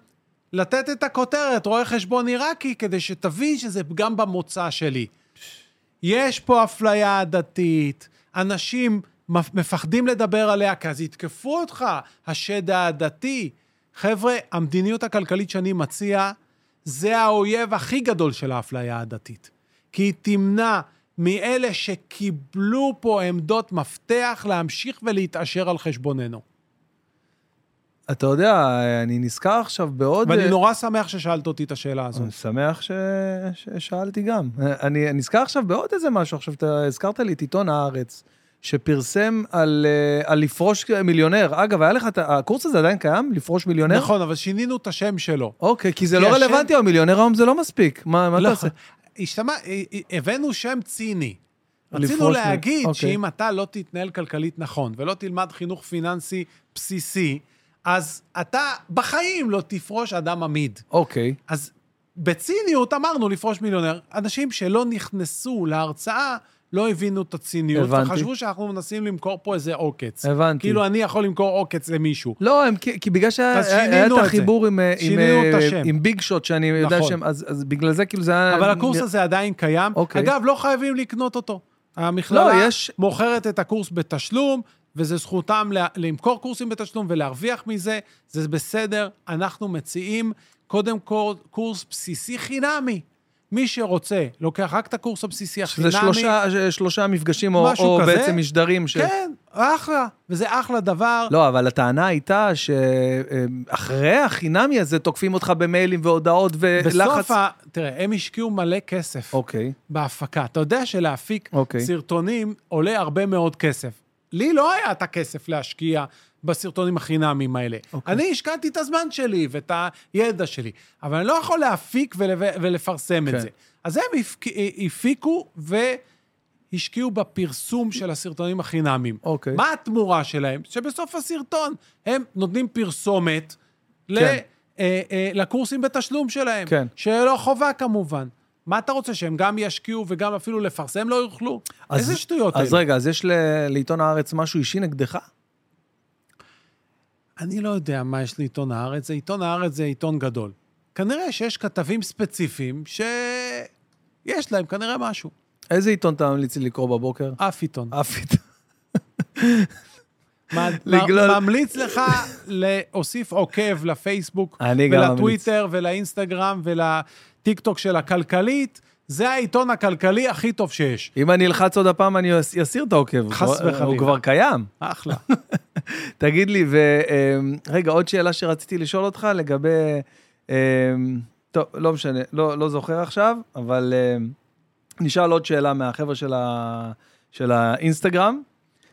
לתת את הכותרת, רואה חשבון עיראקי, כדי שתבין שזה גם במוצא שלי. יש פה אפליה עדתית, אנשים מפחדים לדבר עליה, כי אז יתקפו אותך, השד העדתי. חבר'ה, המדיניות הכלכלית שאני מציע, זה האויב הכי גדול של האפליה העדתית. כי היא תמנע מאלה שקיבלו פה עמדות מפתח להמשיך ולהתעשר על חשבוננו. אתה יודע, אני נזכר עכשיו בעוד... ואני נורא שמח ששאלת אותי את השאלה הזאת. אני שמח ש... ששאלתי גם. אני נזכר עכשיו בעוד איזה משהו, עכשיו אתה הזכרת לי את עיתון הארץ, שפרסם על, על לפרוש מיליונר. אגב, היה לך, הקורס הזה עדיין קיים? לפרוש מיליונר? נכון, אבל שינינו את השם שלו. אוקיי, כי זה לא רלוונטי, או מיליונר היום זה לא מספיק. מה, מה אתה עושה? השתמע, הבאנו שם ציני. רצינו להגיד מ... שאם אתה לא תתנהל כלכלית נכון, ולא תלמד חינוך פיננסי בסיסי, אז אתה בחיים לא תפרוש אדם עמיד. אוקיי. אז בציניות אמרנו לפרוש מיליונר. אנשים שלא נכנסו להרצאה, לא הבינו את הציניות, הבנתי. וחשבו שאנחנו מנסים למכור פה איזה עוקץ. הבנתי. כאילו אני יכול למכור עוקץ למישהו. לא, הם, כי, כי בגלל שהיה את החיבור עם, עם, עם ביג שוט, שאני נכון. יודע שהם, אז, אז בגלל זה כאילו זה היה... אבל הקורס הזה עדיין קיים. אוקיי. אגב, לא חייבים לקנות אותו. המכללה לא, יש... מוכרת את הקורס בתשלום, וזה זכותם למכור קורסים בתשלום ולהרוויח מזה, זה בסדר. אנחנו מציעים קודם כל קורס בסיסי חינמי. מי שרוצה, לוקח רק את הקורס הבסיסי החינמי. שזה שלושה, שלושה מפגשים או, או בעצם משדרים. ש... כן, אחלה, וזה אחלה דבר. לא, אבל הטענה הייתה שאחרי החינמי הזה תוקפים אותך במיילים והודעות ולחץ. בסוף, ה... תראה, הם השקיעו מלא כסף אוקיי. בהפקה. אתה יודע שלהפיק אוקיי. סרטונים עולה הרבה מאוד כסף. לי לא היה את הכסף להשקיע בסרטונים החינמיים האלה. Okay. אני השקעתי את הזמן שלי ואת הידע שלי, אבל אני לא יכול להפיק ולפרסם okay. את זה. אז הם הפיקו והשקיעו בפרסום של הסרטונים החינמיים. Okay. מה התמורה שלהם? שבסוף הסרטון הם נותנים פרסומת okay. לקורסים בתשלום שלהם, okay. שלא חובה כמובן. מה אתה רוצה, שהם גם ישקיעו וגם אפילו לפרסם לא יוכלו? אז, איזה שטויות אז האלה? רגע, אז יש לעיתון הארץ משהו אישי נגדך? אני לא יודע מה יש לעיתון הארץ, זה עיתון הארץ זה עיתון גדול. כנראה שיש כתבים ספציפיים שיש להם כנראה משהו. איזה עיתון אתה ממליץ לי לקרוא בבוקר? אף עיתון. אף עיתון. ממליץ לך להוסיף עוקב לפייסבוק, ולטוויטר, ולאינסטגרם, ולטיקטוק של הכלכלית. זה העיתון הכלכלי הכי טוב שיש. אם אני אלחץ עוד הפעם, אני אסיר את העוקב. חס וחלילה. הוא כבר קיים. אחלה. תגיד לי, ורגע, עוד שאלה שרציתי לשאול אותך לגבי, טוב, לא משנה, לא, לא זוכר עכשיו, אבל נשאל עוד שאלה מהחבר'ה של, ה, של האינסטגרם.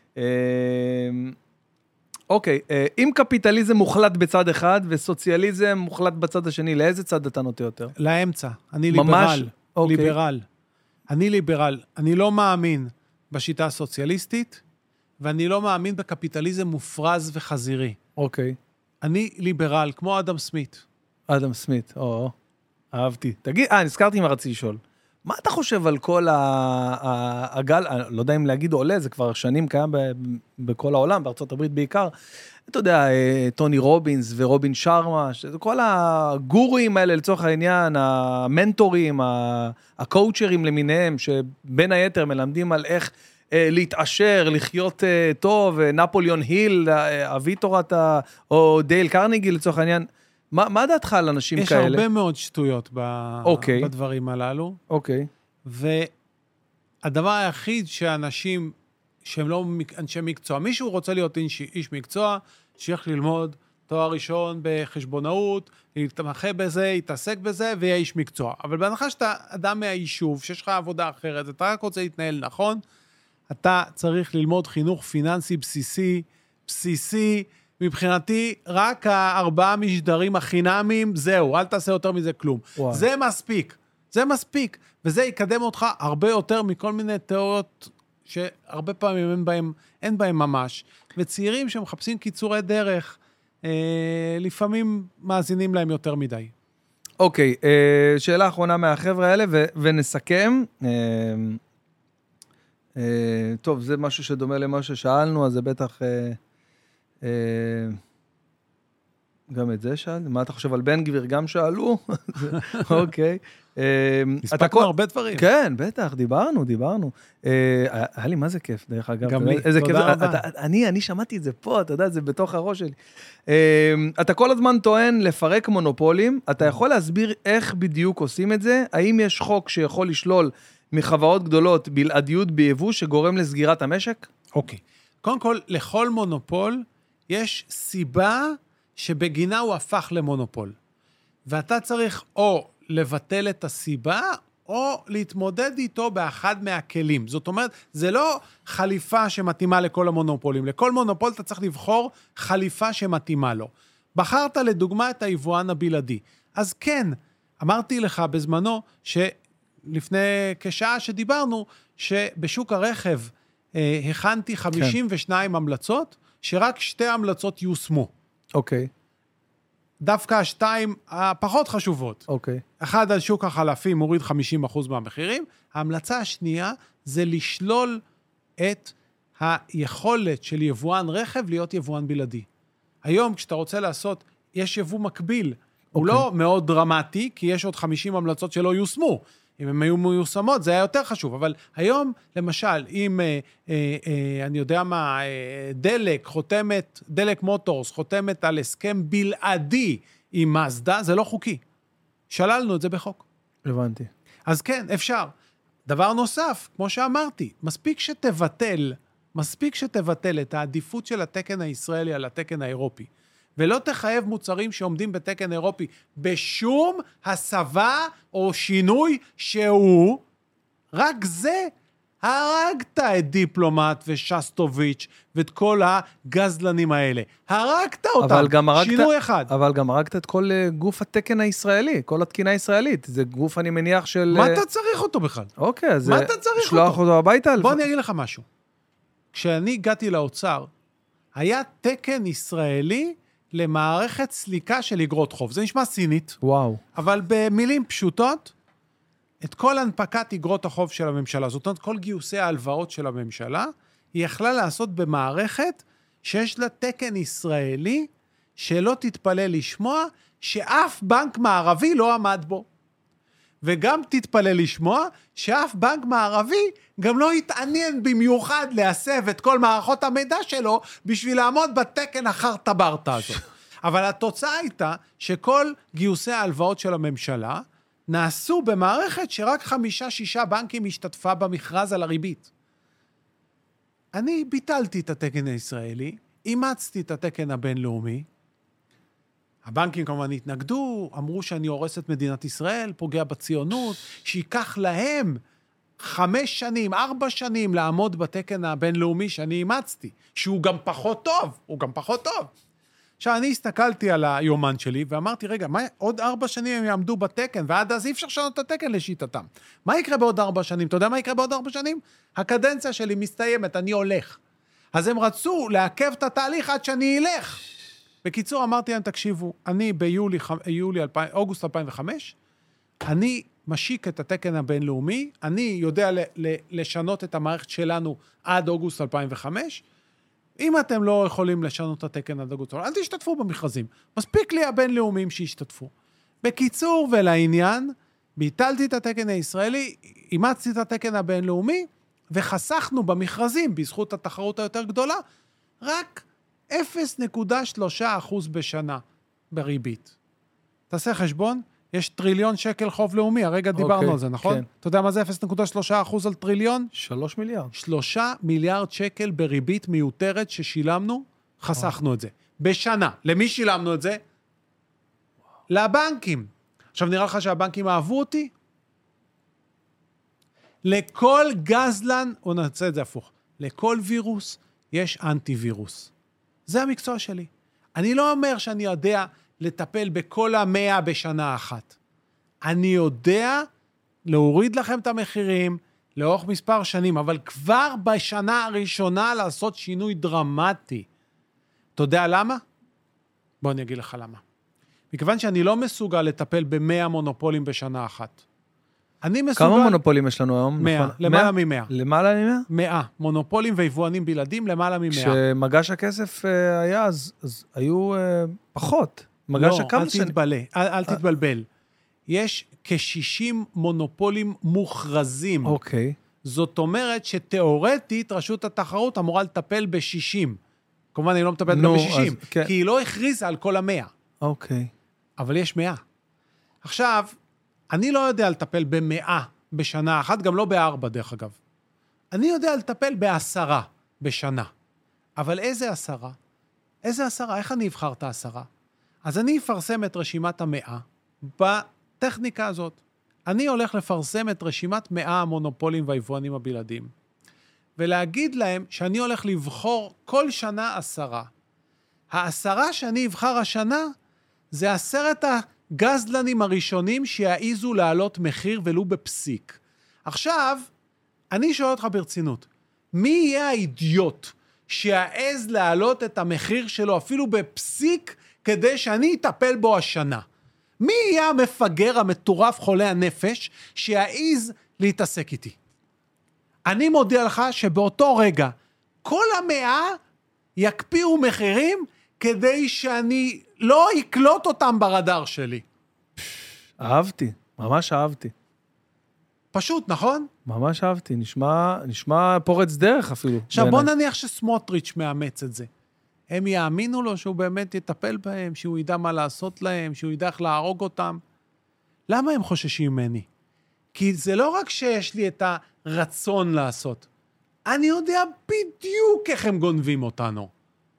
אוקיי, אם קפיטליזם מוחלט בצד אחד, וסוציאליזם מוחלט בצד השני, לאיזה צד אתה נוטה יותר? לאמצע. אני ליברל. אוקיי. ליברל. אני ליברל. אני לא מאמין בשיטה הסוציאליסטית, ואני לא מאמין בקפיטליזם מופרז וחזירי. אוקיי. אני ליברל, כמו אדם סמית. אדם סמית, או, אהבתי. תגיד, אה, נזכרתי מה רציתי לשאול. מה אתה חושב על כל הגל, לא יודע אם להגיד עולה, זה כבר שנים קיים בכל העולם, בארצות הברית בעיקר, אתה יודע, טוני רובינס ורובין שרמה, כל הגורים האלה לצורך העניין, המנטורים, הקואוצ'רים למיניהם, שבין היתר מלמדים על איך להתעשר, לחיות טוב, נפוליון היל, אביטור אתה, או דייל קרניגי לצורך העניין, מה, מה דעתך על אנשים יש כאלה? יש הרבה מאוד שטויות ב... okay. בדברים הללו. אוקיי. Okay. והדבר היחיד שאנשים, שהם לא אנשי מקצוע, מישהו רוצה להיות איש, איש מקצוע, שייך ללמוד תואר ראשון בחשבונאות, להתמחה בזה, יתעסק בזה, ויהיה איש מקצוע. אבל בהנחה שאתה אדם מהיישוב, שיש לך עבודה אחרת, אתה רק רוצה להתנהל נכון, אתה צריך ללמוד חינוך פיננסי בסיסי, בסיסי, מבחינתי, רק הארבעה משדרים החינמיים, זהו, אל תעשה יותר מזה כלום. וואו. זה מספיק, זה מספיק, וזה יקדם אותך הרבה יותר מכל מיני תיאוריות שהרבה פעמים אין בהם, אין בהם ממש, וצעירים שמחפשים קיצורי דרך, אה, לפעמים מאזינים להם יותר מדי. אוקיי, אה, שאלה אחרונה מהחבר'ה האלה, ו- ונסכם. אה, אה, טוב, זה משהו שדומה למה ששאלנו, אז זה בטח... אה, גם את זה שאל? מה אתה חושב על בן גביר? גם שאלו? אוקיי. הספקנו הרבה דברים. כן, בטח, דיברנו, דיברנו. היה לי מה זה כיף, דרך אגב. גם לי, תודה רבה. אני שמעתי את זה פה, אתה יודע, זה בתוך הראש שלי. אתה כל הזמן טוען לפרק מונופולים, אתה יכול להסביר איך בדיוק עושים את זה? האם יש חוק שיכול לשלול מחברות גדולות בלעדיות ביבוא שגורם לסגירת המשק? אוקיי. קודם כל, לכל מונופול יש סיבה שבגינה הוא הפך למונופול. ואתה צריך או לבטל את הסיבה, או להתמודד איתו באחד מהכלים. זאת אומרת, זה לא חליפה שמתאימה לכל המונופולים. לכל מונופול אתה צריך לבחור חליפה שמתאימה לו. בחרת לדוגמה את היבואן הבלעדי. אז כן, אמרתי לך בזמנו, שלפני כשעה שדיברנו, שבשוק הרכב אה, הכנתי חמישים ושתיים כן. המלצות, שרק שתי המלצות יושמו. אוקיי. דווקא השתיים הפחות חשובות. אוקיי. אחד על שוק החלפים מוריד חמישים אחוז מהמחירים. ההמלצה השנייה זה לשלול את היכולת של יבואן רכב להיות יבואן בלעדי. היום כשאתה רוצה לעשות, יש יבוא מקביל. הוא לא מאוד דרמטי, כי יש עוד חמישים המלצות שלא יושמו. אם הם היו מיושמות, זה היה יותר חשוב. אבל היום, למשל, אם, אה, אה, אה, אני יודע מה, אה, דלק חותמת, דלק מוטורס חותמת על הסכם בלעדי עם מאזדה, זה לא חוקי. שללנו את זה בחוק. הבנתי. אז כן, אפשר. דבר נוסף, כמו שאמרתי, מספיק שתבטל, מספיק שתבטל את העדיפות של התקן הישראלי על התקן האירופי, ולא תחייב מוצרים שעומדים בתקן אירופי בשום הסבה או שינוי שהוא, רק זה הרגת את דיפלומט ושסטוביץ' ואת כל הגזלנים האלה. הרגת אותם, הרגת, שינוי אחד. אבל גם הרגת את כל גוף התקן הישראלי, כל התקינה הישראלית. זה גוף, אני מניח, של... מה אתה צריך אותו בכלל? אוקיי, אז... מה אתה צריך שלוח אותו? אותו הביתה? בוא אני אגיד לך משהו. כשאני הגעתי לאוצר, היה תקן ישראלי למערכת סליקה של אגרות חוב. זה נשמע סינית. וואו. אבל במילים פשוטות, את כל הנפקת אגרות החוב של הממשלה, זאת אומרת, כל גיוסי ההלוואות של הממשלה, היא יכלה לעשות במערכת שיש לה תקן ישראלי, שלא תתפלא לשמוע, שאף בנק מערבי לא עמד בו. וגם תתפלא לשמוע, שאף בנק מערבי גם לא יתעניין במיוחד להסב את כל מערכות המידע שלו, בשביל לעמוד בתקן אחר טברטה הזאת. אבל התוצאה הייתה, שכל גיוסי ההלוואות של הממשלה, נעשו במערכת שרק חמישה, שישה בנקים השתתפה במכרז על הריבית. אני ביטלתי את התקן הישראלי, אימצתי את התקן הבינלאומי, הבנקים כמובן התנגדו, אמרו שאני הורס את מדינת ישראל, פוגע בציונות, שיקח להם חמש שנים, ארבע שנים לעמוד בתקן הבינלאומי שאני אימצתי, שהוא גם פחות טוב, הוא גם פחות טוב. עכשיו, אני הסתכלתי על היומן שלי, ואמרתי, רגע, מה, עוד ארבע שנים הם יעמדו בתקן, ועד אז אי אפשר לשנות את התקן לשיטתם. מה יקרה בעוד ארבע שנים? אתה יודע מה יקרה בעוד ארבע שנים? הקדנציה שלי מסתיימת, אני הולך. אז הם רצו לעכב את התהליך עד שאני אלך. בקיצור, אמרתי להם, תקשיבו, אני ביולי, יולי, אוגוסט אלפיים וחמש, אני משיק את התקן הבינלאומי, אני יודע לשנות את המערכת שלנו עד אוגוסט אלפיים וחמש, אם אתם לא יכולים לשנות את התקן עד אוגוסט, אל תשתתפו במכרזים. מספיק לי הבינלאומיים שישתתפו. בקיצור ולעניין, ביטלתי את התקן הישראלי, אימצתי את התקן הבינלאומי, וחסכנו במכרזים, בזכות התחרות היותר גדולה, רק אפס נקודה שלושה אחוז בשנה בריבית. תעשה חשבון, יש טריליון שקל חוב לאומי, הרגע דיברנו על זה, נכון? כן. אתה יודע מה זה אפס נקודה שלושה אחוז על טריליון? שלוש מיליארד. שלושה מיליארד שקל בריבית מיותרת ששילמנו, חסכנו את זה. בשנה. למי שילמנו את זה? לבנקים. עכשיו נראה לך שהבנקים אהבו אותי? לכל גזלן, או נעשה את זה הפוך, לכל וירוס יש אנטי-וירוס. זה המקצוע שלי. אני לא אומר שאני יודע לטפל בכל המאה בשנה אחת. אני יודע להוריד לכם את המחירים לאורך מספר שנים, אבל כבר בשנה הראשונה לעשות שינוי דרמטי. אתה יודע למה? בוא אני אגיד לך למה. מכיוון שאני לא מסוגל לטפל במאה מונופולים בשנה אחת. אני מסוגל... כמה מונופולים יש לנו היום? מאה, נכון? למעלה ממאה. למעלה ממאה? מאה. מונופולים ויבואנים בלעדים, למעלה ממאה. כשמגש הכסף היה, אז, אז היו פחות. מגש לא, הכמה אל שנים. תתבלבל, אל, אל תתבלבל. יש כ-שישים מונופולים מוכרזים. אוקיי. זאת אומרת שתיאורטית רשות התחרות אמורה לטפל ב-שישים. כמובן, היא לא מטפלת גם נו, ב-שישים, אז, כן. כי היא לא הכריזה על כל המאה. אוקיי. אבל יש מאה. עכשיו, אני לא יודע לטפל במאה בשנה אחת, גם לא בארבע דרך אגב. אני יודע לטפל בעשרה בשנה. אבל איזה עשרה? איזה עשרה? איך אני אבחר את העשרה? אז אני אפרסם את רשימת המאה בטכניקה הזאת. אני הולך לפרסם את רשימת מאה המונופולים והיבואנים הבלעדיים, ולהגיד להם שאני הולך לבחור כל שנה עשרה. העשרה שאני אבחר השנה, זה עשרת הגזלנים הראשונים שיעיזו לעלות מחיר ולו בפסיק. עכשיו, אני שואל אותך ברצינות, מי יהיה האידיוט שיעז לעלות את המחיר שלו אפילו בפסיק כדי שאני אטפל בו השנה? מי יהיה המפגר המטורף חולה הנפש שיעיז להתעסק איתי? אני מודיע לך שבאותו רגע כל המאה יקפיאו מחירים כדי שאני לא אקלוט אותם ברדאר שלי. אהבתי, ממש אהבתי. פשוט, נכון? ממש אהבתי, נשמע, נשמע פורץ דרך אפילו. עכשיו בעיניי. בוא נניח שסמוטריץ' מאמץ את זה. הם יאמינו לו שהוא באמת יטפל בהם, שהוא ידע מה לעשות להם, שהוא ידע איך להרוג אותם. למה הם חוששים ממני? כי זה לא רק שיש לי את הרצון לעשות. אני יודע בדיוק איך הם גונבים אותנו.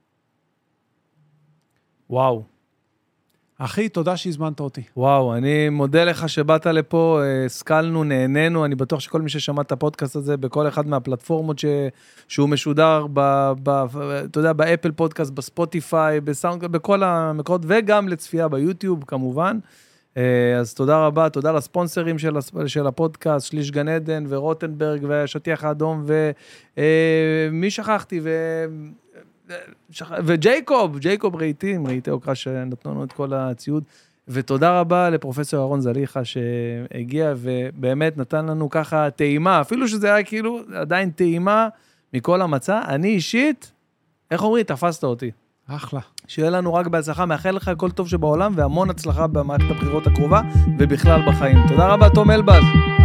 וואו. אחי, תודה שהזמנת אותי. וואו, אני מודה לך שבאת לפה, הסקלנו, נהנינו, אני בטוח שכל מי ששמע את הפודקאסט הזה, בכל אחד מהפלטפורמות ש... שהוא משודר, ב... ב... אתה יודע, באפל פודקאסט, בספוטיפיי, בסאונד, בכל המקורות, וגם לצפייה ביוטיוב, כמובן. אז תודה רבה, תודה לספונסרים של, של הפודקאסט, שליש גן עדן ורוטנברג והשטיח האדום, ומי שכחתי, ו... וג'ייקוב, ג'ייקוב רהיטים, רהיטי אוקרה שנתנו לנו את כל הציוד, ותודה רבה לפרופסור אהרון זליכה שהגיע ובאמת נתן לנו ככה טעימה, אפילו שזה היה כאילו עדיין טעימה מכל המצע. אני אישית, איך אומרים, תפסת אותי. אחלה. שיהיה לנו רק בהצלחה, מאחל לך כל טוב שבעולם והמון הצלחה במערכת הבחירות הקרובה ובכלל בחיים. תודה רבה, תום אלבז.